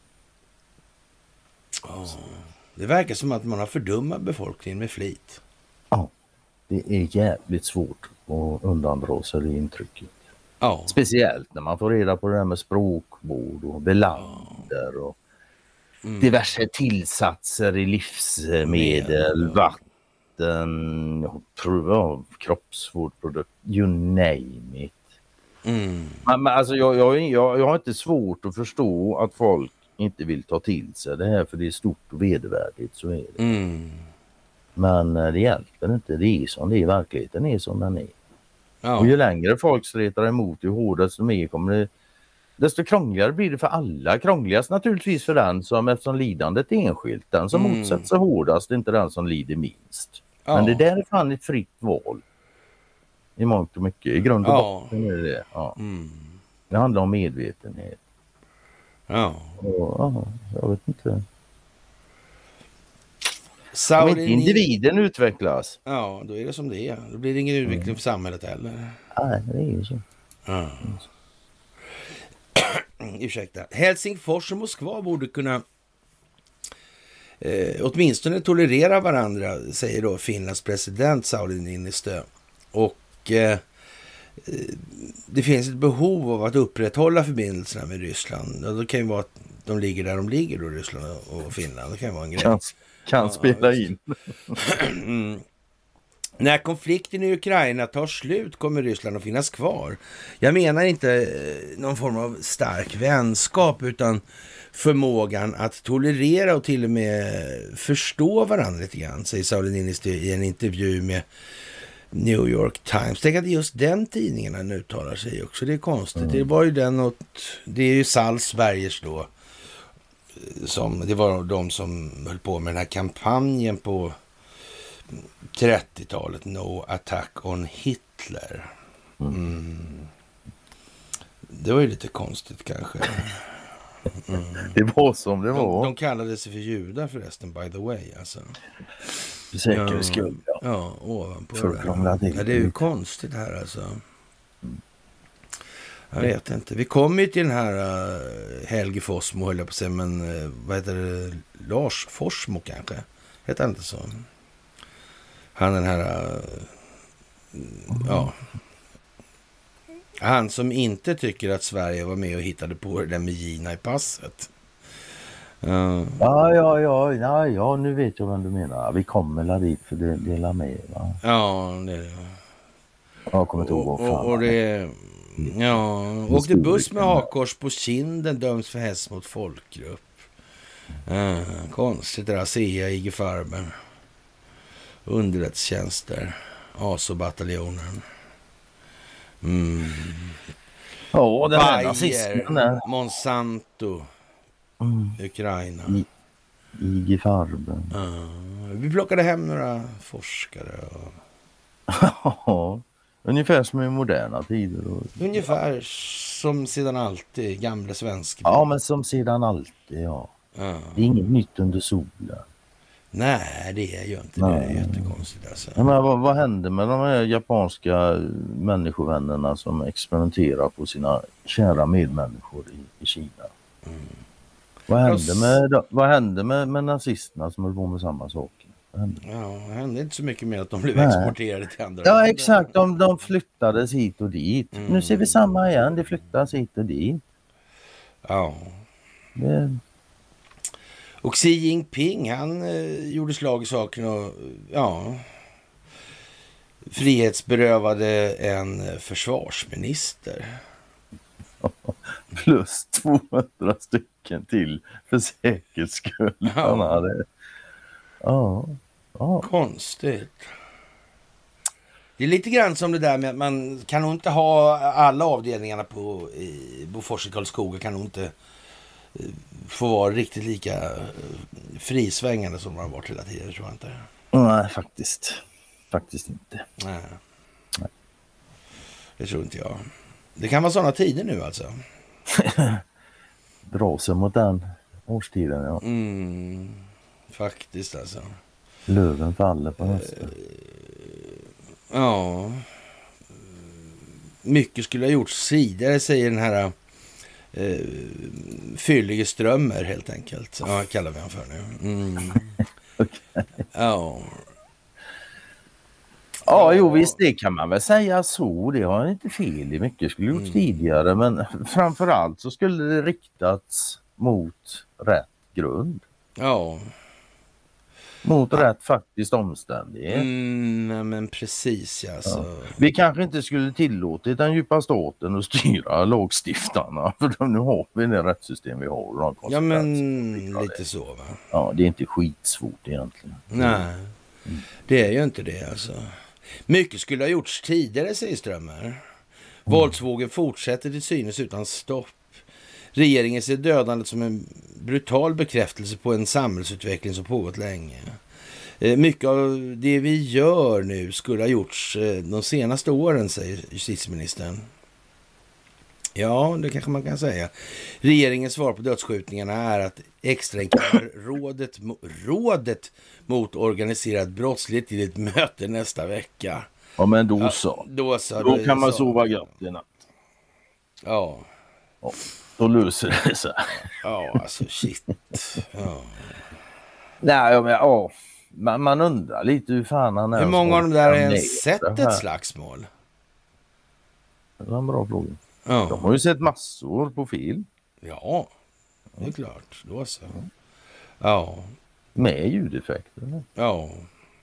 [SPEAKER 1] Oh. Det verkar som att man har fördummat befolkningen med flit.
[SPEAKER 2] Ja, det är jävligt svårt att undandra sig det intrycket.
[SPEAKER 1] Ja.
[SPEAKER 2] Speciellt när man får reda på det här med språkvård och belander och mm. diverse tillsatser i livsmedel, mm. vatten, ja, kroppsvårdsprodukter, you name it. Mm. Men, men alltså jag, jag, jag, jag har inte svårt att förstå att folk inte vill ta till sig det här för det är stort och vedervärdigt, så är det. Mm. Men det hjälper inte, det är som det är, verkligheten är som den är. Ja. Och ju längre folk stretar emot, ju hårdare som är kommer det, desto krångligare blir det för alla. Krångligast naturligtvis för den som, eftersom lidandet är enskilt, den som mm. motsätter sig hårdast är inte den som lider minst. Ja. Men det där är fan ett fritt val. I mångt och mycket, i grund och
[SPEAKER 1] ja.
[SPEAKER 2] botten är det det. Ja.
[SPEAKER 1] Mm.
[SPEAKER 2] Det handlar om medvetenhet.
[SPEAKER 1] Ja.
[SPEAKER 2] Och, ja, jag vet inte.
[SPEAKER 1] Saudi...
[SPEAKER 2] Om inte individen utvecklas.
[SPEAKER 1] Ja, då är det som det är. Då blir det ingen utveckling mm. för samhället heller.
[SPEAKER 2] Nej, det är ju så.
[SPEAKER 1] Ja. Ursäkta. Helsingfors och Moskva borde kunna eh, åtminstone tolerera varandra, säger då Finlands president Sauli Niinistö. Och eh, det finns ett behov av att upprätthålla förbindelserna med Ryssland. Och det kan ju vara att de ligger där de ligger då, Ryssland och Finland. Det kan vara en grej.
[SPEAKER 2] Kan, kan ja, spela in.
[SPEAKER 1] mm. När konflikten i Ukraina tar slut kommer Ryssland att finnas kvar. Jag menar inte någon form av stark vänskap utan förmågan att tolerera och till och med förstå varandra lite grann, säger Sauli Niinistö i en intervju med New York Times. Tänk att just den tidningen han uttalar sig också. Det är konstigt. Mm. Det var ju den och det är ju Salzbergers då som, det var de som höll på med den här kampanjen på trettiotalet, No Attack on Hitler. Mm. Det var ju lite konstigt kanske. Mm.
[SPEAKER 2] Det var som det var.
[SPEAKER 1] De, de kallade sig för judar förresten, by the way. Alltså.
[SPEAKER 2] För säkerhets skull.
[SPEAKER 1] Ja, ja ovanpå det. Ja, det är ju konstigt här alltså. Jag vet inte. Vi kommer ju till den här uh, Helge Fossmo, höll jag på att säga, men uh, vad heter det? Lars Forsmo kanske? Heter han inte så? Han den här, uh, ja, han som inte tycker att Sverige var med och hittade på det där med Gina i passet. Uh.
[SPEAKER 2] Ja, ja, ja, ja, ja, nu vet jag vad du menar. Vi kommer la dit för det delar med, va?
[SPEAKER 1] Ja, det
[SPEAKER 2] jag kommer inte ihåg vad fan.
[SPEAKER 1] Och, och det, ja, åkte buss med hakkors på kinden, döms för hets mot folkgrupp. Uh, konstigt det där, Asea, I G Farben. Underrättstjänster, A S O-bataljonen. Mm.
[SPEAKER 2] Ja, den här
[SPEAKER 1] Bayer, Monsanto, mm. Ukraina.
[SPEAKER 2] I, I G Farben.
[SPEAKER 1] Uh, vi plockade hem några forskare. Och...
[SPEAKER 2] Ja, ungefär som i moderna tider. Och...
[SPEAKER 1] Ungefär som sedan alltid, gamla svenska.
[SPEAKER 2] Ja, men som sedan alltid, ja. Uh. Det är inget nytt under solen.
[SPEAKER 1] Nej, det är ju inte. Nej. Det är jättekonstigt alltså.
[SPEAKER 2] Ja, men vad, vad händer med de här japanska människovännerna som experimenterar på sina kära medmänniskor i, i Kina? Mm. Vad hände, med, vad hände med, med nazisterna som höll på med samma saker?
[SPEAKER 1] Ja, det hände inte så mycket mer att de blev Nej. exporterade till andra.
[SPEAKER 2] Ja, länder. Exakt. De, de flyttades hit och dit. Mm. Nu ser vi samma igen. Det flyttas hit och dit.
[SPEAKER 1] Ja.
[SPEAKER 2] Det...
[SPEAKER 1] Och Xi Jinping, han eh, gjorde slag i saken och ja, frihetsberövade en försvarsminister.
[SPEAKER 2] Plus tvåhundra stycken till för säkerhets skull.
[SPEAKER 1] Ja.
[SPEAKER 2] Ja. Ja.
[SPEAKER 1] Konstigt. Det är lite grann som det där med att man kan nog inte ha alla avdelningarna på i Bofors i Karlskoga kan nog inte eh, få vara riktigt lika eh, frisvängande som de har varit hela tiden, tror jag inte.
[SPEAKER 2] Nej, faktiskt. Faktiskt inte.
[SPEAKER 1] Nej. Nej. Det tror inte jag. Det kan vara sådana tider nu alltså.
[SPEAKER 2] Dra sig mot den årstiden, ja.
[SPEAKER 1] Mm, faktiskt alltså.
[SPEAKER 2] Löven faller på hösten.
[SPEAKER 1] Uh, ja. Mycket skulle ha gjorts tidigare, säger den här uh, fyllige Strömmer helt enkelt. Ja, kallar vi han för nu. Mm.
[SPEAKER 2] Okay.
[SPEAKER 1] Ja.
[SPEAKER 2] Ja, jo visst, det kan man väl säga så. Det har inte fel i. Mycket skulle gjorts mm. tidigare, men framförallt så skulle det riktats mot rätt grund.
[SPEAKER 1] Ja.
[SPEAKER 2] Mot ja. rätt faktiskt omständighet.
[SPEAKER 1] Mm, men precis, ja. Så.
[SPEAKER 2] Ja. Vi kanske inte skulle tillåtit den djupa staten att styra lagstiftarna. För nu har vi det rättssystem vi har.
[SPEAKER 1] Ja, men lite så, va?
[SPEAKER 2] Ja, det är inte skitsvårt egentligen.
[SPEAKER 1] Nej, mm. det är ju inte det alltså. Mycket skulle ha gjorts tidigare, säger Strömmer. Mm. Våldsvågen fortsätter till synes utan stopp. Regeringen ser dödandet som en brutal bekräftelse på en samhällsutveckling som pågått länge. Mycket av det vi gör nu skulle ha gjorts de senaste åren, säger justitieministern. Ja, det kanske man kan säga. Regeringens svar på dödsskjutningarna är att extrainkallar rådet, rådet mot organiserad brottslighet till ett möte nästa vecka.
[SPEAKER 2] Ja, men då så.
[SPEAKER 1] Ja, då, så,
[SPEAKER 2] då
[SPEAKER 1] då
[SPEAKER 2] kan man
[SPEAKER 1] så.
[SPEAKER 2] sova gott i natt.
[SPEAKER 1] Ja.
[SPEAKER 2] Ja. Då löser det sig.
[SPEAKER 1] Ja, alltså shit. Ja.
[SPEAKER 2] Nej, men ja. Man, man undrar lite hur fan han är.
[SPEAKER 1] Hur många av dem där har ens sett ett slagsmål?
[SPEAKER 2] Det var en bra fråga.
[SPEAKER 1] Ja.
[SPEAKER 2] De har ju sett massor på film.
[SPEAKER 1] Ja, det är klart. Då så. Ja.
[SPEAKER 2] Med ljudeffekter.
[SPEAKER 1] Ja.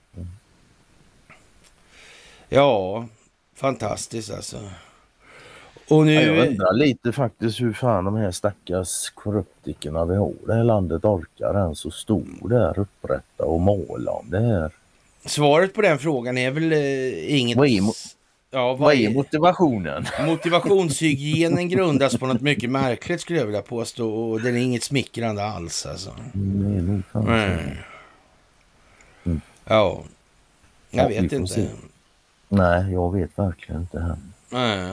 [SPEAKER 1] Ja, fantastiskt alltså. Och nu...
[SPEAKER 2] Ja, jag undrar lite faktiskt hur fan de här stackars korruptikerna vi har det här landet orkar en så stor där upprätta och måla om det här.
[SPEAKER 1] Svaret på den frågan är väl eh, inget...
[SPEAKER 2] Vad är, mo-
[SPEAKER 1] ja, vad
[SPEAKER 2] vad är motivationen?
[SPEAKER 1] Motivationshygienen grundas på något mycket märkligt, skulle jag vilja påstå, och den är inget smickrande alls alltså.
[SPEAKER 2] Mm,
[SPEAKER 1] mm. Mm. Ja, jag
[SPEAKER 2] ja,
[SPEAKER 1] vet inte.
[SPEAKER 2] Se. Nej, jag vet verkligen inte här.
[SPEAKER 1] Nej.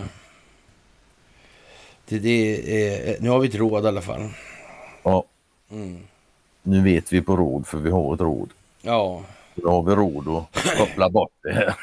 [SPEAKER 1] Det, det är, nu har vi ett råd i alla fall.
[SPEAKER 2] Ja.
[SPEAKER 1] Mm.
[SPEAKER 2] Nu vet vi på råd, för vi har ett råd.
[SPEAKER 1] Ja.
[SPEAKER 2] Då har vi råd att koppla bort det här.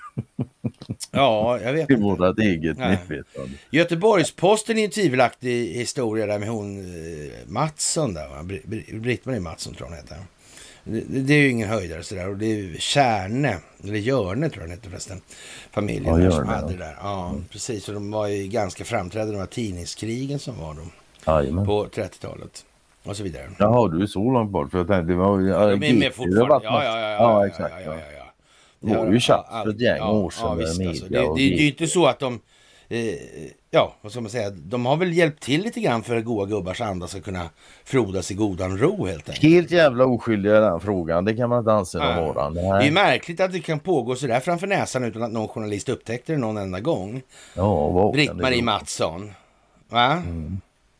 [SPEAKER 1] Ja, jag vet
[SPEAKER 2] till
[SPEAKER 1] inte.
[SPEAKER 2] vårt eget medvetande.
[SPEAKER 1] Göteborgs-Posten är en tvivelaktig historia där med hon eh, Mattsson där, va? Br- Britt-Marie Mattsson tror hon heter. Det, det är ju ingen höjdare sådär, och det är Kärne, eller Görne tror jag den heter förresten, familjen
[SPEAKER 2] ja,
[SPEAKER 1] som hade
[SPEAKER 2] ja.
[SPEAKER 1] det där. Ja, mm. precis, och de var ju ganska framträdande, de här tidningskrigen som var de
[SPEAKER 2] Jajamän.
[SPEAKER 1] på trettiotalet och så vidare.
[SPEAKER 2] Jaha, du är så långt bort, för jag tänkte, det var ju...
[SPEAKER 1] Ja, men med fortfarande, ja, ja, ja, ja,
[SPEAKER 2] ja, exakt,
[SPEAKER 1] ja, ja, ja, ja.
[SPEAKER 2] Det var ju chatt för ett gäng
[SPEAKER 1] ja,
[SPEAKER 2] år sedan
[SPEAKER 1] ja,
[SPEAKER 2] med
[SPEAKER 1] visst,
[SPEAKER 2] media
[SPEAKER 1] alltså. det,
[SPEAKER 2] och
[SPEAKER 1] det, det är ju inte så att de, eh, ja, vad ska man säga, de har väl hjälpt till lite grann för att goa gubbars anda ska kunna frodas i godan ro helt enkelt.
[SPEAKER 2] Helt jävla oskyldiga den frågan, det kan man inte anse någon
[SPEAKER 1] ja.
[SPEAKER 2] vara.
[SPEAKER 1] Det är märkligt att det kan pågå så där framför näsan utan att någon journalist upptäckte det någon enda gång.
[SPEAKER 2] Ja, vad
[SPEAKER 1] Britt-Marie Mattsson. Va? Mm.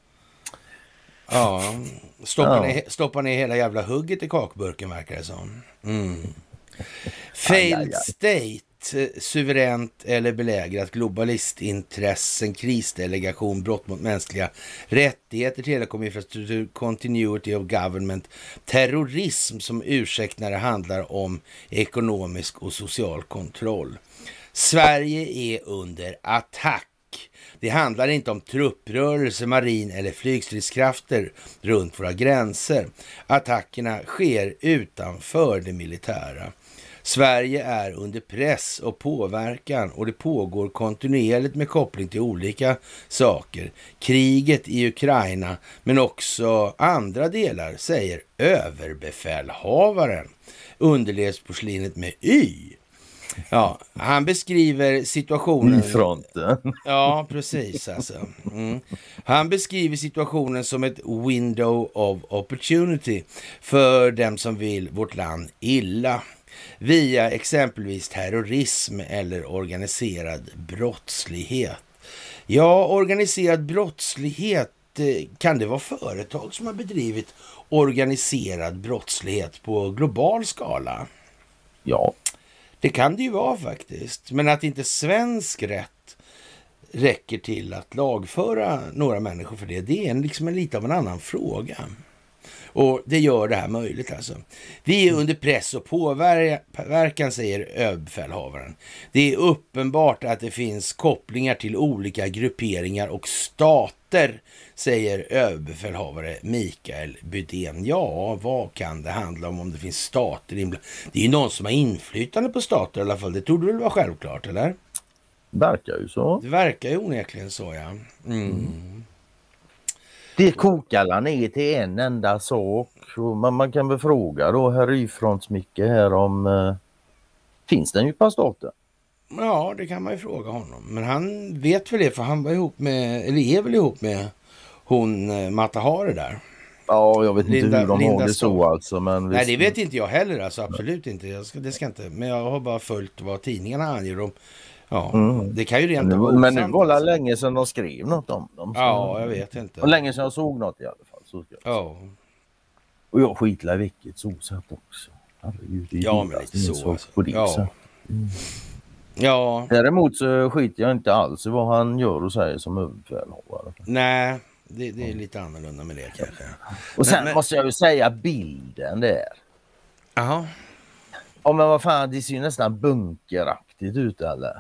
[SPEAKER 1] Ja, stoppar,
[SPEAKER 2] ja.
[SPEAKER 1] Ner, stoppar ner hela jävla hugget i kakburken verkar det som. Mm. Failed aj, aj, aj. State, suveränt eller belägrat, globalistintressen, krisdelegation, brott mot mänskliga rättigheter, telekominfrastruktur, continuity of government, terrorism som ursäkt när det handlar om ekonomisk och social kontroll. Sverige är under attack. Det handlar inte om trupprörelse, marin eller flygstridskrafter runt våra gränser. Attackerna sker utanför det militära. Sverige är under press och påverkan och det pågår kontinuerligt med koppling till olika saker. Kriget i Ukraina men också andra delar, säger överbefälhavaren. Underlevsporslinet med Y. Ja, han beskriver situationen...
[SPEAKER 2] fronten.
[SPEAKER 1] Ja, precis alltså. Mm. Han beskriver situationen som ett window of opportunity för dem som vill vårt land illa. via exempelvis terrorism eller organiserad brottslighet. Ja, organiserad brottslighet, kan det vara företag som har bedrivit organiserad brottslighet på global skala?
[SPEAKER 2] Ja.
[SPEAKER 1] Det kan det ju vara faktiskt. Men att inte svensk rätt räcker till att lagföra några människor för det, det är en, liksom en lite av en annan fråga. Och det gör det här möjligt alltså. Vi är under press och påverkan, säger överbefälhavaren. Det är uppenbart att det finns kopplingar till olika grupperingar och stater, säger överbefälhavare Mikael Bydén. Ja, vad kan det handla om om det finns stater inblandade? Det är ju någon som har inflytande på stater i alla fall. Det trodde väl vara självklart, eller?
[SPEAKER 2] Verkar ju så.
[SPEAKER 1] Det verkar ju onekligen så, ja. Mm. Mm.
[SPEAKER 2] Det kokar ner till en enda sak. Man, man kan väl fråga då herr Ryfrontsmicke här om eh, finns det en djupa stater?
[SPEAKER 1] Ja, det kan man ju fråga honom. Men han vet väl det, för han var ihop med, eller är väl ihop med hon eh, Mata Hari där.
[SPEAKER 2] Ja, jag vet
[SPEAKER 1] Linda,
[SPEAKER 2] inte hur de
[SPEAKER 1] Linda
[SPEAKER 2] har det så alltså. Men
[SPEAKER 1] nej, det vet inte jag heller, alltså absolut inte. Jag ska, det ska inte. Men jag har bara följt vad tidningarna anger om. Ja, mm. Det kan ju rent
[SPEAKER 2] men,
[SPEAKER 1] vara
[SPEAKER 2] men det var alltså länge sedan de skrev något om dem. Så.
[SPEAKER 1] Ja, jag vet inte.
[SPEAKER 2] Och länge sedan jag såg något i alla fall. Så
[SPEAKER 1] ja.
[SPEAKER 2] Och jag skitlar i vilket så satt också. Herregud, det är
[SPEAKER 1] ja, men lite så. så alltså. På det,
[SPEAKER 2] ja.
[SPEAKER 1] Så. Mm. Ja.
[SPEAKER 2] Däremot så skiter jag inte alls i vad han gör och säger som överbefälhavare.
[SPEAKER 1] Nej, det, det är lite annorlunda med det kanske.
[SPEAKER 2] Och sen
[SPEAKER 1] men,
[SPEAKER 2] måste jag ju säga bilden där.
[SPEAKER 1] Jaha.
[SPEAKER 2] Ja, men vad fan, det ser ju nästan bunkeraktigt ut eller?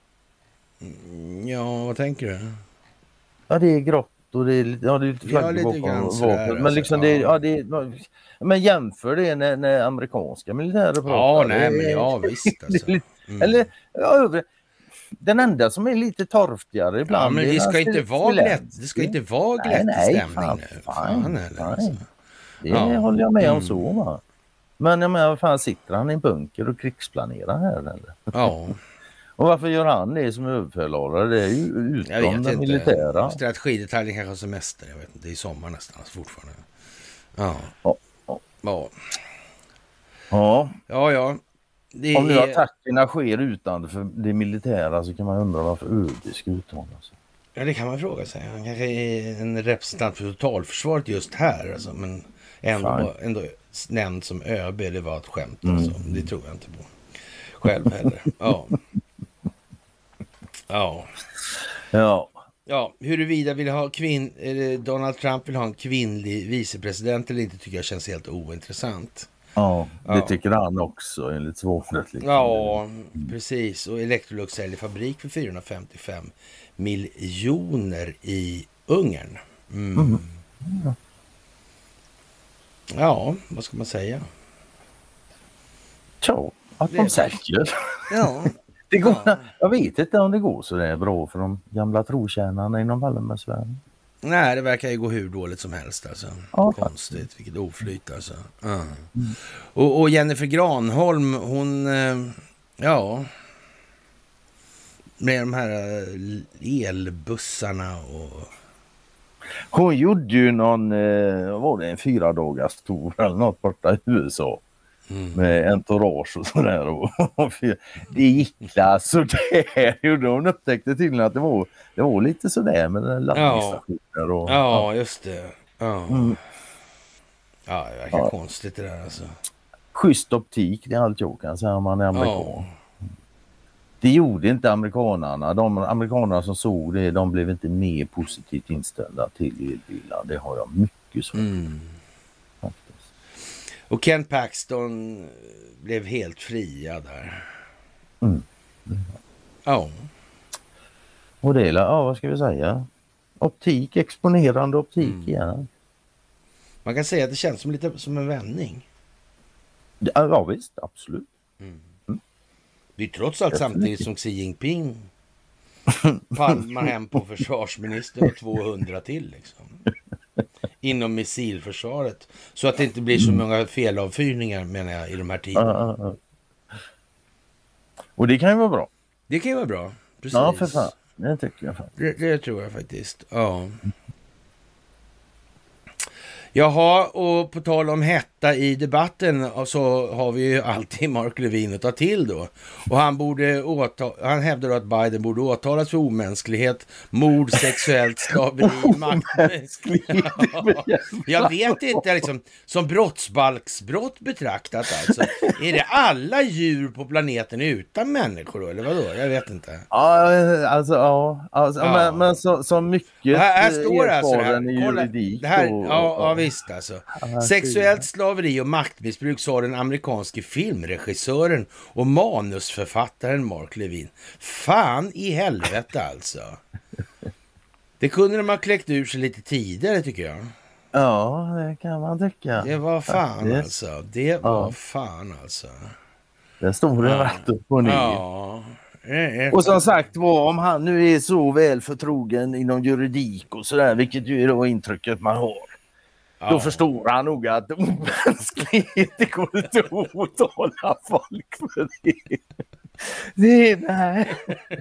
[SPEAKER 1] Mm, ja, vad tänker du?
[SPEAKER 2] Ja, det är grått och det är lite, ja, det är lite
[SPEAKER 1] flaggor ja, bakom vapen.
[SPEAKER 2] Men alltså, liksom det, ja. Ja, det, men jämför det när, när amerikanska militärer pratar.
[SPEAKER 1] Ja, nej, men ja, visst alltså.
[SPEAKER 2] Mm. Eller, ja, den enda som är lite torftigare ibland.
[SPEAKER 1] Ja, men det ska inte vara glätt. Det ska inte vara glätt
[SPEAKER 2] nej, nej,
[SPEAKER 1] stämning
[SPEAKER 2] fan,
[SPEAKER 1] nu.
[SPEAKER 2] Fan,
[SPEAKER 1] fan eller, alltså.
[SPEAKER 2] Det ja. håller jag med om mm. så, va? Men jag menar, vad fan sitter han i en bunker och krigsplanerar här eller?
[SPEAKER 1] Ja.
[SPEAKER 2] Och varför gör han det som överbefälhavare? Det är ju utom den militära.
[SPEAKER 1] Strategidetaljen kanske har semester, jag vet inte. Det är sommar nästan alltså fortfarande. Ja.
[SPEAKER 2] Ja. Ja.
[SPEAKER 1] Ja.
[SPEAKER 2] Ja.
[SPEAKER 1] Ja, ja. Det
[SPEAKER 2] om nu
[SPEAKER 1] är...
[SPEAKER 2] attackerna sker utanför det militära så kan man undra varför ÖB ska uttala sig.
[SPEAKER 1] Ja, det kan man fråga sig. Han kanske är en representant för totalförsvaret just här. Alltså, men ändå, ändå nämnd som ÖB, det var ett skämt. Alltså. Mm. Det tror jag inte på. Själv heller. Ja. Ja.
[SPEAKER 2] Ja.
[SPEAKER 1] Ja, huruvida vill ha kvinn, eller Donald Trump vill ha en kvinnlig vicepresident eller inte tycker jag känns helt ointressant.
[SPEAKER 2] Ja, det ja. tycker han också enligt svåret. Liksom.
[SPEAKER 1] Ja, precis. Och Electrolux säljer fabrik för fyrahundrafemtiofem miljoner i Ungern. Mm. Mm. Ja. ja, vad ska man säga?
[SPEAKER 2] Ja, att de säljer.
[SPEAKER 1] Ja.
[SPEAKER 2] Det går, ja. Jag vet inte om det går så det är bra för de gamla trotjänarna inom Wallenbergsvärlden.
[SPEAKER 1] Nej, det verkar ju gå hur dåligt som helst alltså. Ja, konstigt, vilket oflyt alltså. Uh. Mm. Och, och Jennifer Granholm, hon, ja, med de här elbussarna och...
[SPEAKER 2] Hon gjorde ju någon, vad var det, en fyra dagars tour eller något borta i U S A. Mm. Med entourage och sådär. Och, och det gick alltså där. Hon upptäckte tydligen att det var, det var lite sådär med den laddningsstationer. Och,
[SPEAKER 1] ja. ja, just det. Ja, mm. ja det verkar ja. konstigt det där alltså.
[SPEAKER 2] Schysst optik, det är allt jag kan säga om man är amerikan. Ja. Det gjorde inte amerikanerna. De amerikanerna som såg det, de blev inte mer positivt inställda till elbilar. Det har jag mycket svårt. Mm.
[SPEAKER 1] Och Ken Paxton blev helt fria där.
[SPEAKER 2] Mm. Mm.
[SPEAKER 1] Ja.
[SPEAKER 2] Och det är, ja, vad ska vi säga? Optik, exponerande optik mm. igen.
[SPEAKER 1] Man kan säga att det känns som lite som en vändning.
[SPEAKER 2] Ja, ja visst, absolut.
[SPEAKER 1] Mm. Mm. Det är trots allt definitivt. Samtidigt som Xi Jinping palmar hem på försvarsministern och tvåhundra till liksom. Inom missilförsvaret. Så att det inte blir så många felavfyrningar menar jag i de här tiderna. Uh, uh, uh.
[SPEAKER 2] Och det kan ju vara bra.
[SPEAKER 1] Det kan ju vara bra, precis.
[SPEAKER 2] Ja, för fan. Det tycker jag faktiskt.
[SPEAKER 1] Det, det tror jag faktiskt, ja. Jaha, och på tal om hetta i debatten så har vi ju alltid Mark Levin att ta till då. Och han, borde åta- han hävdar då att Biden borde åtalas för omänsklighet, mord, sexuellt slaveri, makt. Ja, jag vet inte, liksom, som brottsbalksbrott betraktat alltså. Är det alla djur på planeten utan människor då, eller vadå? Jag vet inte.
[SPEAKER 2] Ja, alltså ja. Alltså,
[SPEAKER 1] Ja.
[SPEAKER 2] Men, men så, så mycket
[SPEAKER 1] här, här står det alltså det
[SPEAKER 2] erfaren
[SPEAKER 1] här.
[SPEAKER 2] i
[SPEAKER 1] Kolla,
[SPEAKER 2] juridik.
[SPEAKER 1] det här,
[SPEAKER 2] och,
[SPEAKER 1] ja,
[SPEAKER 2] och,
[SPEAKER 1] ja, visst alltså.
[SPEAKER 2] Ja,
[SPEAKER 1] Sexuellt slaveri och maktmissbruk, sa den amerikanske filmregissören och manusförfattaren Mark Levin. Fan i helvete alltså. Det kunde de ha kläckt ur sig lite tidigare tycker jag.
[SPEAKER 2] Ja, det kan man tycka.
[SPEAKER 1] Det var fan
[SPEAKER 2] Faktiskt.
[SPEAKER 1] alltså. Det var
[SPEAKER 2] Ja.
[SPEAKER 1] fan alltså.
[SPEAKER 2] Det stod det rätt upp och ner.
[SPEAKER 1] Ja.
[SPEAKER 2] Och som sagt var, om han nu är så väl förtrogen inom juridik och sådär, vilket ju är då intrycket man har,
[SPEAKER 1] Ja.
[SPEAKER 2] då förstår han nog att omänsklighet, det går inte att åtala folk för det. Det är nej.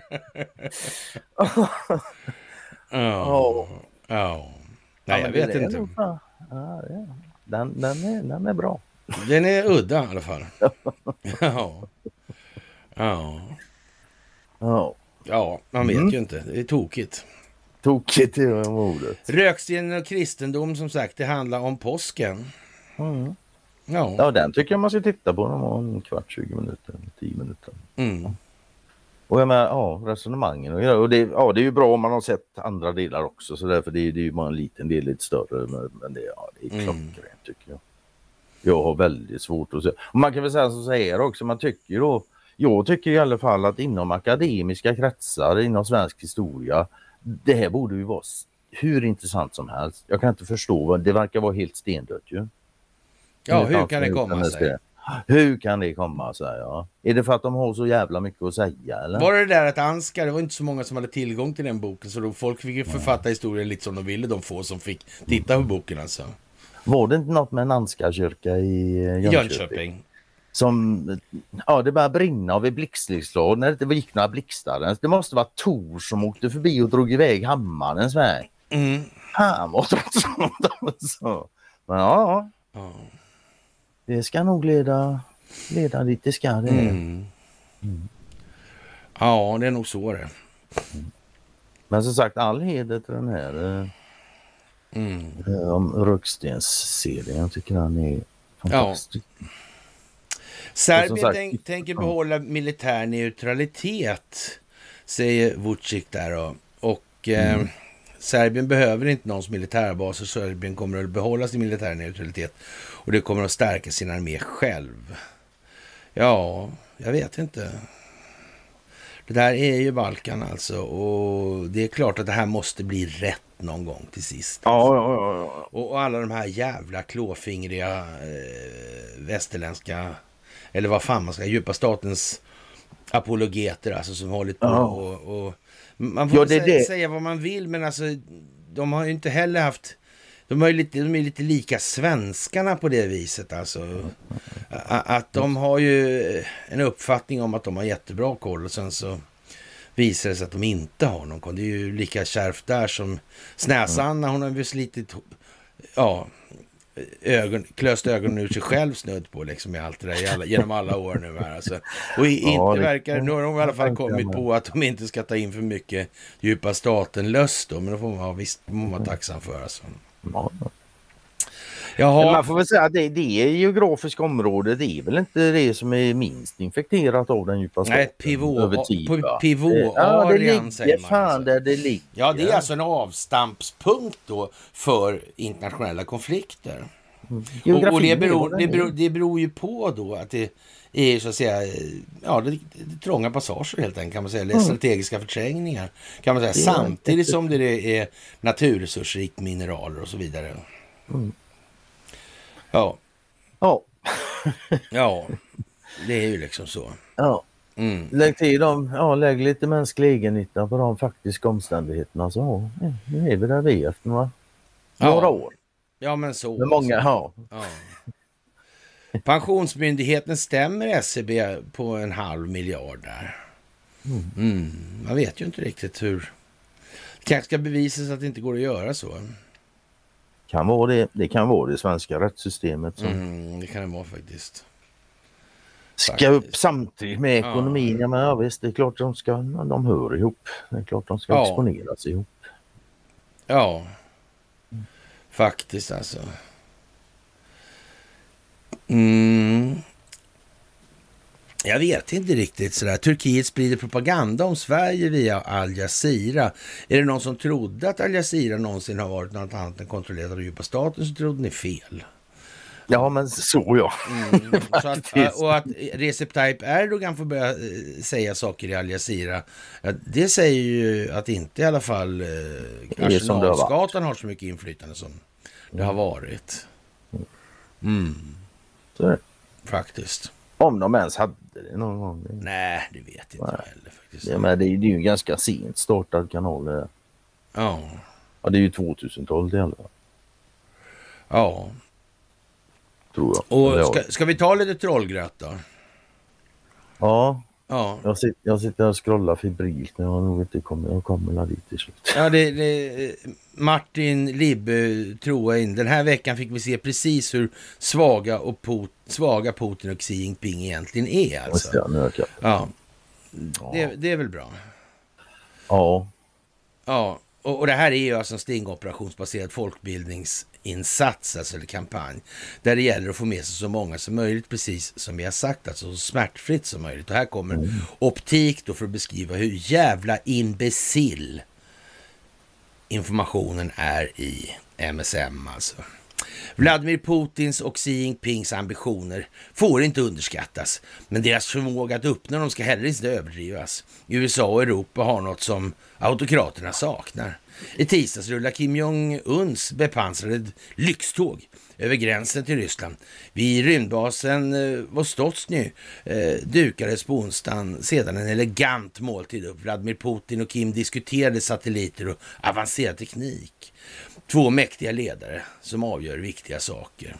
[SPEAKER 1] Ja.
[SPEAKER 2] Ja.
[SPEAKER 1] Ja. Nej, jag vet inte.
[SPEAKER 2] Ja, ja. Den, den, är, den är bra.
[SPEAKER 1] Den är udda i alla fall. Ja. Ja.
[SPEAKER 2] Ja.
[SPEAKER 1] Ja, man vet
[SPEAKER 2] Mm.
[SPEAKER 1] ju inte. Det är tokigt.
[SPEAKER 2] Tokigt i ordet.
[SPEAKER 1] Röksten och kristendom, som sagt, det handlar om påsken.
[SPEAKER 2] Mm.
[SPEAKER 1] Ja.
[SPEAKER 2] Ja, den tycker jag man ska titta på om en kvart, tjugo minuter, tio minuter.
[SPEAKER 1] Mm.
[SPEAKER 2] Och jag menar, ja, resonemangen och, och det, ja, det är ju bra om man har sett andra delar också, så därför det, det är ju bara en liten del, lite större, men, men det, ja, det är
[SPEAKER 1] Mm.
[SPEAKER 2] klockrent tycker jag. Jag har väldigt svårt att se. Och man kan väl säga så här också, man tycker ju då, jag tycker i alla fall att inom akademiska kretsar, inom svensk historia, det här borde ju vara hur intressant som helst. Jag kan inte förstå, det verkar vara helt stendött ju.
[SPEAKER 1] Ja,
[SPEAKER 2] Det
[SPEAKER 1] hur
[SPEAKER 2] fanns
[SPEAKER 1] kan det
[SPEAKER 2] utan
[SPEAKER 1] komma
[SPEAKER 2] det
[SPEAKER 1] sig?
[SPEAKER 2] ska- Hur kan det komma sig? Ja? Är det för att de har så jävla mycket att säga? Eller?
[SPEAKER 1] Var det där att Ansgar, det var inte så många som hade tillgång till den boken, så då folk fick ju författa historien lite som de ville, de få som fick titta på boken alltså.
[SPEAKER 2] Var det inte något med en Ansgarkyrka i eh, Jönköping?
[SPEAKER 1] Jönköping.
[SPEAKER 2] Som, ja, det började brinna av ett blixtslag när det gick några blixtar. Det måste vara Tor som åkte förbi och drog iväg hammarens väg.
[SPEAKER 1] Mm.
[SPEAKER 2] Han var så. Men ja,
[SPEAKER 1] Ja.
[SPEAKER 2] det ska nog leda, leda dit det ska det.
[SPEAKER 1] Mm. Ja, det är nog så det.
[SPEAKER 2] Men som sagt, all heder till den här eh,
[SPEAKER 1] Mm.
[SPEAKER 2] eh, om Rökstens-serien. Jag tycker den är fantastisk.
[SPEAKER 1] Serbien
[SPEAKER 2] Och som sagt-
[SPEAKER 1] tänk, tänker behålla militär neutralitet, säger Vucic där då. Och eh, Serbien behöver inte någons militärbaser. Serbien kommer att behålla sin militär neutralitet och det kommer att stärka sin armé själv. Ja, jag vet inte. Det där är ju Balkan alltså, och det är klart att det här måste bli rätt någon gång till sist.
[SPEAKER 2] Ja, ja, ja, ja.
[SPEAKER 1] Och, och alla de här jävla klåfingriga eh, västerländska, eller vad fan man ska, djupa statens apologeter alltså, som hållit på
[SPEAKER 2] Ja.
[SPEAKER 1] och, och man får
[SPEAKER 2] Ja, det är
[SPEAKER 1] säga,
[SPEAKER 2] det.
[SPEAKER 1] säga vad man vill, men alltså de har ju inte heller haft, de, har ju lite, de är lite lika svenskarna på det viset alltså. A- Att de har ju en uppfattning om att de har jättebra koll och sen så visar det sig att de inte har någon koll. Det är ju lika kärvt där som Snäsanna, hon har ju slitit, ja, ögon, klöst ögonen ur sig själv snudd på liksom i allt det där, i alla, genom alla år nu här alltså. Och i,
[SPEAKER 2] Ja,
[SPEAKER 1] inte
[SPEAKER 2] det-
[SPEAKER 1] verkar, nu har de i alla fall
[SPEAKER 2] det tänker jag
[SPEAKER 1] kommit
[SPEAKER 2] med.
[SPEAKER 1] på att de inte ska ta in för mycket djupa staten-löst då, men då får man vara, visst, får man vara tacksam för alltså.
[SPEAKER 2] Ja.
[SPEAKER 1] Jaha.
[SPEAKER 2] Man får väl säga att det, det geografiska området är väl inte det som är minst infekterat av den djupa staten.
[SPEAKER 1] Nej, pivot,
[SPEAKER 2] över tid,
[SPEAKER 1] på
[SPEAKER 2] va?
[SPEAKER 1] pivot,
[SPEAKER 2] Ja, det
[SPEAKER 1] arean, säger
[SPEAKER 2] ligger
[SPEAKER 1] man,
[SPEAKER 2] fan
[SPEAKER 1] alltså.
[SPEAKER 2] där det ligger.
[SPEAKER 1] Ja, det är alltså en avstampspunkt då för internationella konflikter. Och, och det, beror, det, beror, det beror ju på då att det är så att säga, ja, det, det trånga passager helt enkelt kan man säga, eller
[SPEAKER 2] Mm.
[SPEAKER 1] strategiska förträngningar kan man säga,
[SPEAKER 2] Det är
[SPEAKER 1] samtidigt som det är naturresursrikt mineraler och så vidare.
[SPEAKER 2] Mm.
[SPEAKER 1] Ja,
[SPEAKER 2] Ja,
[SPEAKER 1] ja, det är ju liksom så.
[SPEAKER 2] ja.
[SPEAKER 1] Mm.
[SPEAKER 2] Lägg till dem, ja, lägg lite mänsklig egennytta på de faktiska omständigheterna, så ja, nu är vi där vi är efter några,
[SPEAKER 1] Ja.
[SPEAKER 2] några år.
[SPEAKER 1] Ja, men så.
[SPEAKER 2] Men många, ja.
[SPEAKER 1] Ja. Pensionsmyndigheten stämmer S C B på en halv miljard där. Mm. Man vet ju inte riktigt hur. Det kanske ska bevisas att det inte går att göra så.
[SPEAKER 2] Kan vara det, det kan vara det svenska rättssystemet som
[SPEAKER 1] Mm, det kan det vara faktiskt.
[SPEAKER 2] ska
[SPEAKER 1] faktiskt.
[SPEAKER 2] upp samtidigt med ekonomin.
[SPEAKER 1] Ja.
[SPEAKER 2] Ja, men ja, visst, det är klart de ska, de hör ihop. Det är klart de ska
[SPEAKER 1] Ja.
[SPEAKER 2] exponeras ihop.
[SPEAKER 1] Ja, faktiskt alltså. Mm. Jag vet inte riktigt sådär. Turkiet sprider propaganda om Sverige via Al Jazeera. Är det någon som trodde att Al Jazeera någonsin har varit något annat än kontrollerat av djupa staten, så trodde ni fel.
[SPEAKER 2] Ja, men så ja.
[SPEAKER 1] Mm, så att, och att Recep Tayyip Erdogan får börja säga saker i Al Jazeera, det säger ju att inte i alla fall eh, Arsenalsgatan har så mycket inflytande som det har varit. Mm.
[SPEAKER 2] Så.
[SPEAKER 1] Faktiskt.
[SPEAKER 2] Om de ens hade det någon gång.
[SPEAKER 1] Nej, det vet inte jag heller faktiskt.
[SPEAKER 2] Ja, men det, är, det är ju en ganska sent startad kanal. Det.
[SPEAKER 1] Ja.
[SPEAKER 2] Ja, det är ju tvåtusentalet i alla fall.
[SPEAKER 1] Ja.
[SPEAKER 2] Tror jag.
[SPEAKER 1] Och ska, ska vi ta lite trollgröt då?
[SPEAKER 2] Ja.
[SPEAKER 1] Ja.
[SPEAKER 2] Jag sitter, jag sitter och scrollar febrilt, men jag har nog inte kommit, jag kommer dit till slut.
[SPEAKER 1] Ja, det, det, Martin Libbe tror jag in. Den här veckan fick vi se precis hur svaga, och Put, svaga Putin och Xi Jinping egentligen är. Alltså.
[SPEAKER 2] Ja,
[SPEAKER 1] ja. Det, det är väl bra.
[SPEAKER 2] Ja.
[SPEAKER 1] Ja, och, och det här är ju alltså en stingoperationsbaserad folkbildningsinsats, alltså eller kampanj, där det gäller att få med sig så många som möjligt, precis som vi har sagt, alltså så smärtfritt som möjligt. Och här kommer mm. optik då för att beskriva hur jävla imbecill informationen är i M S M alltså. Vladimir Putins och Xi Jinpings ambitioner får inte underskattas, men deras förmåga att uppnå dem ska heller inte överdrivas. U S A och Europa har något som autokraterna saknar. I tisdags rullar Kim Jong-Uns bepansrade lyxtåg över gränsen till Ryssland. Vid rymdbasen eh, Vostocny eh, dukades på onsdagen sedan en elegant måltid upp. Vladimir Putin och Kim diskuterade satelliter och avancerad teknik. Två mäktiga ledare som avgör viktiga saker.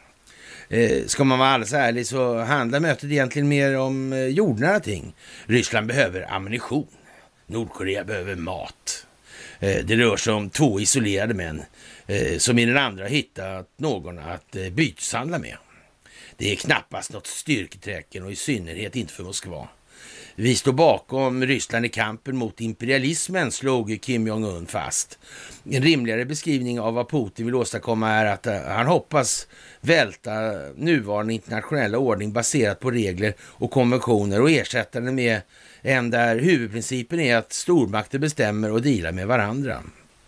[SPEAKER 1] Eh, ska man vara alldeles ärlig så handlar mötet egentligen mer om eh, jordnära ting. Ryssland behöver ammunition. Nordkorea behöver mat. Eh, det rör sig om två isolerade män eh, som i den andra har hittat någon att eh, byteshandla med. Det är knappast något styrketräcken och i synnerhet inte för Moskva. Vi står bakom Ryssland i kampen mot imperialismen, slog Kim Jong-Un fast. En rimligare beskrivning av vad Putin vill åstadkomma är att han hoppas välta nuvarande internationella ordning baserat på regler och konventioner och ersätta den med en där huvudprincipen är att stormakter bestämmer och dealar med varandra.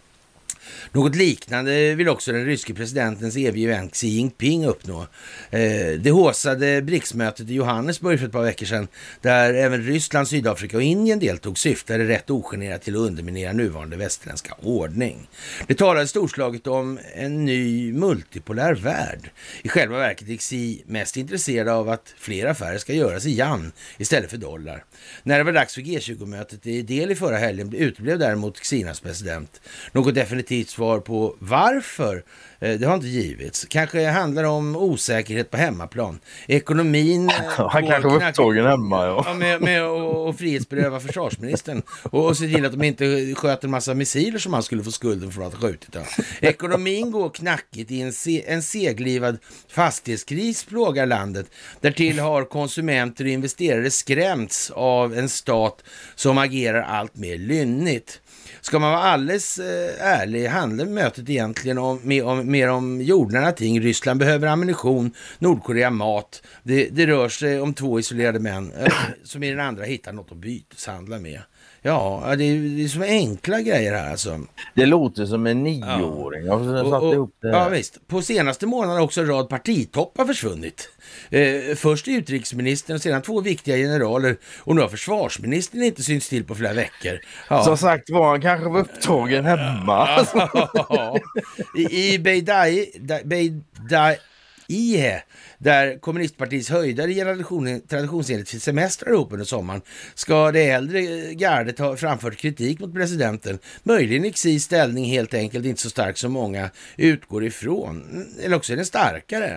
[SPEAKER 1] Något liknande vill också den ryske presidentens evige vän Xi Jinping uppnå. Eh, det håsade BRICS-mötet i Johannesburg för ett par veckor sedan, där även Ryssland, Sydafrika och Indien deltog, syftade rätt ogenerat till att underminera nuvarande västerländska ordning. Det talade storslaget om en ny multipolär värld. I själva verket är Xi mest intresserad av att fler affärer ska göras i yuan istället för dollar. När det var dags för G tjugo-mötet i Delhi förra helgen uteblev däremot Kinas president. Något definitivt svar på varför det har inte givits. Kanske handlar det om osäkerhet på hemmaplan. Ekonomin...
[SPEAKER 2] Han kanske var upptagen hemma, ja.
[SPEAKER 1] ja med, med att frihetsberöva försvarsministern och, och se till att de inte sköter en massa missiler som han skulle få skulden för att ha skjutit. Ja. Ekonomin går knackigt i en, se, en seglivad fastighetskris plågar landet. Därtill har konsumenter och investerare skrämts av en stat som agerar allt mer lynnigt. Ska man vara alldeles eh, ärlig handlar mötet egentligen om, mer, om, mer om jordnära ting. Ryssland behöver ammunition, Nordkorea mat. Det, det rör sig om två isolerade män eh, som i den andra hittar något att byteshandla med. Ja, det är, det är så enkla grejer här alltså.
[SPEAKER 2] Det låter som en nioåring. Ja. Jag satte
[SPEAKER 1] och,
[SPEAKER 2] ihop det.
[SPEAKER 1] Ja visst. På senaste månaden har också en rad partitoppar försvunnit. Eh, först utrikesministern och sedan två viktiga generaler. Och nu har försvarsministern inte synts till på flera veckor. Ja.
[SPEAKER 2] Som sagt var han kanske var upptagen hemma.
[SPEAKER 1] Ja. I, i Beidai, Beidai Ihe, där kommunistpartiets höjdare generation traditionsenligt semestrar ihop under sommaren, ska det äldre gardet ha framfört kritik mot presidenten. Möjligen är Xis ställning helt enkelt inte så stark som många utgår ifrån. Eller också är den starkare.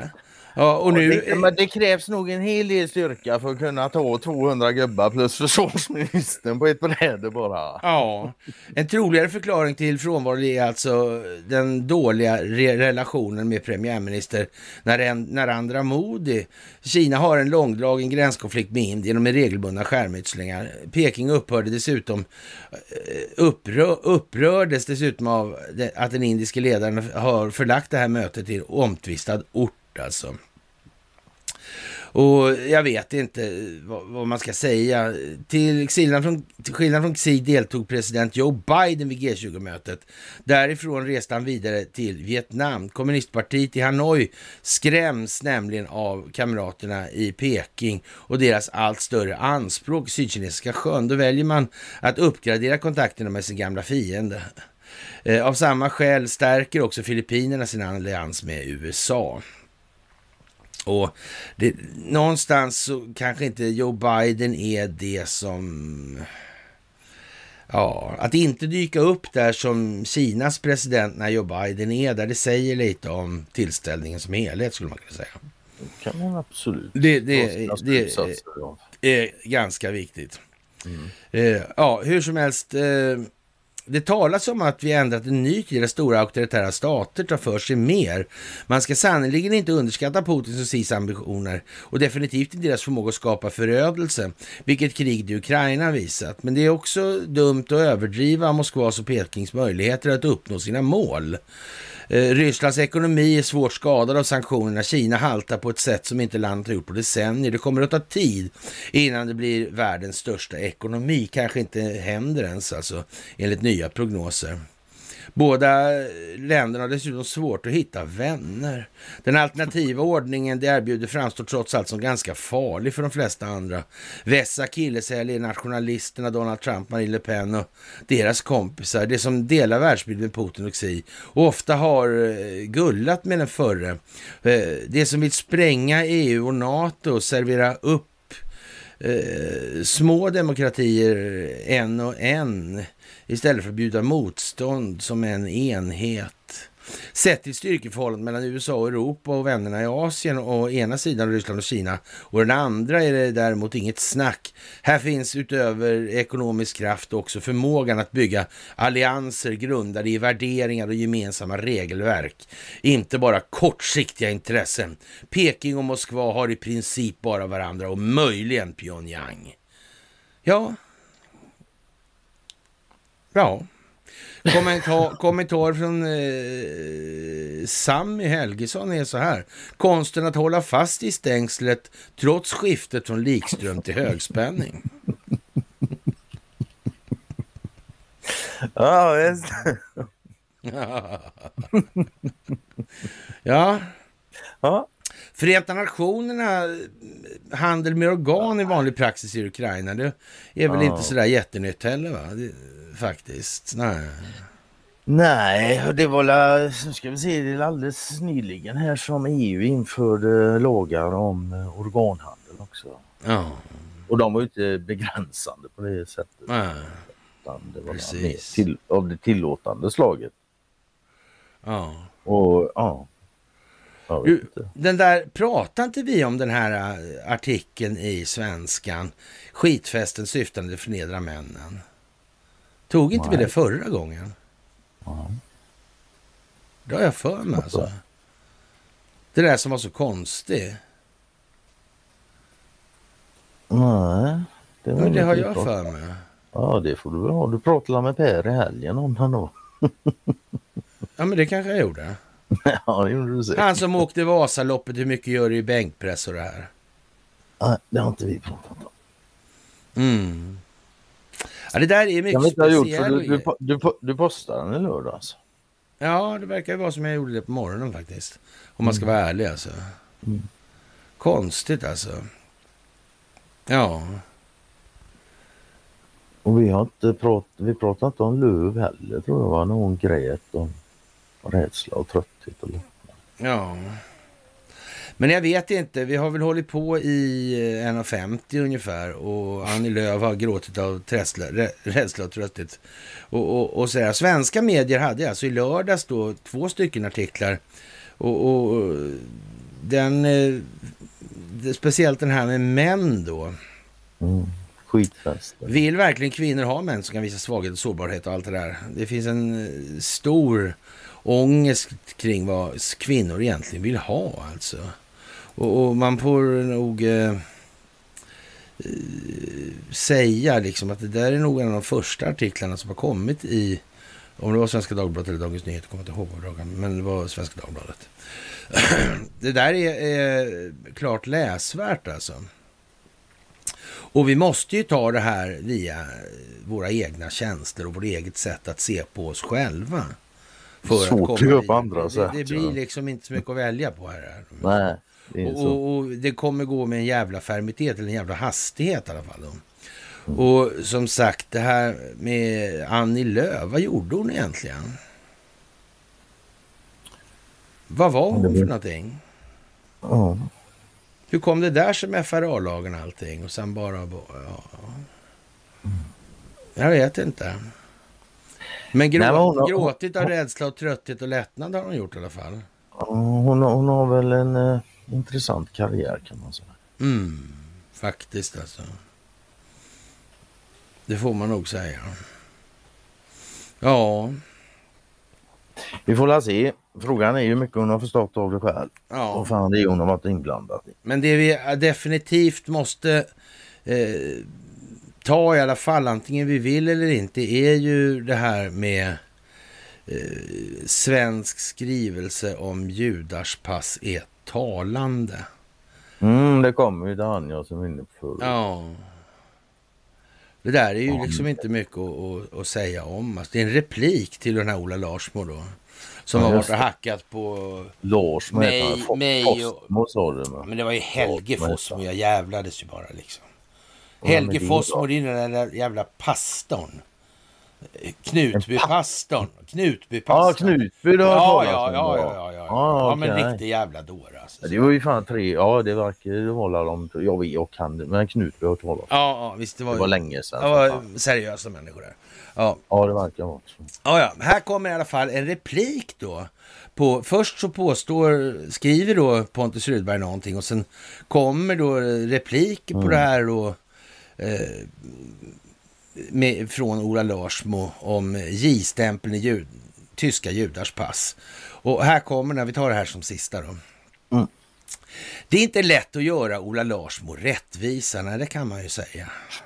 [SPEAKER 1] Ja, och nu...
[SPEAKER 2] det, men det krävs nog en hel del styrka för att kunna ta tvåhundra gubbar plus försvarsministern på ett bräde bara.
[SPEAKER 1] Ja, en troligare förklaring till frånvaro är alltså den dåliga re relationen med premiärminister Narendra Modi. Kina har en långdragen gränskonflikt med Indien med regelbundna skärmytslingar. Peking upphörde dessutom, upprör, upprördes dessutom av att den indiske ledaren har förlagt det här mötet till omtvistad ort alltså. Och jag vet inte vad, vad man ska säga. Till skillnad från, till skillnad från Xi deltog president Joe Biden vid G tjugo-mötet. Därifrån reste han vidare till Vietnam. Kommunistpartiet i Hanoi skräms nämligen av kamraterna i Peking och deras allt större anspråk i Sydkinesiska sjön. Då väljer man att uppgradera kontakterna med sin gamla fiende. Eh, av samma skäl stärker också Filippinerna sin allians med U S A. Och det, någonstans så kanske inte Joe Biden är det som... Ja, att inte dyka upp där som Kinas president när Joe Biden är där, det säger lite om tillställningen som helhet skulle man kunna säga.
[SPEAKER 2] Det kan man absolut.
[SPEAKER 1] Det, det, det, det är ganska viktigt. Mm. Eh, ja, hur som helst... Eh, Det talas om att vi ändrat en ny tid där stora auktoritära stater tar för sig mer. Man ska sannolikt inte underskatta Putins och Xis ambitioner och definitivt inte deras förmåga att skapa förödelse, vilket krig i Ukraina visat. Men det är också dumt att överdriva Moskvas och Pekings möjligheter att uppnå sina mål. Eh, Rysslands ekonomi är svårt skadad av sanktionerna. Kina haltar på ett sätt som inte landet har gjort på decennier. Det kommer att ta tid innan det blir världens största ekonomi. Kanske inte händer ens alltså, enligt nya prognoser. Båda länderna har dessutom svårt att hitta vänner. Den alternativa ordningen det erbjuder framstår trots allt som ganska farlig för de flesta andra. Vässa killeshäl är nationalisterna Donald Trump, Marine Le Pen och deras kompisar. Det som delar världsbilden med Putin och Xi och ofta har gullat med den förre. Det som vill spränga E U och NATO och servera upp eh, små demokratier en och en istället för att bjuda motstånd som en enhet. Sett till styrkeförhållandet mellan U S A och Europa och vännerna i Asien och ena sidan Ryssland och Kina och den andra är det däremot inget snack. Här finns utöver ekonomisk kraft också förmågan att bygga allianser grundade i värderingar och gemensamma regelverk. Inte bara kortsiktiga intressen. Peking och Moskva har i princip bara varandra och möjligen Pyongyang. Ja. Ja. Kommentar, kommentar från eh, Sammy Helgesson är så här. Konsten att hålla fast i stängslet trots skiftet från likström till högspänning.
[SPEAKER 2] Ja, visst.
[SPEAKER 1] Ja.
[SPEAKER 2] Ja.
[SPEAKER 1] Förenta Nationerna, handel med organ i vanlig praxis i Ukraina, det är väl ja. inte sådär jättenytt heller va? Det, faktiskt, nej.
[SPEAKER 2] Nej, det var ska vi se, det är alldeles nyligen här som E U införde lagar om organhandel också.
[SPEAKER 1] Ja.
[SPEAKER 2] Och de var ju inte begränsande på det sättet.
[SPEAKER 1] Nej.
[SPEAKER 2] Utan det var mer till, av det tillåtande slaget.
[SPEAKER 1] Ja.
[SPEAKER 2] Och ja.
[SPEAKER 1] Du, den där, pratar inte vi om den här artikeln i Svenskan? Skitfesten syftande till förnedra männen. Tog inte Nej. vi det förra gången?
[SPEAKER 2] Ja.
[SPEAKER 1] Det har jag för mig alltså. Det där som var så konstigt.
[SPEAKER 2] Nej.
[SPEAKER 1] Det, var det har jag för mig.
[SPEAKER 2] Ja, det får du väl ha. Du pratade med Per i helgen om han då.
[SPEAKER 1] Ja, men det kanske jag gjorde.
[SPEAKER 2] Ja, det gjorde du säkert.
[SPEAKER 1] Han som åkte Vasaloppet, hur mycket gör det i bänkpress och det här?
[SPEAKER 2] Nej, det har inte vi pratat om.
[SPEAKER 1] Mm. Ja, det där är mycket
[SPEAKER 2] speciellt. Du, du, du, du, du postar den i lördag alltså.
[SPEAKER 1] Ja, det verkar ju vara som jag gjorde det på morgonen faktiskt. Om man ska
[SPEAKER 2] mm.
[SPEAKER 1] vara ärlig alltså.
[SPEAKER 2] Mm.
[SPEAKER 1] Konstigt alltså. Ja.
[SPEAKER 2] Och vi har inte pratat, vi pratat inte om Löv heller, tror jag var någon grät om rädsla och trötthet. Eller?
[SPEAKER 1] Ja. Men jag vet inte, vi har väl hållit på i en komma femtio ungefär och Annie Lööf har gråtit av trädsla, rädsla och trötthet. Och, och, och så här, svenska medier hade alltså i lördags då två stycken artiklar och, och den, eh, det, speciellt den här med män då.
[SPEAKER 2] Mm. Skitfest.
[SPEAKER 1] Vill verkligen kvinnor ha män som kan visa svaghet och sårbarhet och allt det där? Det finns en stor ångest kring vad kvinnor egentligen vill ha alltså. Och, och man får nog eh, säga liksom att det där är nog en av de första artiklarna som har kommit i, om det var Svenska Dagbladet eller Dagens Nyheter, kommer inte ihåg vad, men det var Svenska Dagbladet. Det där är, är klart läsvärt alltså. Och vi måste ju ta det här via våra egna tjänster och vårt eget sätt att se på oss själva. För
[SPEAKER 2] svårt
[SPEAKER 1] att
[SPEAKER 2] att göra på
[SPEAKER 1] komma
[SPEAKER 2] andra
[SPEAKER 1] det,
[SPEAKER 2] sätt.
[SPEAKER 1] det, det blir liksom inte så mycket att välja på här.
[SPEAKER 2] Nej, det är
[SPEAKER 1] och,
[SPEAKER 2] så.
[SPEAKER 1] och, och det kommer gå med en jävla fermitet eller en jävla hastighet i alla fall. Då. Mm. Och som sagt, det här med Annie Lööf, vad gjorde hon egentligen? Vad var hon för någonting?
[SPEAKER 2] Ja.
[SPEAKER 1] Hur kom det där som F R A-lagen och allting? Och sen bara... Ja. Jag vet inte. Men grå,
[SPEAKER 2] Nej, men hon har,
[SPEAKER 1] gråtit av rädsla och trötthet och lättnad har hon gjort i alla fall.
[SPEAKER 2] Hon har, hon har väl en uh, intressant karriär kan man säga.
[SPEAKER 1] Mm, faktiskt alltså. Det får man nog säga. Ja.
[SPEAKER 2] Vi får la se. Frågan är ju mycket hon har förstått av det själv.
[SPEAKER 1] Ja.
[SPEAKER 2] Och fan det är hon har varit inblandad i.
[SPEAKER 1] Men det vi definitivt måste eh, ta i alla fall, antingen vi vill eller inte, är ju det här med eh, svensk skrivelse om judars pass är talande.
[SPEAKER 2] Mm, det kommer ju Daniel som är inne på förut.
[SPEAKER 1] Ja. Det där är ju ja. liksom inte mycket att, att, att säga om. Alltså, det är en replik till den här Ola Larsmo då. Som ja, har varit och hackat på
[SPEAKER 2] Larsmo
[SPEAKER 1] mig, mig och...
[SPEAKER 2] Fossmo, sa du,
[SPEAKER 1] men det var ju Helge Fossmo. Jag jävlades ju bara liksom. Ja, Helge Fossmo, det är den där jävla pastorn. Knutby-pastorn. Knutby-pastorn.
[SPEAKER 2] Ja, Knutby då.
[SPEAKER 1] Ja, ja, ja, ja, ja, ja.
[SPEAKER 2] Ah,
[SPEAKER 1] ja
[SPEAKER 2] okay.
[SPEAKER 1] Men riktigt jävla dåre alltså.
[SPEAKER 2] Det var ju fan tre, ja det verkar hålla dem, jag vet, jag kan det, men Knutby har talat.
[SPEAKER 1] Ja, ja, visst det var,
[SPEAKER 2] det var länge sedan.
[SPEAKER 1] Det var seriösa människor där. Ja,
[SPEAKER 2] ja det verkar vara så.
[SPEAKER 1] Ja, ja, här kommer i alla fall en replik då. På, först så påstår, skriver då Pontus Rudberg någonting och sen kommer då repliker mm. på det här och eh, med, från Ola Larsmo om J-stämpeln i jud, tyska judars pass. Och här kommer, när vi tar det här som sista då. Mm. Det är inte lätt att göra Ola Larsmo rättvisa, nej det kan man ju säga.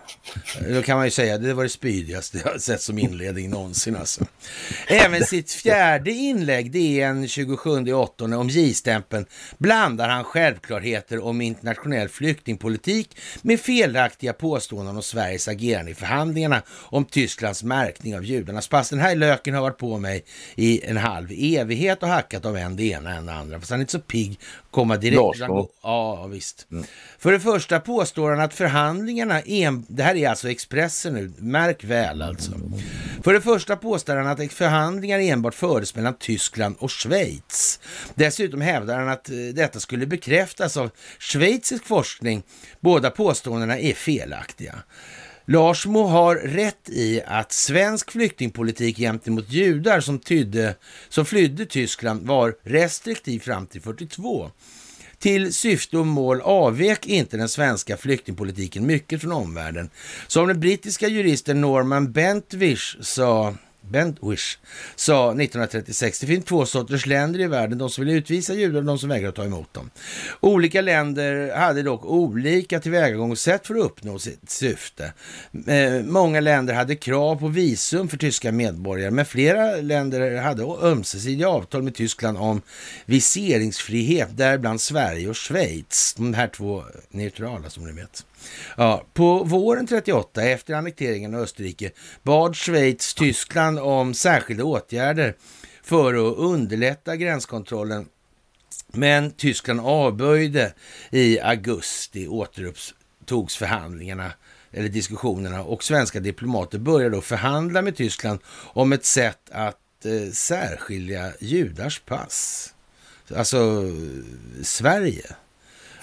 [SPEAKER 1] Då kan man ju säga att det var det spydigaste jag har sett som inledning någonsin alltså. Även sitt fjärde inlägg, det är en tjugosjunde åttonde om J-stämpeln, blandar han självklarheter om internationell flyktingpolitik med felaktiga påståenden om Sveriges agerande i förhandlingarna om Tysklands märkning av judarnas pass. Den här löken har varit på mig i en halv evighet och hackat av en det ena än det andra. Fast han är inte så pigg komma direkt. Han, ja, visst. Mm. För det första påstår han att förhandlingarna, en, det här är alltså Expressen nu, märk väl alltså. För det första påstår han att förhandlingar enbart fördes mellan Tyskland och Schweiz. Dessutom hävdar han att detta skulle bekräftas av schweizisk forskning. Båda påståendena är felaktiga. Larsmo har rätt i att svensk flyktingpolitik gentemot judar som, tydde, som flydde Tyskland var restriktiv fram till fyrtiotvå. Till syfte och mål avvek inte den svenska flyktingpolitiken mycket från omvärlden. Som den brittiska juristen Norman Bentwish sa, Bentwish sa nittonhundratrettiosex, det finns två sorters länder i världen, de som vill utvisa judar och de som vägrar att ta emot dem. Olika länder hade dock olika tillvägagångssätt för att uppnå sitt syfte. Eh, många länder hade krav på visum för tyska medborgare, men flera länder hade ömsesidiga avtal med Tyskland om viseringsfrihet, däribland Sverige och Schweiz, de här två neutrala som ni vet. Ja, på våren trettioåtta, efter annekteringen av Österrike, bad Schweiz Tyskland om särskilda åtgärder för att underlätta gränskontrollen. Men Tyskland avböjde i augusti, återupptogs förhandlingarna eller diskussionerna och svenska diplomater började då förhandla med Tyskland om ett sätt att eh, särskilja judars pass. Alltså Sverige.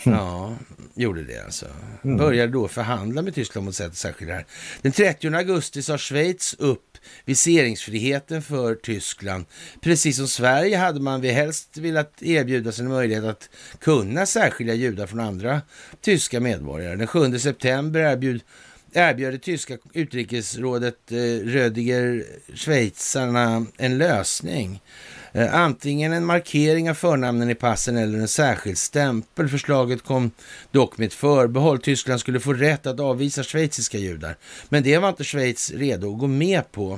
[SPEAKER 1] Ja, gjorde det alltså. Mm. Började då förhandla med Tyskland mot sätt särskilda här. Den trettionde augusti sa Schweiz upp viseringsfriheten för Tyskland. Precis som Sverige hade man vi helst velat erbjuda sig en möjlighet att kunna särskilja judar från andra tyska medborgare. Den sjunde september erbjud erbjöd det tyska utrikesrådet eh, Rödiger schweizarna en lösning. Eh, antingen en markering av förnamnen i passen eller en särskild stämpel. Förslaget kom dock med ett förbehåll. Tyskland skulle få rätt att avvisa schweiziska judar. Men det var inte Schweiz redo att gå med på.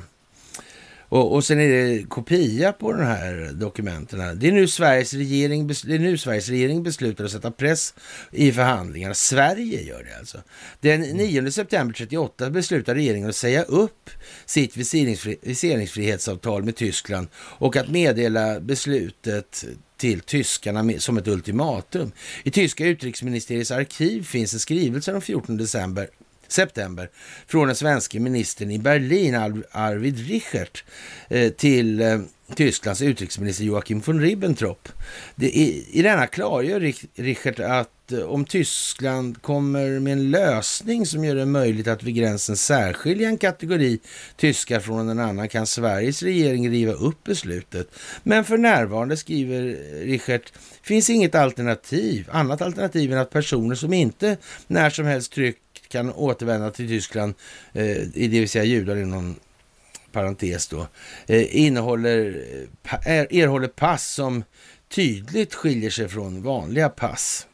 [SPEAKER 1] Och, och sen är det kopia på de här dokumenten. Det är nu Sveriges regering, det är nu Sveriges regering beslutar att sätta press i förhandlingarna. Sverige gör det alltså. Den nionde september trettioåtta beslutar regeringen att säga upp sitt viseringsfri, viseringsfrihetsavtal med Tyskland och att meddela beslutet till tyskarna som ett ultimatum. I tyska utrikesministeriets arkiv finns en skrivelse den fjortonde december september från den svenska ministern i Berlin, Arvid Richert, till Tysklands utrikesminister Joachim von Ribbentrop. Det, i, I denna klargör Richert att om Tyskland kommer med en lösning som gör det möjligt att vid gränsen särskilja en kategori tyskar från en annan kan Sveriges regering riva upp beslutet. Men för närvarande, skriver Richert, finns inget alternativ, annat alternativ än att personer som inte när som helst tryck kan återvända till Tyskland, eh, det vill säga judar i någon parentes då, eh, innehåller, er, erhåller pass som tydligt skiljer sig från vanliga pass.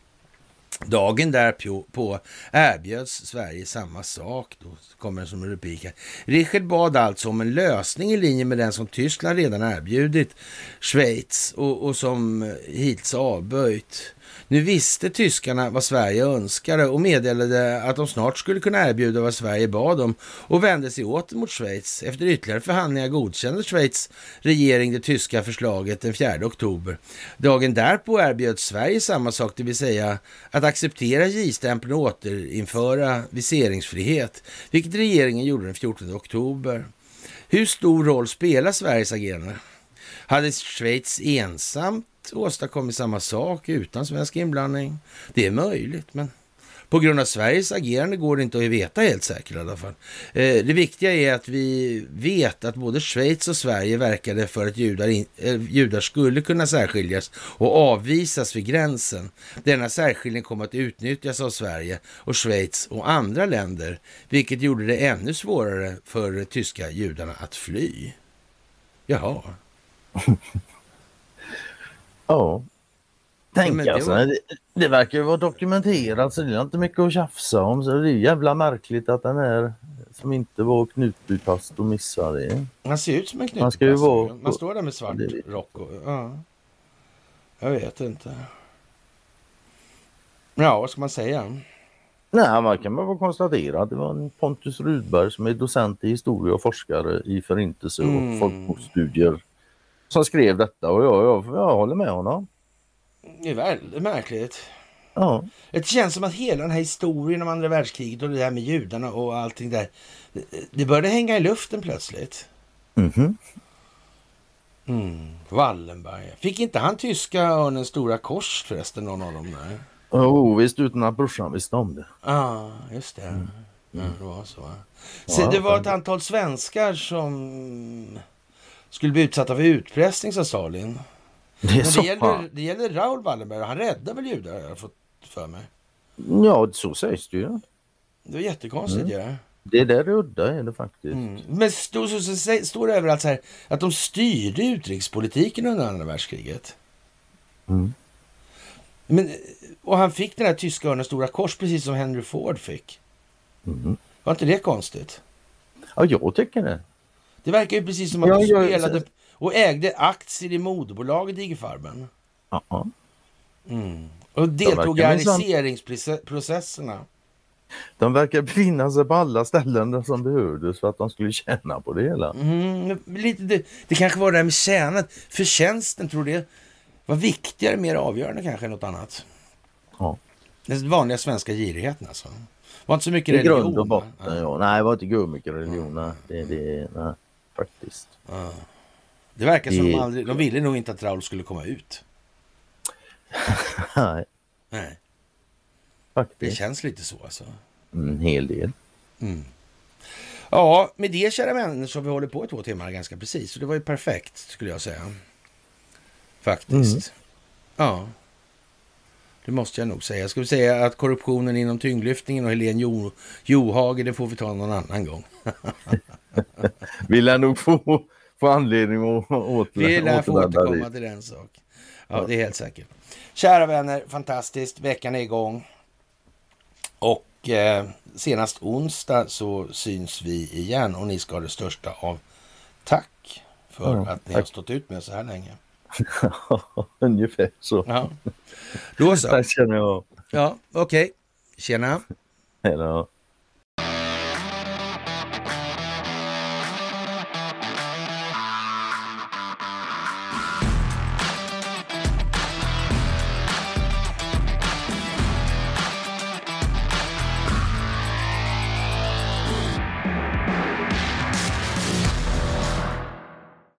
[SPEAKER 1] Dagen därpå på erbjöds Sverige samma sak. Då kommer det som en rubrik här. Richard bad alltså om en lösning i linje med den som Tyskland redan erbjudit Schweiz och, och som hittills avböjt. Nu visste tyskarna vad Sverige önskade och meddelade att de snart skulle kunna erbjuda vad Sverige bad om och vände sig åter mot Schweiz. Efter ytterligare förhandlingar godkände Schweiz regering det tyska förslaget den fjärde oktober. Dagen därpå erbjöd Sverige samma sak, det vill säga att acceptera J-stämpeln och återinföra viseringsfrihet, vilket regeringen gjorde den fjortonde oktober. Hur stor roll spelar Sveriges agerande? Hade Schweiz ensamt åstadkommit samma sak utan svensk inblandning? Det är möjligt, men på grund av Sveriges agerande går det inte att veta helt säkert i alla fall. Eh, det viktiga är att vi vet att både Schweiz och Sverige verkade för att judar, in, eh, judar skulle kunna särskiljas och avvisas vid gränsen. Denna särskiljning kom att utnyttjas av Sverige och Schweiz och andra länder, vilket gjorde det ännu svårare för tyska judarna att fly. Jaha.
[SPEAKER 2] Ja, tänk
[SPEAKER 1] ja,
[SPEAKER 2] alltså,
[SPEAKER 1] det, var...
[SPEAKER 2] det, det verkar ju vara dokumenterat så det är inte mycket att tjafsa om, så det är jävla märkligt att den här som inte var Knutbypastor missar det.
[SPEAKER 1] Han ser ut som en Knutbypastor.
[SPEAKER 2] Man ska ju vara...
[SPEAKER 1] Man står där med svart
[SPEAKER 2] det...
[SPEAKER 1] rock och... Ja. Jag vet inte. Ja, vad ska man säga?
[SPEAKER 2] Nej, man kan bara konstatera att det var en Pontus Rudberg som är docent i historia och forskare i förintelse och mm. folkmordsstudier som skrev detta, och jag, jag, jag håller med honom.
[SPEAKER 1] Det är väldigt märkligt.
[SPEAKER 2] Ja.
[SPEAKER 1] Det känns som att hela den här historien om andra världskriget och det där med judarna och allting där, det började hänga i luften plötsligt.
[SPEAKER 2] Mhm.
[SPEAKER 1] Mm. Wallenberg. Fick inte han tyska örnen Stora Kors förresten, någon av dem där?
[SPEAKER 2] Jo, oh, visst, utan att brorsan visste om det.
[SPEAKER 1] Ja, ah, just det. Mm. Ja, det var så. Så ja, det var ett antal svenskar som skulle bli utsatta för utpressning, sa Stalin.
[SPEAKER 2] Det, är
[SPEAKER 1] Men
[SPEAKER 2] så
[SPEAKER 1] det, gäller, det gäller Raoul Wallenberg. Han räddade väl judar, jag har fått för mig.
[SPEAKER 2] Ja, så sägs det ju.
[SPEAKER 1] Det var jättekonstigt, mm. ja.
[SPEAKER 2] Det där är udda är det faktiskt.
[SPEAKER 1] Mm. Men står så, så, så, står det överallt så här att de styrde utrikespolitiken under andra världskriget.
[SPEAKER 2] Mm.
[SPEAKER 1] Men, och han fick den här tyska örnen Stora Kors precis som Henry Ford fick.
[SPEAKER 2] Mm.
[SPEAKER 1] Var inte det konstigt?
[SPEAKER 2] Ja, jag tycker det.
[SPEAKER 1] Det verkar ju precis som att
[SPEAKER 2] ja,
[SPEAKER 1] de
[SPEAKER 2] jag,
[SPEAKER 1] spelade
[SPEAKER 2] jag,
[SPEAKER 1] och ägde aktier i moderbolaget Digerfarben.
[SPEAKER 2] Ja.
[SPEAKER 1] Mm. Och deltog i ariseringsprocesserna.
[SPEAKER 2] De verkar befinna sig på alla ställen där som behövdes för att de skulle tjäna på det hela.
[SPEAKER 1] Mm, lite, det, det kanske var det där med tjänat. Förtjänsten, tror det var viktigare, mer avgörande kanske än något annat.
[SPEAKER 2] Ja.
[SPEAKER 1] Den vanliga svenska girigheten alltså. Var inte så mycket religion.
[SPEAKER 2] I grund och botten, ja. Ja. Nej, det var inte så mycket religion. Nej, det, det, nej, faktiskt.
[SPEAKER 1] Ja. Det verkar som det... de aldrig, de ville nog inte att Raoul skulle komma ut.
[SPEAKER 2] Nej.
[SPEAKER 1] Nej.
[SPEAKER 2] faktiskt.
[SPEAKER 1] Det känns lite så alltså.
[SPEAKER 2] En hel del.
[SPEAKER 1] Mm. Ja, med det kära vänner så har vi hållit på i två timmar ganska precis. Och det var ju perfekt skulle jag säga. Faktiskt. Mm. Ja. Det måste jag nog säga. Jag skulle säga att korruptionen inom tyngdlyftningen och Helene jo Johage, det får vi ta någon annan gång.
[SPEAKER 2] Vi lär nog få, få anledning att återvända.
[SPEAKER 1] Vi lär få återkomma till den sak. Ja, det är helt säkert. Kära vänner, fantastiskt. Veckan är igång. Och eh, senast onsdag så syns vi igen. Och ni ska ha det största av tack för ja, att ni tack. har stått ut med så här länge.
[SPEAKER 2] Ungefär så.
[SPEAKER 1] Ja. Då så.
[SPEAKER 2] Tack känner jag.
[SPEAKER 1] Ja, okej. Okay. Tjena.
[SPEAKER 2] Hej då.